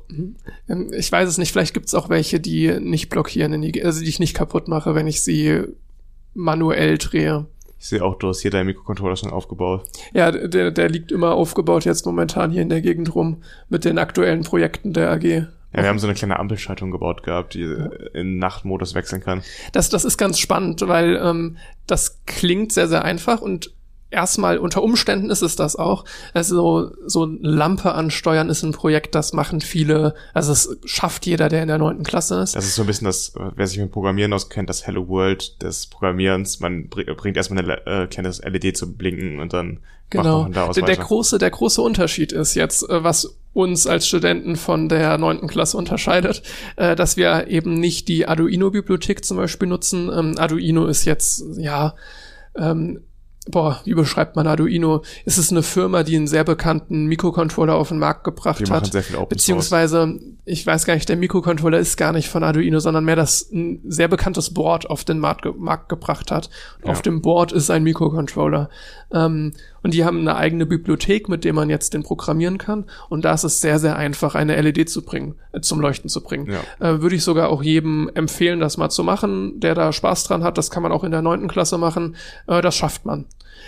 Ich weiß es nicht, vielleicht gibt es auch welche, die nicht blockieren, also die ich nicht kaputt mache, wenn ich sie manuell drehe. Ich sehe auch, du hast hier deinen Mikrocontroller schon aufgebaut. Ja, der, der liegt immer aufgebaut jetzt momentan hier in der Gegend rum mit den aktuellen Projekten der A G. Ja, wir haben so eine kleine Ampelschaltung gebaut gehabt, die ja. in Nachtmodus wechseln kann. Das, das ist ganz spannend, weil ähm, das klingt sehr, sehr einfach und erstmal unter Umständen ist es das auch. Also so eine Lampe ansteuern ist ein Projekt, das machen viele, also es schafft jeder, der in der neunten Klasse ist. Das ist so ein bisschen das, wer sich mit Programmieren auskennt, das Hello World des Programmierens. Man bringt erstmal eine äh, kleines L E D zu blinken und dann genau. macht man daraus der, weiter. Der große, der große Unterschied ist jetzt, was uns als Studenten von der neunten Klasse unterscheidet, äh, dass wir eben nicht die Arduino-Bibliothek zum Beispiel nutzen. Ähm, Arduino ist jetzt, ja, ähm, Boah, wie beschreibt man Arduino? Es ist eine Firma, die einen sehr bekannten Mikrocontroller auf den Markt gebracht die hat. Machen sehr viel Open beziehungsweise, Source. Ich weiß gar nicht, der Mikrocontroller ist gar nicht von Arduino, sondern mehr das ein sehr bekanntes Board auf den Markt, ge- Markt gebracht hat. Ja. Auf dem Board ist ein Mikrocontroller. Ähm, und die haben eine eigene Bibliothek, mit der man jetzt den programmieren kann. Und da ist es sehr, sehr einfach, eine L E D zu bringen, äh, zum Leuchten zu bringen. Ja. Äh, würde ich sogar auch jedem empfehlen, das mal zu machen, der da Spaß dran hat. Das kann man auch in der neunten Klasse machen. Äh, das schafft man.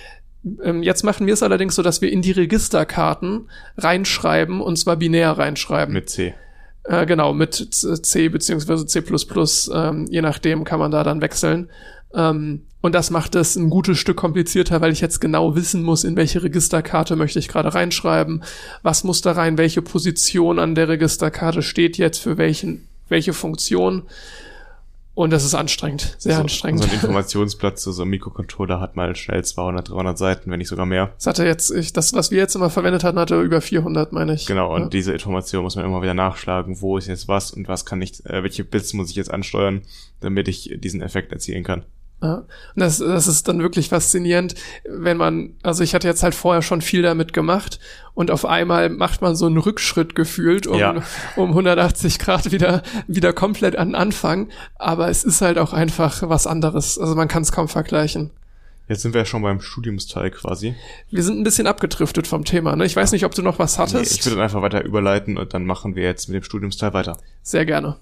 Jetzt machen wir es allerdings so, dass wir in die Registerkarten reinschreiben, und zwar binär reinschreiben. Mit C. Äh, genau, mit C beziehungsweise C plus plus, ähm, je nachdem kann man da dann wechseln. Ähm, und das macht es ein gutes Stück komplizierter, weil ich jetzt genau wissen muss, in welche Registerkarte möchte ich gerade reinschreiben, was muss da rein, welche Position an der Registerkarte steht jetzt für welchen, welche Funktion. Und das ist anstrengend, sehr so, anstrengend. So ein Informationsplatz zu so einem Mikrocontroller hat mal schnell zweihundert, dreihundert Seiten, wenn nicht sogar mehr. Das hatte jetzt, ich, das, was wir jetzt immer verwendet hatten, hatte über vierhundert, meine ich. Genau, und ja. diese Information muss man immer wieder nachschlagen, wo ist jetzt was und was kann ich, äh, welche Bits muss ich jetzt ansteuern, damit ich diesen Effekt erzielen kann. Ja, und das, das ist dann wirklich faszinierend, wenn man, also ich hatte jetzt halt vorher schon viel damit gemacht und auf einmal macht man so einen Rückschritt gefühlt um, ja. um hundertachtzig Grad wieder, wieder komplett an den Anfang, aber es ist halt auch einfach was anderes, also man kann es kaum vergleichen. Jetzt sind wir ja schon beim Studiumsteil quasi. Wir sind ein bisschen abgedriftet vom Thema, ne? Ich weiß nicht, ob du noch was hattest. Nee, ich würde dann einfach weiter überleiten und dann machen wir jetzt mit dem Studiumsteil weiter. Sehr gerne.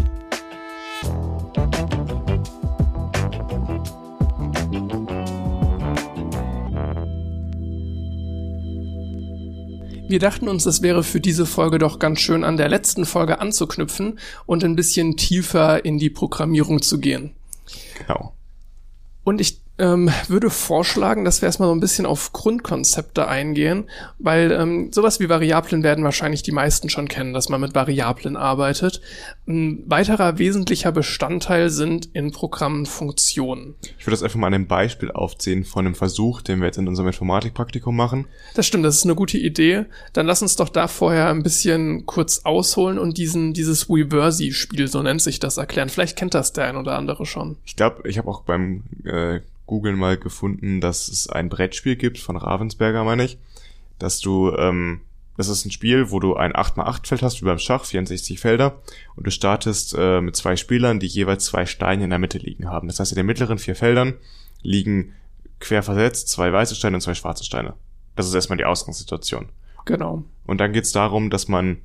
Wir dachten uns, es wäre für diese Folge doch ganz schön, an der letzten Folge anzuknüpfen und ein bisschen tiefer in die Programmierung zu gehen. Genau. Und ich ähm, würde vorschlagen, dass wir erstmal so ein bisschen auf Grundkonzepte eingehen, weil ähm, sowas wie Variablen werden wahrscheinlich die meisten schon kennen, dass man mit Variablen arbeitet. Ein weiterer wesentlicher Bestandteil sind in Programmen Funktionen. Ich würde das einfach mal an einem Beispiel aufzählen von einem Versuch, den wir jetzt in unserem Informatikpraktikum machen. Das stimmt, das ist eine gute Idee. Dann lass uns doch da vorher ein bisschen kurz ausholen und diesen dieses Weversi-Spiel, so nennt sich das, erklären. Vielleicht kennt das der ein oder andere schon. Ich glaube, ich habe auch beim äh, Googlen mal gefunden, dass es ein Brettspiel gibt von Ravensberger, meine ich, dass du, ähm, das ist ein Spiel, wo du ein acht mal acht Feld hast, wie beim Schach, vierundsechzig Felder, und du startest äh, mit zwei Spielern, die jeweils zwei Steine in der Mitte liegen haben. Das heißt, in den mittleren vier Feldern liegen quer versetzt zwei weiße Steine und zwei schwarze Steine. Das ist erstmal die Ausgangssituation. Genau. Und dann geht es darum, dass man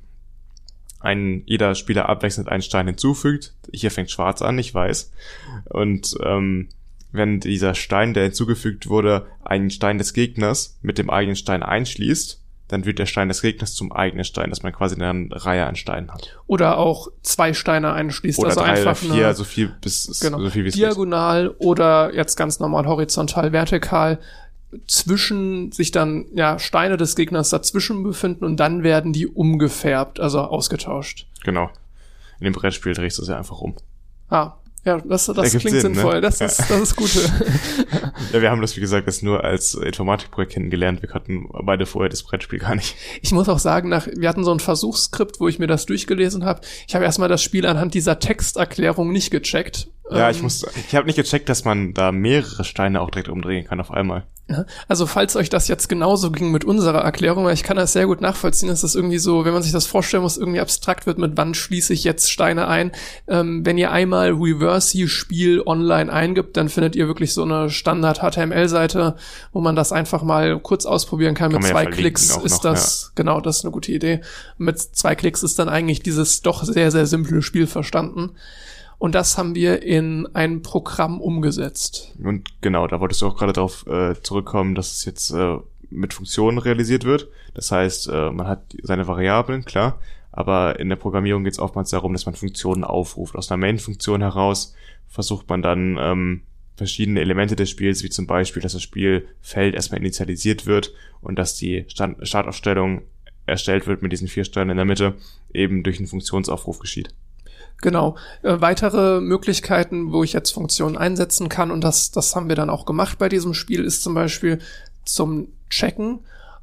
ein, jeder Spieler abwechselnd einen Stein hinzufügt. Hier fängt schwarz an, nicht weiß. Und ähm, wenn dieser Stein, der hinzugefügt wurde, einen Stein des Gegners mit dem eigenen Stein einschließt, dann wird der Stein des Gegners zum eigenen Stein, dass man quasi eine Reihe an Steinen hat. Oder auch zwei Steine einschließt. Oder also drei einfach oder vier, eine, so viel bis genau, so viel wie es diagonal geht. Oder jetzt ganz normal horizontal, vertikal zwischen sich dann ja Steine des Gegners dazwischen befinden und dann werden die umgefärbt, also ausgetauscht. Genau. In dem Brettspiel drehst du es ja einfach um. Ah, ja, das, das klingt Sinn, sinnvoll. Ne? Das ist, das ist gut. Ja, wir haben das, wie gesagt, das nur als Informatikprojekt kennengelernt. Wir hatten beide vorher das Brettspiel gar nicht. Ich muss auch sagen, nach, wir hatten so ein Versuchsskript, wo ich mir das durchgelesen habe. Ich habe erstmal das Spiel anhand dieser Texterklärung nicht gecheckt. Ja, ähm, ich muss, ich habe nicht gecheckt, dass man da mehrere Steine auch direkt umdrehen kann auf einmal. Also falls euch das jetzt genauso ging mit unserer Erklärung, weil ich kann das sehr gut nachvollziehen, dass das irgendwie so, wenn man sich das vorstellen muss, irgendwie abstrakt wird, mit wann schließe ich jetzt Steine ein. Ähm, wenn ihr einmal Reversi-Spiel online eingibt, dann findet ihr wirklich so eine Standard-H T M L-Seite, wo man das einfach mal kurz ausprobieren kann. kann mit zwei ja Klicks ist noch, das, ja. Genau, das ist eine gute Idee. Mit zwei Klicks ist dann eigentlich dieses doch sehr, sehr simple Spiel verstanden. Und das haben wir in ein Programm umgesetzt. Und genau, da wolltest du auch gerade darauf äh, zurückkommen, dass es jetzt äh, mit Funktionen realisiert wird. Das heißt, äh, man hat seine Variablen, klar, aber in der Programmierung geht es oftmals darum, dass man Funktionen aufruft. Aus einer Main-Funktion heraus versucht man dann ähm, verschiedene Elemente des Spiels, wie zum Beispiel, dass das Spielfeld erstmal initialisiert wird und dass die Stand- Startaufstellung erstellt wird mit diesen vier Steinen in der Mitte, eben durch einen Funktionsaufruf geschieht. Genau. Äh, weitere Möglichkeiten, wo ich jetzt Funktionen einsetzen kann, und das, das haben wir dann auch gemacht bei diesem Spiel, ist zum Beispiel zum Checken,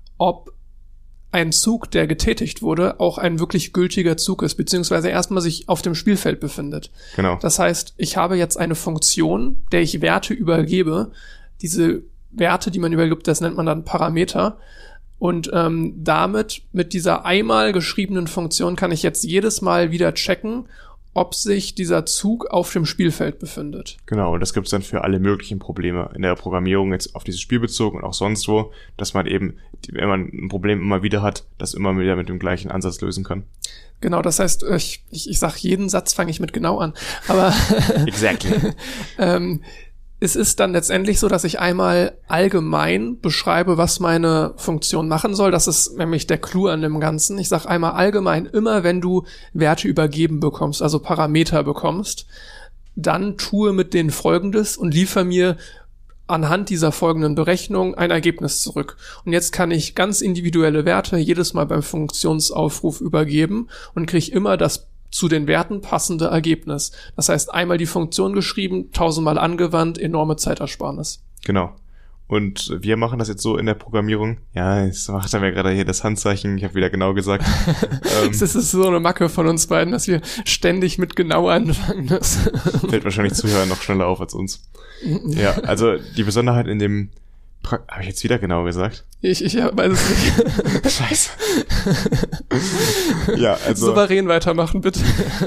ob ein Zug, der getätigt wurde, auch ein wirklich gültiger Zug ist, beziehungsweise erstmal sich auf dem Spielfeld befindet. Genau. Das heißt, ich habe jetzt eine Funktion, der ich Werte übergebe. Diese Werte, die man übergibt, das nennt man dann Parameter. Und ähm, damit, mit dieser einmal geschriebenen Funktion, kann ich jetzt jedes Mal wieder checken, ob sich dieser Zug auf dem Spielfeld befindet. Genau, und das gibt's dann für alle möglichen Probleme in der Programmierung, jetzt auf dieses Spiel bezogen und auch sonst wo, dass man eben, wenn man ein Problem immer wieder hat, das immer wieder mit dem gleichen Ansatz lösen kann. Genau, das heißt, ich, ich, ich sag, jeden Satz fange ich mit genau an. Aber exactly. ähm, es ist dann letztendlich so, dass ich einmal allgemein beschreibe, was meine Funktion machen soll. Das ist nämlich der Clou an dem Ganzen. Ich sage einmal allgemein, immer wenn du Werte übergeben bekommst, also Parameter bekommst, dann tue mit denen Folgendes und liefere mir anhand dieser folgenden Berechnung ein Ergebnis zurück. Und jetzt kann ich ganz individuelle Werte jedes Mal beim Funktionsaufruf übergeben und kriege immer das zu den Werten passende Ergebnis. Das heißt, einmal die Funktion geschrieben, tausendmal angewandt, enorme Zeitersparnis. Genau. Und wir machen das jetzt so in der Programmierung. Ja, jetzt macht er mir gerade hier das Handzeichen. Ich habe wieder genau gesagt. ähm, das ist so eine Macke von uns beiden, dass wir ständig mit genau anfangen. Das fällt wahrscheinlich Zuhörer noch schneller auf als uns. Ja, also die Besonderheit in dem... Pra- habe ich jetzt wieder genau gesagt? Ich, ich weiß es nicht. Scheiße. Ja, also... Souverän weitermachen, bitte.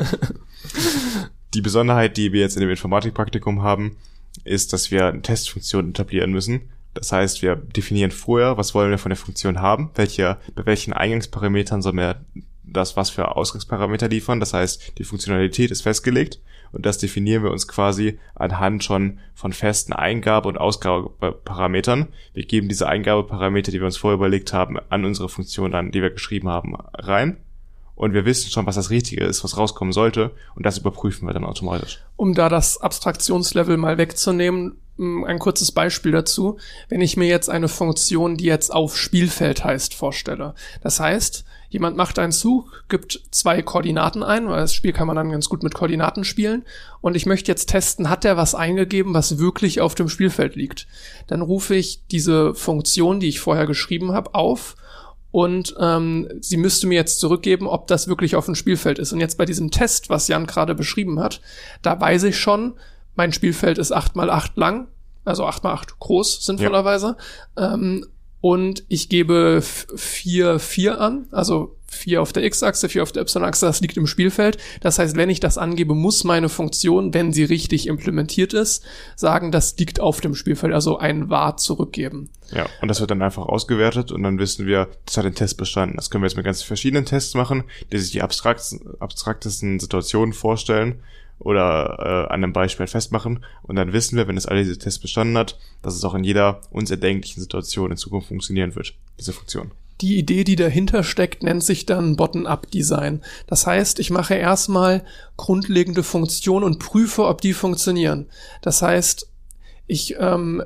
Die Besonderheit, die wir jetzt in dem Informatikpraktikum haben, ist, dass wir eine Testfunktion etablieren müssen. Das heißt, wir definieren vorher, was wollen wir von der Funktion haben, welche, bei welchen Eingangsparametern sollen wir das, was für Ausgangsparameter liefern. Das heißt, die Funktionalität ist festgelegt und das definieren wir uns quasi anhand schon von festen Eingabe- und Ausgabeparametern. Wir geben diese Eingabeparameter, die wir uns vorher überlegt haben, an unsere Funktion dann, die wir geschrieben haben, rein. Und wir wissen schon, was das Richtige ist, was rauskommen sollte. Und das überprüfen wir dann automatisch. Um da das Abstraktionslevel mal wegzunehmen, ein kurzes Beispiel dazu. Wenn ich mir jetzt eine Funktion, die jetzt auf Spielfeld heißt, vorstelle. Das heißt, jemand macht einen Zug, gibt zwei Koordinaten ein, weil das Spiel kann man dann ganz gut mit Koordinaten spielen. Und ich möchte jetzt testen, hat der was eingegeben, was wirklich auf dem Spielfeld liegt? Dann rufe ich diese Funktion, die ich vorher geschrieben habe, auf. Und ähm, sie müsste mir jetzt zurückgeben, ob das wirklich auf dem Spielfeld ist. Und jetzt bei diesem Test, was Jan gerade beschrieben hat, da weiß ich schon, mein Spielfeld ist acht mal acht lang, also acht mal acht groß, sinnvollerweise. Ja. Ähm, und ich gebe vier, vier an, also vier auf der X-Achse, vier auf der Y-Achse, das liegt im Spielfeld. Das heißt, wenn ich das angebe, muss meine Funktion, wenn sie richtig implementiert ist, sagen, das liegt auf dem Spielfeld, also ein var zurückgeben. Ja, und das wird dann einfach ausgewertet und dann wissen wir, das hat den Test bestanden. Das können wir jetzt mit ganz verschiedenen Tests machen, die sich die abstrakt, abstraktesten Situationen vorstellen oder äh, an einem Beispiel festmachen. Und dann wissen wir, wenn es alle diese Tests bestanden hat, dass es auch in jeder uns erdenklichen Situation in Zukunft funktionieren wird, diese Funktion. Die Idee, die dahinter steckt, nennt sich dann Bottom-up-Design. Das heißt, ich mache erstmal grundlegende Funktionen und prüfe, ob die funktionieren. Das heißt, ich, ähm,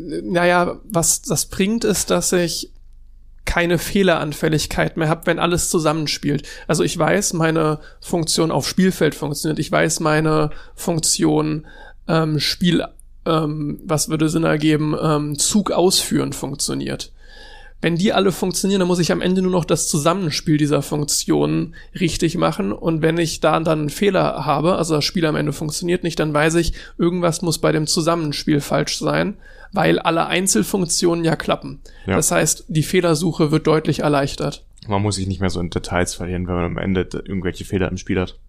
naja, was das bringt, ist, dass ich keine Fehleranfälligkeit mehr habe, wenn alles zusammenspielt. Also ich weiß, meine Funktion auf Spielfeld funktioniert. Ich weiß, meine Funktion ähm, Spiel, ähm, was würde Sinn ergeben, ähm, Zug ausführen funktioniert. Wenn die alle funktionieren, dann muss ich am Ende nur noch das Zusammenspiel dieser Funktionen richtig machen. Und wenn ich da dann einen Fehler habe, also das Spiel am Ende funktioniert nicht, dann weiß ich, irgendwas muss bei dem Zusammenspiel falsch sein, weil alle Einzelfunktionen ja klappen. Ja. Das heißt, die Fehlersuche wird deutlich erleichtert. Man muss sich nicht mehr so in Details verlieren, wenn man am Ende irgendwelche Fehler im Spiel hat.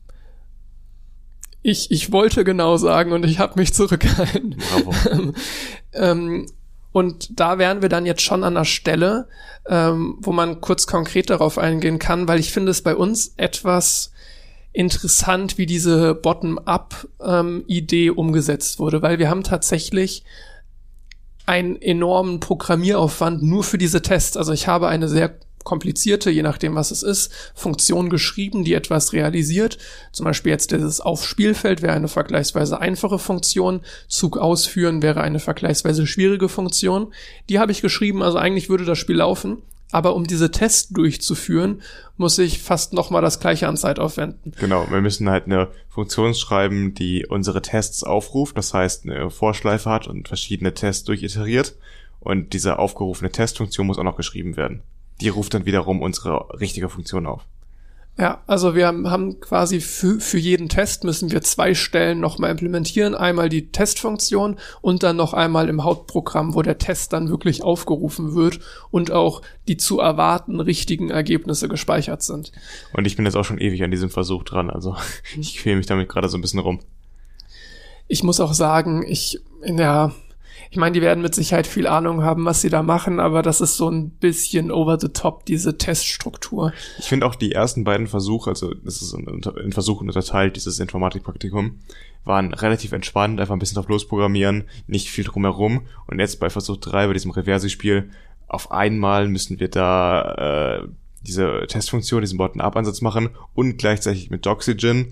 Ich, ich wollte genau sagen und ich habe mich zurückgehalten. Bravo. ähm, Und da wären wir dann jetzt schon an der Stelle, ähm, wo man kurz konkret darauf eingehen kann, weil ich finde es bei uns etwas interessant, wie diese Bottom-up-Idee ähm, umgesetzt wurde, weil wir haben tatsächlich einen enormen Programmieraufwand nur für diese Tests. Also ich habe eine sehr komplizierte, je nachdem was es ist, Funktion geschrieben, die etwas realisiert. Zum Beispiel jetzt dieses Auf-Spielfeld wäre eine vergleichsweise einfache Funktion, Zug ausführen wäre eine vergleichsweise schwierige Funktion. Die habe ich geschrieben, also eigentlich würde das Spiel laufen. Aber um diese Tests durchzuführen, muss ich fast nochmal das gleiche an Zeit aufwenden. Genau, wir müssen halt eine Funktion schreiben, die unsere Tests aufruft, das heißt eine Vorschleife hat und verschiedene Tests durchiteriert. Und diese aufgerufene Testfunktion muss auch noch geschrieben werden. Die ruft dann wiederum unsere richtige Funktion auf. Ja, also wir haben quasi für, für jeden Test müssen wir zwei Stellen nochmal implementieren. Einmal die Testfunktion und dann noch einmal im Hauptprogramm, wo der Test dann wirklich aufgerufen wird und auch die zu erwarten richtigen Ergebnisse gespeichert sind. Und ich bin jetzt auch schon ewig an diesem Versuch dran, also ich quäle mich damit gerade so ein bisschen rum. Ich muss auch sagen, ich, ja... Ich meine, die werden mit Sicherheit viel Ahnung haben, was sie da machen, aber das ist so ein bisschen over the top, diese Teststruktur. Ich finde auch die ersten beiden Versuche, also das ist in Versuchen unterteilt, dieses Informatikpraktikum, waren relativ entspannt, einfach ein bisschen drauf losprogrammieren, nicht viel drumherum. Und jetzt bei Versuch drei, bei diesem Reversi-Spiel, auf einmal müssen wir da äh, diese Testfunktion, diesen Bottom-up-Ansatz machen und gleichzeitig mit Doxygen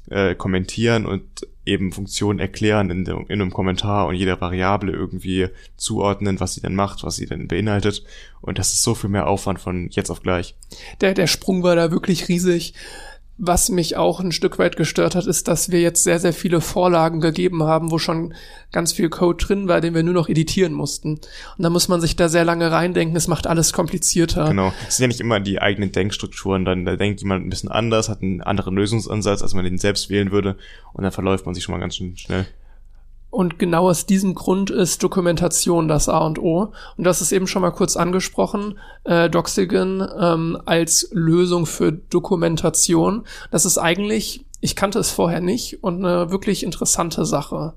äh, kommentieren und eben Funktionen erklären in, dem, in einem Kommentar und jeder Variable irgendwie zuordnen, was sie denn macht, was sie denn beinhaltet. Und das ist so viel mehr Aufwand von jetzt auf gleich. Der, der Sprung war da wirklich riesig. Was mich auch ein Stück weit gestört hat, ist, dass wir jetzt sehr, sehr viele Vorlagen gegeben haben, wo schon ganz viel Code drin war, den wir nur noch editieren mussten. Und da muss man sich da sehr lange reindenken, es macht alles komplizierter. Genau, es sind ja nicht immer die eigenen Denkstrukturen, dann da denkt jemand ein bisschen anders, hat einen anderen Lösungsansatz, als man den selbst wählen würde und dann verläuft man sich schon mal ganz schön schnell. Und genau aus diesem Grund ist Dokumentation das A und O. Und das ist eben schon mal kurz angesprochen, äh, Doxigen ähm, als Lösung für Dokumentation. Das ist eigentlich, ich kannte es vorher nicht, und eine wirklich interessante Sache.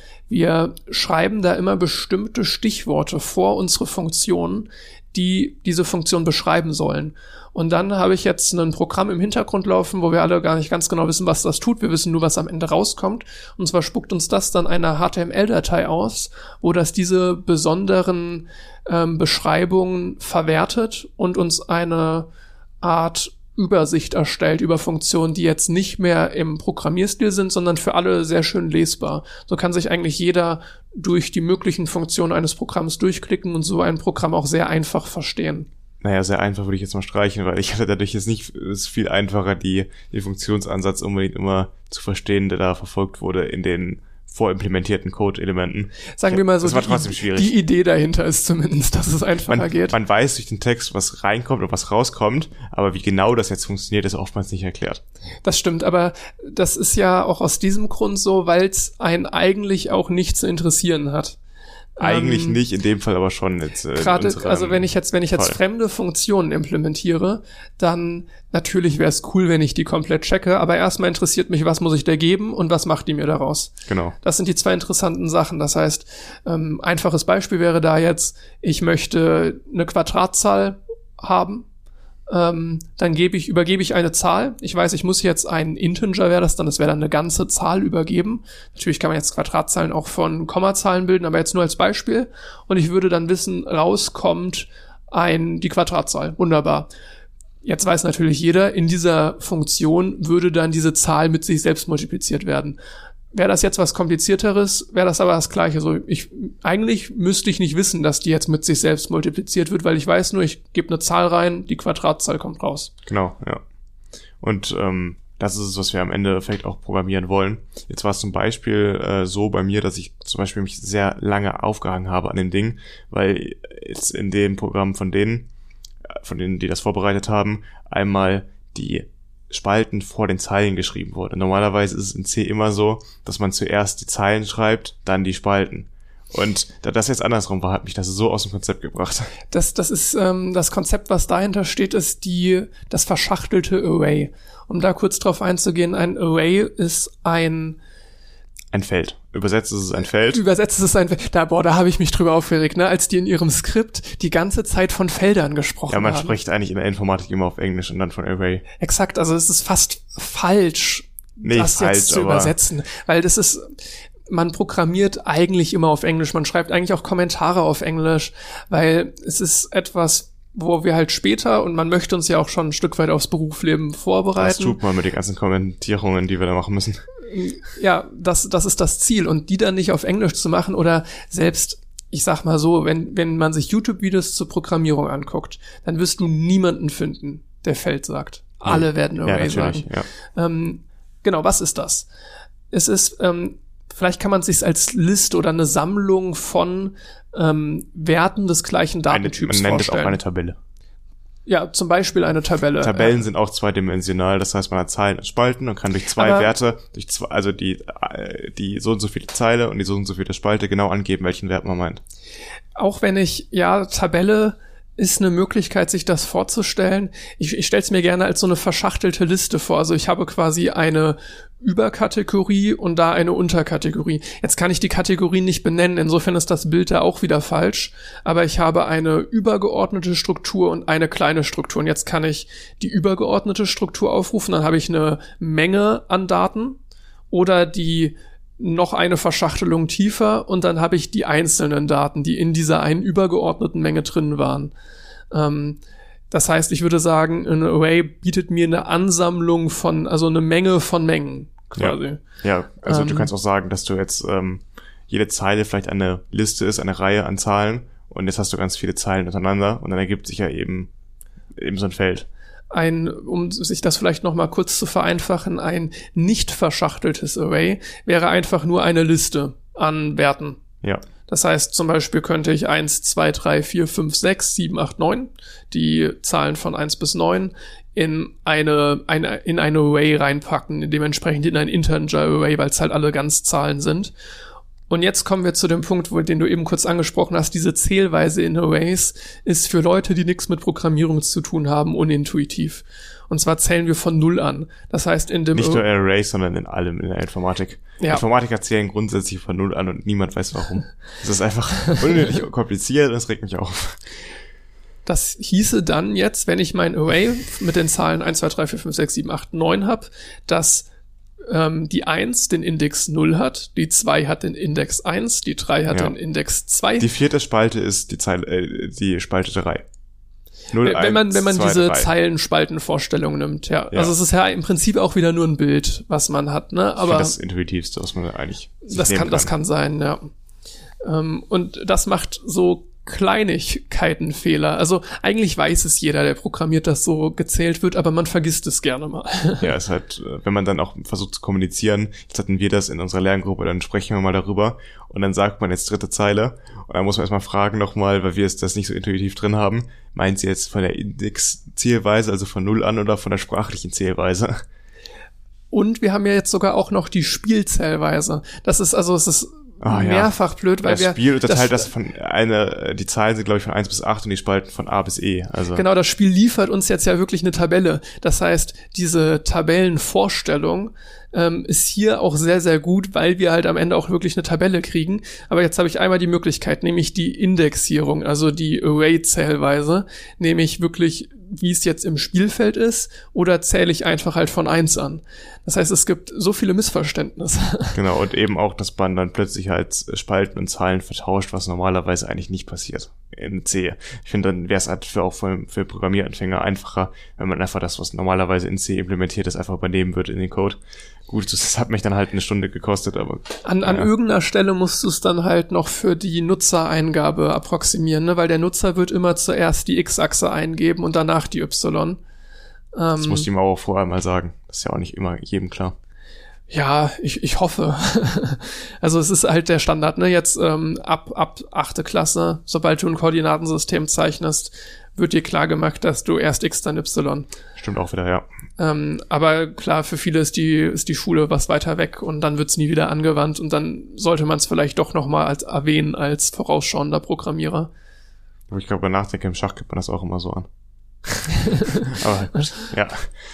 Wir schreiben da immer bestimmte Stichworte vor unsere Funktionen, die diese Funktion beschreiben sollen. Und dann habe ich jetzt ein Programm im Hintergrund laufen, wo wir alle gar nicht ganz genau wissen, was das tut. Wir wissen nur, was am Ende rauskommt. Und zwar spuckt uns das dann eine H T M L-Datei aus, wo das diese besonderen ähm, Beschreibungen verwertet und uns eine Art Übersicht erstellt über Funktionen, die jetzt nicht mehr im Programmierstil sind, sondern für alle sehr schön lesbar. So kann sich eigentlich jeder durch die möglichen Funktionen eines Programms durchklicken und so ein Programm auch sehr einfach verstehen. Naja, sehr einfach würde ich jetzt mal streichen, weil ich hatte dadurch jetzt nicht, es ist viel einfacher, die, die Funktionsansatz unbedingt immer zu verstehen, der da verfolgt wurde in den vorimplementierten Code-Elementen. Sagen wir mal so, das war trotzdem die, schwierig. Die Idee dahinter ist zumindest, dass es einfacher man, geht. Man weiß durch den Text, was reinkommt und was rauskommt, aber wie genau das jetzt funktioniert, ist oftmals nicht erklärt. Das stimmt, aber das ist ja auch aus diesem Grund so, weil es einen eigentlich auch nicht zu interessieren hat. Eigentlich ähm, nicht, in dem Fall aber schon. Jetzt, äh, Gerade, also wenn ich jetzt, wenn ich jetzt Fall. fremde Funktionen implementiere, dann natürlich wäre es cool, wenn ich die komplett checke, aber erstmal interessiert mich, was muss ich da geben und was macht die mir daraus? Genau. Das sind die zwei interessanten Sachen. Das heißt, ähm, einfaches Beispiel wäre da jetzt, ich möchte eine Quadratzahl haben. Ähm, dann gebe ich, übergebe ich eine Zahl. Ich weiß, ich muss jetzt einen Integer, wäre das dann, das wäre dann eine ganze Zahl übergeben. Natürlich kann man jetzt Quadratzahlen auch von Kommazahlen bilden, aber jetzt nur als Beispiel. Und ich würde dann wissen, rauskommt ein, die Quadratzahl. Wunderbar. Jetzt weiß natürlich jeder, in dieser Funktion würde dann diese Zahl mit sich selbst multipliziert werden. Wäre das jetzt was Komplizierteres, wäre das aber das Gleiche. So, ich, eigentlich müsste ich nicht wissen, dass die jetzt mit sich selbst multipliziert wird, weil ich weiß nur, ich gebe eine Zahl rein, die Quadratzahl kommt raus. Genau, ja. Und ähm, das ist es, was wir am Ende vielleicht auch programmieren wollen. Jetzt war es zum Beispiel äh, so bei mir, dass ich zum Beispiel mich sehr lange aufgehangen habe an dem Ding, weil jetzt in dem Programm von denen, von denen, die das vorbereitet haben, einmal die Spalten vor den Zeilen geschrieben wurde. Normalerweise ist es in C immer so, dass man zuerst die Zeilen schreibt, dann die Spalten. Und da das jetzt andersrum war, hat mich das so aus dem Konzept gebracht. Das, das ist ähm, das Konzept, was dahinter steht, ist die das verschachtelte Array. Um da kurz drauf einzugehen, ein Array ist ein Ein Feld. Übersetzt ist es ein Feld. Übersetzt ist es ein Feld. Da, boah, da habe ich mich drüber aufgeregt, ne, als die in ihrem Skript die ganze Zeit von Feldern gesprochen haben. Ja, man haben. spricht eigentlich in der Informatik immer auf Englisch und dann von Array. Exakt, also es ist fast falsch, nee, das falsch, jetzt zu aber übersetzen. Weil das ist, man programmiert eigentlich immer auf Englisch, man schreibt eigentlich auch Kommentare auf Englisch, weil es ist etwas, wo wir halt später, und man möchte uns ja auch schon ein Stück weit aufs Berufsleben vorbereiten. Das tut man mit den ganzen Kommentierungen, die wir da machen müssen. Ja, das, das ist das Ziel. Und die dann nicht auf Englisch zu machen oder selbst, ich sag mal so, wenn, wenn man sich YouTube-Videos zur Programmierung anguckt, dann wirst du niemanden finden, der Feld sagt. Ja. Alle werden Array ja, sagen. Ja. Ähm, genau, was ist das? Es ist, ähm, vielleicht kann man es sich als Liste oder eine Sammlung von ähm, Werten des gleichen Datentyps eine, man vorstellen. nennt es auch eine Tabelle. Ja, zum Beispiel eine Tabelle. Tabellen ja. sind auch zweidimensional, das heißt, man hat Zeilen und Spalten und kann durch zwei Aber Werte, durch zwei, also die, die so und so viele Zeile und die so und so viele Spalte genau angeben, welchen Wert man meint. Auch wenn ich, ja, Tabelle ist eine Möglichkeit, sich das vorzustellen. Ich, ich stelle es mir gerne als so eine verschachtelte Liste vor. Also ich habe quasi eine Überkategorie und da eine Unterkategorie. Jetzt kann ich die Kategorien nicht benennen, insofern ist das Bild da auch wieder falsch. Aber ich habe eine übergeordnete Struktur und eine kleine Struktur. Und jetzt kann ich die übergeordnete Struktur aufrufen, dann habe ich eine Menge an Daten oder die noch eine Verschachtelung tiefer und dann habe ich die einzelnen Daten, die in dieser einen übergeordneten Menge drin waren. Ähm, das heißt, ich würde sagen, ein Array bietet mir eine Ansammlung von, also eine Menge von Mengen. quasi. Ja, ja also ähm, du kannst auch sagen, dass du jetzt ähm, jede Zeile vielleicht eine Liste ist, eine Reihe an Zahlen und jetzt hast du ganz viele Zeilen untereinander und dann ergibt sich ja eben eben so ein Feld. Ein, um sich das vielleicht noch mal kurz zu vereinfachen, ein nicht verschachteltes Array wäre einfach nur eine Liste an Werten. Ja. Das heißt, zum Beispiel könnte ich eins, zwei, drei, vier, fünf, sechs, sieben, acht, neun, die Zahlen von eins bis neun, in eine, eine, in ein Array reinpacken, dementsprechend in ein Integer-Array, weil es halt alle Ganzzahlen sind. Und jetzt kommen wir zu dem Punkt, wo, den du eben kurz angesprochen hast, diese Zählweise in Arrays ist für Leute, die nichts mit Programmierung zu tun haben, unintuitiv. Und zwar zählen wir von Null an. Das heißt, in dem... Nicht nur in Arrays, sondern in allem in der Informatik. Ja. Informatiker zählen grundsätzlich von Null an und niemand weiß warum. Das ist einfach unnötig kompliziert und das regt mich auf. Das hieße dann jetzt, wenn ich mein Array mit den Zahlen eins, zwei, drei, vier, fünf, sechs, sieben, acht, neun habe, dass ähm, die eins den Index null hat, die zwei hat den Index eins, die drei hat ja. den Index zwei. Die vierte Spalte ist die Zeile, äh, die Spalte drei. null, wenn man, wenn man zwei, diese drei. Zeilenspaltenvorstellung nimmt, ja. ja. Also es ist ja im Prinzip auch wieder nur ein Bild, was man hat, ne? Aber das Intuitivste, was man eigentlich das kann, kann, das kann sein, ja. Ähm, und das macht so Kleinigkeitenfehler. Also eigentlich weiß es jeder, der programmiert, dass so gezählt wird, aber man vergisst es gerne mal. Ja, es ist halt, wenn man dann auch versucht zu kommunizieren, jetzt hatten wir das in unserer Lerngruppe, dann sprechen wir mal darüber und dann sagt man jetzt dritte Zeile und dann muss man erstmal fragen nochmal, weil wir es das nicht so intuitiv drin haben, meint sie jetzt von der Index-Zählweise, also von null an oder von der sprachlichen Zählweise? Und wir haben ja jetzt sogar auch noch die Spielzählweise. Das ist also, es ist Oh, mehrfach ja. blöd, weil das wir... Das Spiel unterteilt das, das von eine, die Zahlen sind, glaube ich, von eins bis acht und die Spalten von A bis E. Also genau, das Spiel liefert uns jetzt ja wirklich eine Tabelle. Das heißt, diese Tabellenvorstellung ähm, ist hier auch sehr, sehr gut, weil wir halt am Ende auch wirklich eine Tabelle kriegen. Aber jetzt habe ich einmal die Möglichkeit, nämlich die Indexierung, also die Array-Zählweise, nämlich wirklich, wie es jetzt im Spielfeld ist, oder zähle ich einfach halt von eins an. Das heißt, es gibt so viele Missverständnisse. Genau, und eben auch, dass man dann plötzlich halt Spalten und Zahlen vertauscht, was normalerweise eigentlich nicht passiert in C. Ich finde, dann wäre es halt für auch für, für Programmieranfänger einfacher, wenn man einfach das, was normalerweise in C implementiert ist, einfach übernehmen würde in den Code. Gut, das hat mich dann halt eine Stunde gekostet, aber... An, an ja. irgendeiner Stelle musst du es dann halt noch für die Nutzereingabe approximieren, ne? Weil der Nutzer wird immer zuerst die X-Achse eingeben und danach die Y. Ähm, das muss ich ihm auch vorher mal sagen. Das ist ja auch nicht immer jedem klar. Ja, ich, ich hoffe. Also es ist halt der Standard, ne? Jetzt ähm, ab ab achte Klasse, sobald du ein Koordinatensystem zeichnest, wird dir klar gemacht, dass du erst X, dann Y. Stimmt auch wieder, ja. Ähm, aber klar, für viele ist die ist die Schule was weiter weg und dann wird's nie wieder angewandt und dann sollte man es vielleicht doch nochmal als erwähnen als vorausschauender Programmierer. Aber ich glaube, bei Nachdenken im Schach gibt man das auch immer so an. Aber ja.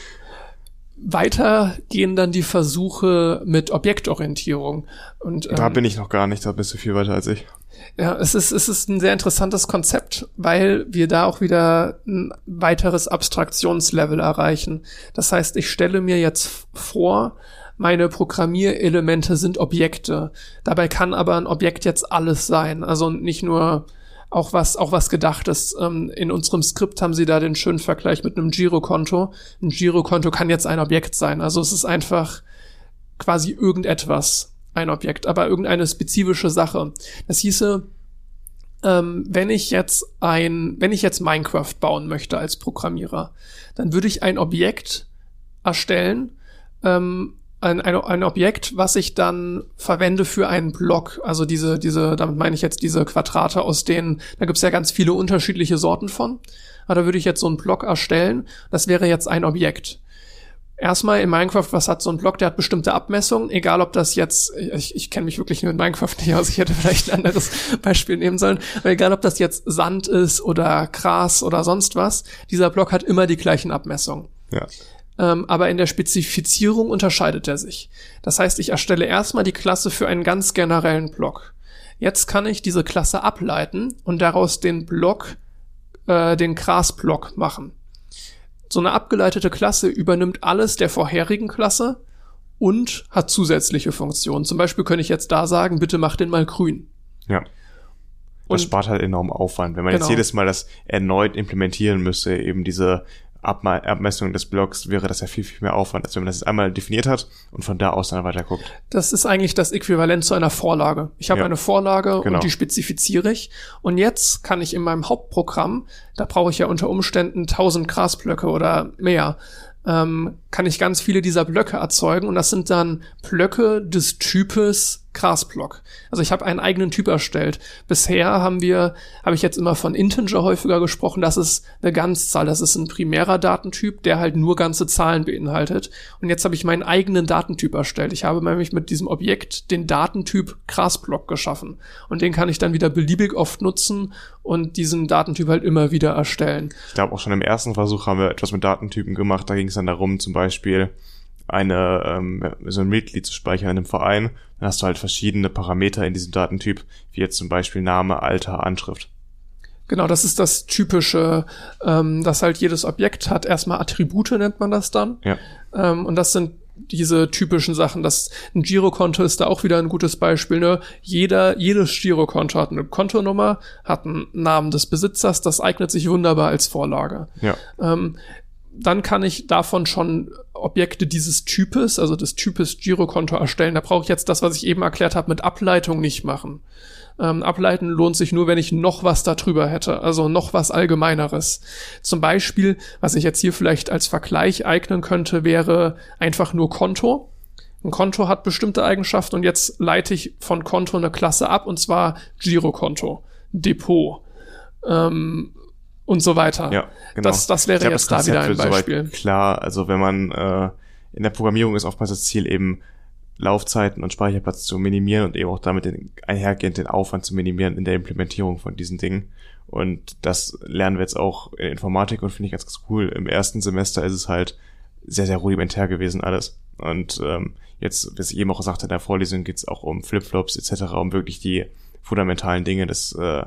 Weiter gehen dann die Versuche mit Objektorientierung. Und ähm, da bin ich noch gar nicht, da bist du viel weiter als ich. Ja, es ist, es ist ein sehr interessantes Konzept, weil wir da auch wieder ein weiteres Abstraktionslevel erreichen. Das heißt, ich stelle mir jetzt vor, meine Programmierelemente sind Objekte. Dabei kann aber ein Objekt jetzt alles sein. Also nicht nur auch was, auch was Gedachtes. In unserem Skript haben sie da den schönen Vergleich mit einem Girokonto. Ein Girokonto kann jetzt ein Objekt sein. Also es ist einfach quasi irgendetwas. Ein Objekt, aber irgendeine spezifische Sache. Das hieße, ähm, wenn ich jetzt ein, wenn ich jetzt Minecraft bauen möchte als Programmierer, dann würde ich ein Objekt erstellen, ähm, ein, ein, ein Objekt, was ich dann verwende für einen Block. Also diese, diese, damit meine ich jetzt diese Quadrate, aus denen, da gibt's ja ganz viele unterschiedliche Sorten von. Aber da würde ich jetzt so einen Block erstellen. Das wäre jetzt ein Objekt. Erstmal in Minecraft, was hat so ein Block? Der hat bestimmte Abmessungen, egal ob das jetzt, ich, ich kenne mich wirklich nur in Minecraft nicht aus, ich hätte vielleicht ein anderes Beispiel nehmen sollen, aber egal ob das jetzt Sand ist oder Gras oder sonst was, dieser Block hat immer die gleichen Abmessungen. Ja. Ähm, aber in der Spezifizierung unterscheidet er sich. Das heißt, ich erstelle erstmal die Klasse für einen ganz generellen Block. Jetzt kann ich diese Klasse ableiten und daraus den Block, äh, den Grasblock machen. So eine abgeleitete Klasse übernimmt alles der vorherigen Klasse und hat zusätzliche Funktionen. Zum Beispiel könnte ich jetzt da sagen, bitte mach den mal grün. Ja. Das und, spart halt enorm Aufwand. Wenn man genau. jetzt jedes Mal das erneut implementieren müsste, eben diese Abme- Abmessung des Blocks wäre das ja viel, viel mehr Aufwand, als wenn man das jetzt einmal definiert hat und von da aus dann weiter guckt. Das ist eigentlich das Äquivalent zu einer Vorlage. Ich habe ja. eine Vorlage genau. und die spezifiziere ich. Und jetzt kann ich in meinem Hauptprogramm, da brauche ich ja unter Umständen tausend Grasblöcke oder mehr, ähm, kann ich ganz viele dieser Blöcke erzeugen. Und das sind dann Blöcke des Types Grasblock. Also ich habe einen eigenen Typ erstellt. Bisher haben wir, habe ich jetzt immer von Integer häufiger gesprochen, das ist eine Ganzzahl, das ist ein primärer Datentyp, der halt nur ganze Zahlen beinhaltet. Und jetzt habe ich meinen eigenen Datentyp erstellt. Ich habe nämlich mit diesem Objekt den Datentyp Grasblock geschaffen. Und den kann ich dann wieder beliebig oft nutzen und diesen Datentyp halt immer wieder erstellen. Ich glaube, auch schon im ersten Versuch haben wir etwas mit Datentypen gemacht. Da ging es dann darum, zum Beispiel eine ähm, so ein Mitglied zu speichern in einem Verein. Dann hast du halt verschiedene Parameter in diesem Datentyp, wie jetzt zum Beispiel Name, Alter, Anschrift. Genau, das ist das Typische, ähm, dass halt jedes Objekt hat erstmal Attribute, nennt man das dann. Ja. Ähm, und das sind diese typischen Sachen. Das, ein Girokonto ist da auch wieder ein gutes Beispiel. Ne? Jeder, jedes Girokonto hat eine Kontonummer, hat einen Namen des Besitzers. Das eignet sich wunderbar als Vorlage. Ja. Ähm, dann kann ich davon schon Objekte dieses Types, also des Types Girokonto erstellen. Da brauche ich jetzt das, was ich eben erklärt habe, mit Ableitung nicht machen. Ähm, ableiten lohnt sich nur, wenn ich noch was da drüber hätte, also noch was Allgemeineres. Zum Beispiel, was ich jetzt hier vielleicht als Vergleich eignen könnte, wäre einfach nur Konto. Ein Konto hat bestimmte Eigenschaften und jetzt leite ich von Konto eine Klasse ab, und zwar Girokonto, Depot, ähm, und so weiter. Ja, genau. Das, das wäre glaub, jetzt das da wieder ein Beispiel. Klar, also wenn man äh, in der Programmierung ist oftmals das Ziel eben, Laufzeiten und Speicherplatz zu minimieren und eben auch damit den, einhergehend den Aufwand zu minimieren in der Implementierung von diesen Dingen. Und das lernen wir jetzt auch in Informatik und finde ich ganz, ganz cool. Im ersten Semester ist es halt sehr, sehr rudimentär gewesen alles. Und ähm, jetzt, wie ich eben auch gesagt habe, in der Vorlesung geht es auch um Flipflops et cetera, um wirklich die fundamentalen Dinge des äh,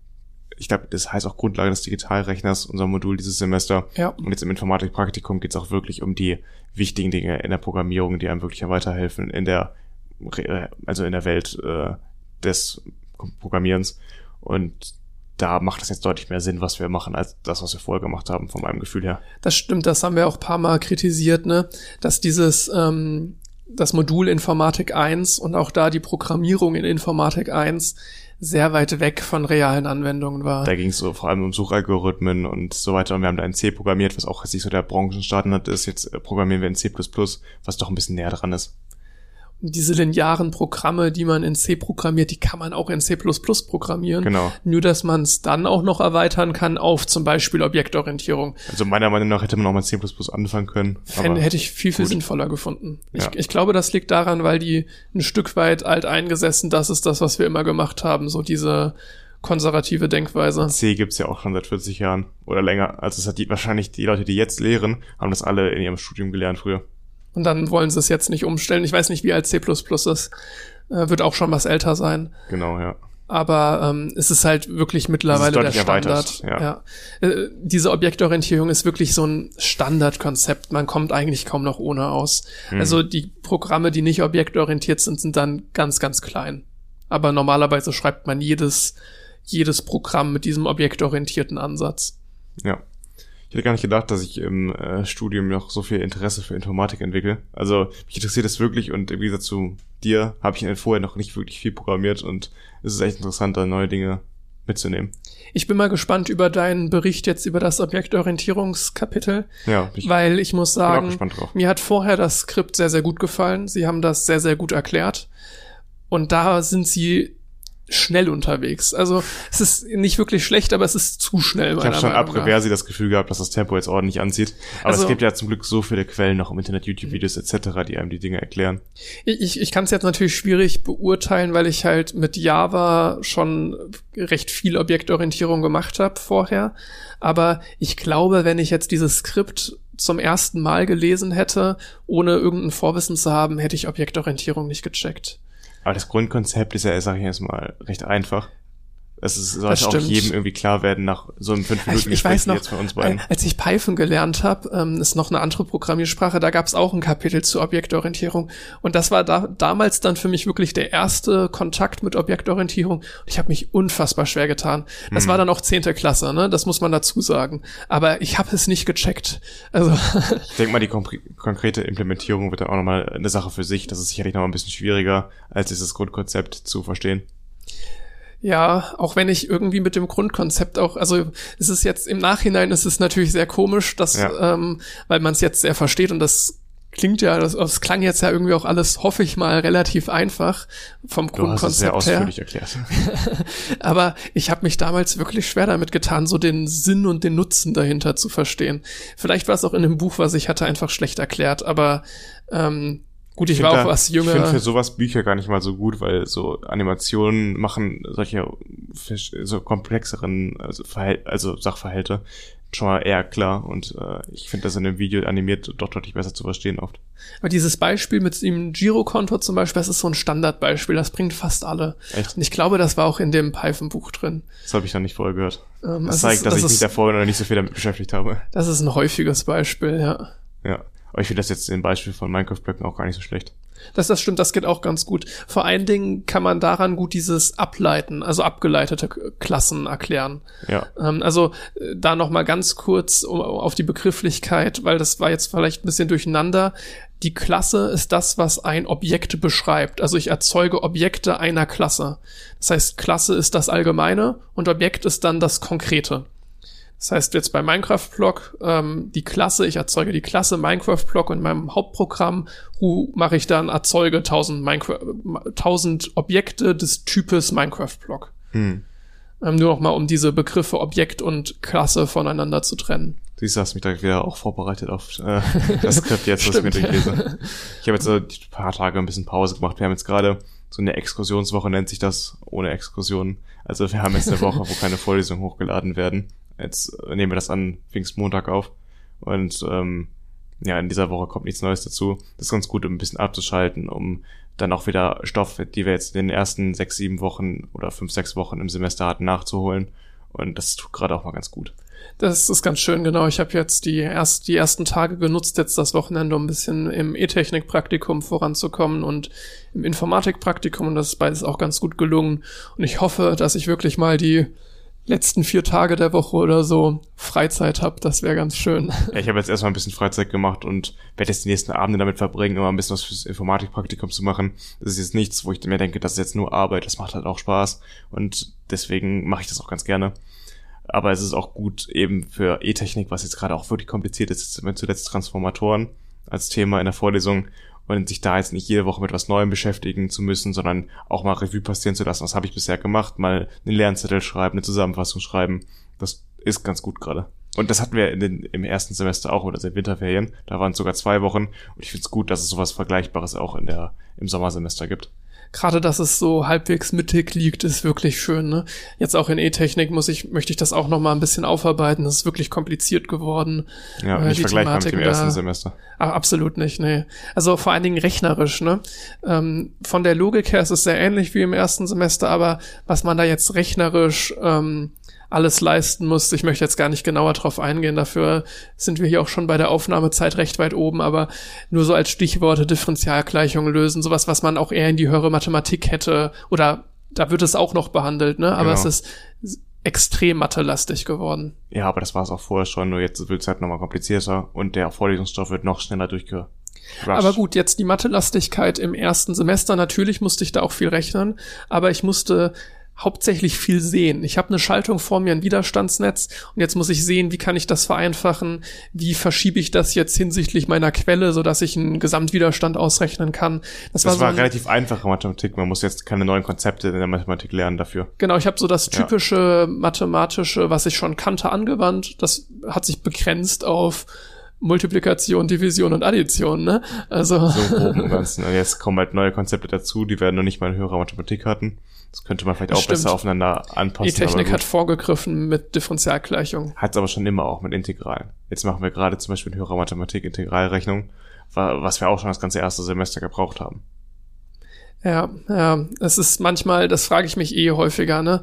ich glaube, das heißt auch Grundlage des Digitalrechners, unser Modul dieses Semester. Ja. Und jetzt im Informatikpraktikum geht es auch wirklich um die wichtigen Dinge in der Programmierung, die einem wirklich weiterhelfen in der, also in der Welt äh, des Programmierens. Und da macht es jetzt deutlich mehr Sinn, was wir machen, als das, was wir vorher gemacht haben, von meinem Gefühl her. Das stimmt, das haben wir auch ein paar Mal kritisiert, ne, dass dieses ähm, das Modul Informatik eins und auch da die Programmierung in Informatik eins sehr weit weg von realen Anwendungen war. Da ging es so vor allem um Suchalgorithmen und so weiter. Und wir haben da in C programmiert, was auch jetzt nicht so der Branchenstandard ist. Jetzt programmieren wir in C plus plus, was doch ein bisschen näher dran ist. Und diese linearen Programme, die man in C programmiert, die kann man auch in C plus plus programmieren. Genau. Nur, dass man es dann auch noch erweitern kann auf zum Beispiel Objektorientierung. Also meiner Meinung nach hätte man auch mit C plus plus anfangen können. Fände, hätte ich viel, viel gut. sinnvoller gefunden. Ich, ja. ich glaube, das liegt daran, weil die ein Stück weit alt eingesessen, das ist das, was wir immer gemacht haben, so diese konservative Denkweise. C gibt's ja auch schon seit vierzig Jahren oder länger. Also es hat die, wahrscheinlich die Leute, die jetzt lehren, haben das alle in ihrem Studium gelernt früher. Und dann wollen sie es jetzt nicht umstellen. Ich weiß nicht, wie alt C plus plus ist. Äh, wird auch schon was älter sein. Genau, ja. Aber ähm, es ist halt wirklich mittlerweile der Standard. Ja. Ja. Äh, diese Objektorientierung ist wirklich so ein Standardkonzept. Man kommt eigentlich kaum noch ohne aus. Hm. Also die Programme, die nicht objektorientiert sind, sind dann ganz, ganz klein. Aber normalerweise schreibt man jedes, jedes Programm mit diesem objektorientierten Ansatz. Ja. Ich hätte gar nicht gedacht, dass ich im äh, Studium noch so viel Interesse für Informatik entwickle. Also mich interessiert das wirklich und im Gegensatz zu dir habe ich vorher noch nicht wirklich viel programmiert und es ist echt interessant, da neue Dinge mitzunehmen. Ich bin mal gespannt über deinen Bericht jetzt über das Objektorientierungskapitel. Ja, ich weil ich muss sagen, bin auch gespannt drauf. Mir hat vorher das Skript sehr, sehr gut gefallen. Sie haben das sehr, sehr gut erklärt. Und da sind sie schnell unterwegs. Also es ist nicht wirklich schlecht, aber es ist zu schnell, meiner Ich habe schon Meinung ab nach. Reversi das Gefühl gehabt, dass das Tempo jetzt ordentlich anzieht. Aber Also- es gibt ja zum Glück so viele Quellen noch im Internet, YouTube-Videos et cetera, die einem die Dinge erklären. Ich, ich, ich kann es jetzt natürlich schwierig beurteilen, weil ich halt mit Java schon recht viel Objektorientierung gemacht habe vorher. Aber ich glaube, wenn ich jetzt dieses Skript zum ersten Mal gelesen hätte, ohne irgendein Vorwissen zu haben, hätte ich Objektorientierung nicht gecheckt. Aber das Grundkonzept ist ja, sag ich jetzt mal, recht einfach. Es ist, sollte auch jedem irgendwie klar werden nach so einem fünf Minuten ich, ich weiß noch, jetzt von uns beiden. Als ich Python gelernt habe, ähm, ist noch eine andere Programmiersprache, da gab es auch ein Kapitel zur Objektorientierung und das war da damals dann für mich wirklich der erste Kontakt mit Objektorientierung und ich habe mich unfassbar schwer getan. Das hm. war dann auch zehnte Klasse, ne? Das muss man dazu sagen. Aber ich habe es nicht gecheckt. Also ich denke mal, die kom- konkrete Implementierung wird dann auch nochmal eine Sache für sich. Das ist sicherlich nochmal ein bisschen schwieriger, als dieses Grundkonzept zu verstehen. Ja, auch wenn ich irgendwie mit dem Grundkonzept auch, also es ist jetzt im Nachhinein ist es natürlich sehr komisch, dass, ja. ähm, weil man es jetzt sehr versteht und das klingt ja, das, das klang jetzt ja irgendwie auch alles, hoffe ich mal, relativ einfach vom du Grundkonzept hast es sehr ausführlich her. Erklärt. Aber ich habe mich damals wirklich schwer damit getan, so den Sinn und den Nutzen dahinter zu verstehen. Vielleicht war es auch in dem Buch, was ich hatte, einfach schlecht erklärt, aber ähm, gut, ich, ich war auch da, was jünger. Ich finde für sowas Bücher gar nicht mal so gut, weil so Animationen machen solche so komplexeren also, Verhält- also Sachverhalte schon mal eher klar und äh, ich finde das in dem Video animiert doch deutlich besser zu verstehen oft. Aber dieses Beispiel mit dem Girokonto zum Beispiel, das ist so ein Standardbeispiel, das bringt fast alle. Echt? Und ich glaube, das war auch in dem Python-Buch drin. Das habe ich dann nicht vorher gehört. Ähm, das, das zeigt, ist, dass das ich mich davor noch nicht so viel damit beschäftigt habe. Das ist ein häufiges Beispiel, ja. Ja. Aber ich finde das jetzt im Beispiel von Minecraft-Blöcken auch gar nicht so schlecht. Das, das stimmt, das geht auch ganz gut. Vor allen Dingen kann man daran gut dieses Ableiten, also abgeleitete Klassen erklären. Ja. Ähm, also äh, da nochmal ganz kurz um, auf die Begrifflichkeit, weil das war jetzt vielleicht ein bisschen durcheinander. Die Klasse ist das, was ein Objekt beschreibt. Also ich erzeuge Objekte einer Klasse. Das heißt, Klasse ist das Allgemeine und Objekt ist dann das Konkrete. Das heißt jetzt bei Minecraft-Block, ähm, die Klasse, ich erzeuge die Klasse Minecraft-Block und in meinem Hauptprogramm uh, mache ich dann, erzeuge tausend, Minecraft, tausend Objekte des Types Minecraft-Block. Hm. Ähm, nur noch mal, um diese Begriffe Objekt und Klasse voneinander zu trennen. Siehst du, hast mich da wieder auch vorbereitet auf äh, das Skript jetzt, was ich mir durchlese. Ich habe jetzt so ein paar Tage ein bisschen Pause gemacht. Wir haben jetzt gerade so eine Exkursionswoche, nennt sich das, ohne Exkursionen. Also wir haben jetzt eine Woche, wo keine Vorlesungen hochgeladen werden. Jetzt nehmen wir das an Pfingstmontag auf und ähm, ja, in dieser Woche kommt nichts Neues dazu. Das ist ganz gut, um ein bisschen abzuschalten, um dann auch wieder Stoff, die wir jetzt in den ersten sechs, sieben Wochen oder fünf, sechs Wochen im Semester hatten, nachzuholen. Und das tut gerade auch mal ganz gut. Das ist ganz schön, genau. Ich habe jetzt die, erst, die ersten Tage genutzt, jetzt das Wochenende, um ein bisschen im E-Technik-Praktikum voranzukommen und im Informatik-Praktikum. Und das ist beides auch ganz gut gelungen. Und ich hoffe, dass ich wirklich mal die letzten vier Tage der Woche oder so Freizeit habe, das wäre ganz schön. Ja, ich habe jetzt erstmal ein bisschen Freizeit gemacht und werde jetzt die nächsten Abende damit verbringen, immer ein bisschen was fürs Informatikpraktikum zu machen. Das ist jetzt nichts, wo ich mir denke, das ist jetzt nur Arbeit, das macht halt auch Spaß und deswegen mache ich das auch ganz gerne. Aber es ist auch gut eben für E-Technik, was jetzt gerade auch wirklich kompliziert ist, jetzt zuletzt Transformatoren als Thema in der Vorlesung und sich da jetzt nicht jede Woche mit was Neuem beschäftigen zu müssen, sondern auch mal Revue passieren zu lassen. Was habe ich bisher gemacht? Mal einen Lernzettel schreiben, eine Zusammenfassung schreiben. Das ist ganz gut gerade. Und das hatten wir in den, im ersten Semester auch, oder seit Winterferien. Da waren es sogar zwei Wochen. Und ich finde es gut, dass es sowas Vergleichbares auch in der im Sommersemester gibt. Gerade, dass es so halbwegs mittig liegt, ist wirklich schön, ne? Jetzt auch in E-Technik muss ich, möchte ich das auch noch mal ein bisschen aufarbeiten. Das ist wirklich kompliziert geworden. Ja, äh, nicht vergleichbar mit dem da, ersten Semester. Ach, absolut nicht, nee. Also vor allen Dingen rechnerisch, ne? Ähm, von der Logik her ist es sehr ähnlich wie im ersten Semester, aber was man da jetzt rechnerisch ähm, alles leisten muss. Ich möchte jetzt gar nicht genauer drauf eingehen, dafür sind wir hier auch schon bei der Aufnahmezeit recht weit oben, aber nur so als Stichworte Differentialgleichungen lösen, sowas, was man auch eher in die höhere Mathematik hätte, oder da wird es auch noch behandelt, ne? Aber genau. Es ist extrem mathelastig geworden. Ja, aber das war es auch vorher schon, nur jetzt wird es halt nochmal komplizierter und der Vorlesungsstoff wird noch schneller durchgerusht. Aber gut, jetzt die Mathelastigkeit im ersten Semester, natürlich musste ich da auch viel rechnen, aber ich musste hauptsächlich viel sehen. Ich habe eine Schaltung vor mir, ein Widerstandsnetz und jetzt muss ich sehen, wie kann ich das vereinfachen, wie verschiebe ich das jetzt hinsichtlich meiner Quelle, sodass ich einen Gesamtwiderstand ausrechnen kann. Das, das war, so war ein, relativ einfache Mathematik, man muss jetzt keine neuen Konzepte in der Mathematik lernen dafür. Genau, ich habe so das typische ja. mathematische, was ich schon kannte, angewandt. Das hat sich begrenzt auf Multiplikation, Division und Addition, ne? Also so grob im Ganzen. Und jetzt kommen halt neue Konzepte dazu, die wir noch nicht mal in höherer Mathematik hatten. Das könnte man vielleicht auch Stimmt. besser aufeinander anpassen. E-Technik hat vorgegriffen mit Differentialgleichungen. Hat es aber schon immer auch mit Integralen. Jetzt machen wir gerade zum Beispiel in höherer Mathematik Integralrechnung, was wir auch schon das ganze erste Semester gebraucht haben. Ja, ja, es ist manchmal, das frage ich mich eh häufiger, ne?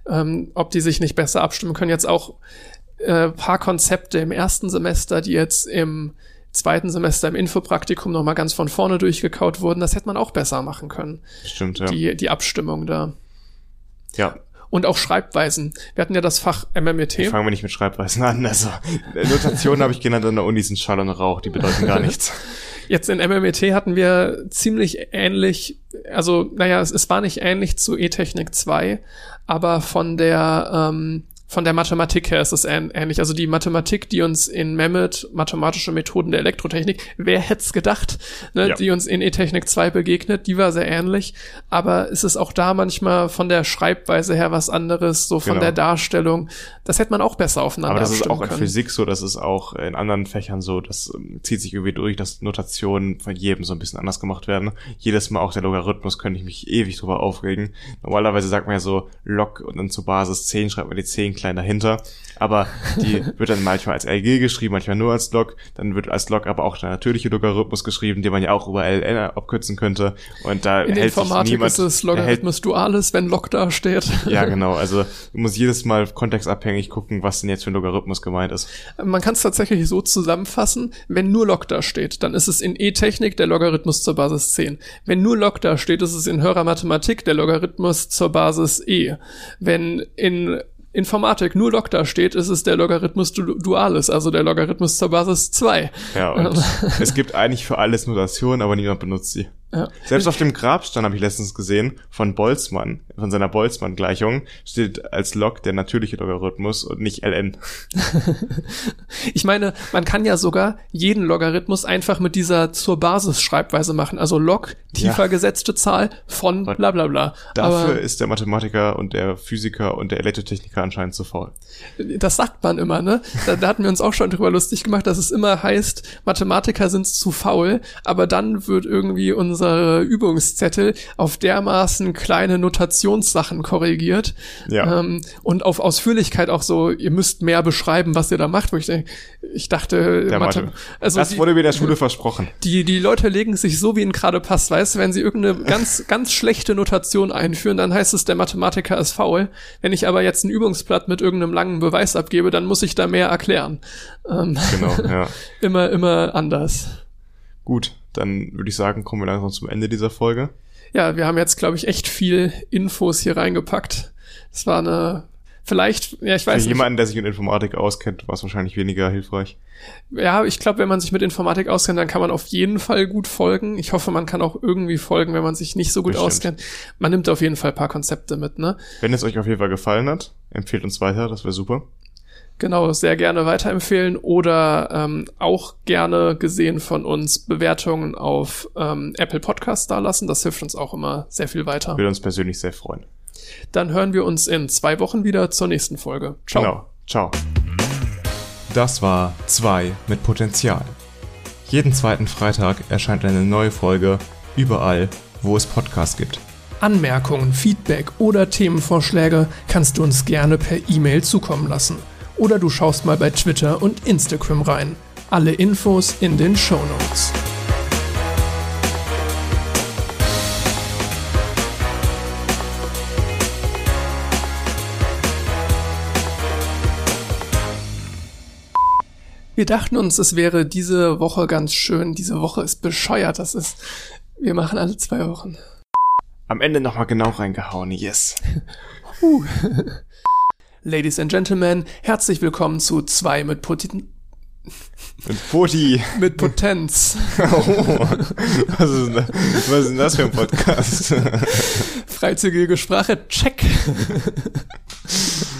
ähm, ob die sich nicht besser abstimmen können. Jetzt auch äh, paar Konzepte im ersten Semester, die jetzt im zweiten Semester im Infopraktikum nochmal ganz von vorne durchgekaut wurden. Das hätte man auch besser machen können. Stimmt, ja. Die, die Abstimmung da. Ja. Und auch Schreibweisen. Wir hatten ja das Fach M M E T. Fangen wir nicht mit Schreibweisen an. Also Notationen habe ich genannt an der Uni, sind Schall und Rauch, die bedeuten gar nichts. Jetzt in M M E T hatten wir ziemlich ähnlich, also naja, es, es war nicht ähnlich zu E-Technik zwei, aber von der ähm, von der Mathematik her ist es ähnlich. Also die Mathematik, die uns in Mehmet, mathematische Methoden der Elektrotechnik, wer hätte es gedacht, ne, ja. die uns in E-Technik zwei begegnet, die war sehr ähnlich. Aber es ist auch da manchmal von der Schreibweise her was anderes, so von genau. der Darstellung. Das hätte man auch besser aufeinander abstimmen können. Aber das ist auch in können. Physik so, das ist auch in anderen Fächern so, das um, zieht sich irgendwie durch, dass Notationen von jedem so ein bisschen anders gemacht werden. Jedes Mal auch der Logarithmus, könnte ich mich ewig drüber aufregen. Normalerweise sagt man ja so Log und dann zur Basis zehn schreibt man die zehn klein dahinter, aber die wird dann manchmal als L G geschrieben, manchmal nur als Log, dann wird als Log aber auch der natürliche Logarithmus geschrieben, den man ja auch über L N abkürzen könnte, und da in hält sich niemand... In Informatik ist es Logarithmus Dualis, wenn Log da steht. Ja, genau, also du musst jedes Mal kontextabhängig gucken, was denn jetzt für ein Logarithmus gemeint ist. Man kann es tatsächlich so zusammenfassen, wenn nur Log da steht, dann ist es in E-Technik der Logarithmus zur Basis zehn. Wenn nur Log da steht, ist es in höherer Mathematik der Logarithmus zur Basis E. Wenn in Informatik nur Log da steht, ist es der Logarithmus du- Dualis, also der Logarithmus zur Basis zwei. Ja, und es gibt eigentlich für alles Notationen, aber niemand benutzt sie. Ja. Selbst auf dem Grabstein habe ich letztens gesehen, von Boltzmann, von seiner Boltzmann-Gleichung, steht als Log der natürliche Logarithmus und nicht L N. Ich meine, man kann ja sogar jeden Logarithmus einfach mit dieser zur Basis-Schreibweise machen. Also Log, tiefer ja. gesetzte Zahl von bla bla bla. Dafür Aber ist der Mathematiker und der Physiker und der Elektrotechniker anscheinend zu faul. Das sagt man immer, ne? Da, da hatten wir uns auch schon drüber lustig gemacht, dass es immer heißt, Mathematiker sind zu faul, aber dann wird irgendwie unser Übungszettel auf dermaßen kleine Notationssachen korrigiert. Ja. Ähm, und auf Ausführlichkeit auch so, ihr müsst mehr beschreiben, was ihr da macht, wo ich denke, ich dachte, der Mathe, Mathe. Also das die, wurde mir in der Schule versprochen. Die, die Leute legen sich so, wie ihnen gerade passt, weißt du, wenn sie irgendeine ganz, ganz schlechte Notation einführen, dann heißt es, der Mathematiker ist faul. Wenn ich aber jetzt ein Übungsblatt mit irgendeinem langen Beweis abgebe, dann muss ich da mehr erklären. Ähm, genau, ja. immer, immer anders. Gut, dann würde ich sagen, kommen wir langsam zum Ende dieser Folge. Ja, wir haben jetzt, glaube ich, echt viel Infos hier reingepackt. Das war eine, vielleicht, ja, ich weiß nicht. Für jemanden, der sich mit Informatik auskennt, war es wahrscheinlich weniger hilfreich. Ja, ich glaube, wenn man sich mit Informatik auskennt, dann kann man auf jeden Fall gut folgen. Ich hoffe, man kann auch irgendwie folgen, wenn man sich nicht so gut Bestimmt. auskennt. Man nimmt auf jeden Fall ein paar Konzepte mit, ne? Wenn es euch auf jeden Fall gefallen hat, empfehlt uns weiter, das wäre super. Genau, sehr gerne weiterempfehlen oder ähm, auch gerne gesehen von uns Bewertungen auf ähm, Apple Podcasts dalassen. Das hilft uns auch immer sehr viel weiter. Würde uns persönlich sehr freuen. Dann hören wir uns in zwei Wochen wieder zur nächsten Folge. Ciao. Genau, ciao. Das war zwei mit Potenzial. Jeden zweiten Freitag erscheint eine neue Folge überall, wo es Podcasts gibt. Anmerkungen, Feedback oder Themenvorschläge kannst du uns gerne per E-Mail zukommen lassen. Oder du schaust mal bei Twitter und Instagram rein. Alle Infos in den Shownotes. Wir dachten uns, es wäre diese Woche ganz schön. Diese Woche ist bescheuert. Das ist, wir machen alle zwei Wochen. Am Ende nochmal genau reingehauen, yes. uh. Ladies and Gentlemen, herzlich willkommen zu zwei mit Poten... Mit Poti. Mit Potenz. Oh, was ist denn das, was ist denn das für ein Podcast? Freizügige Sprache, check.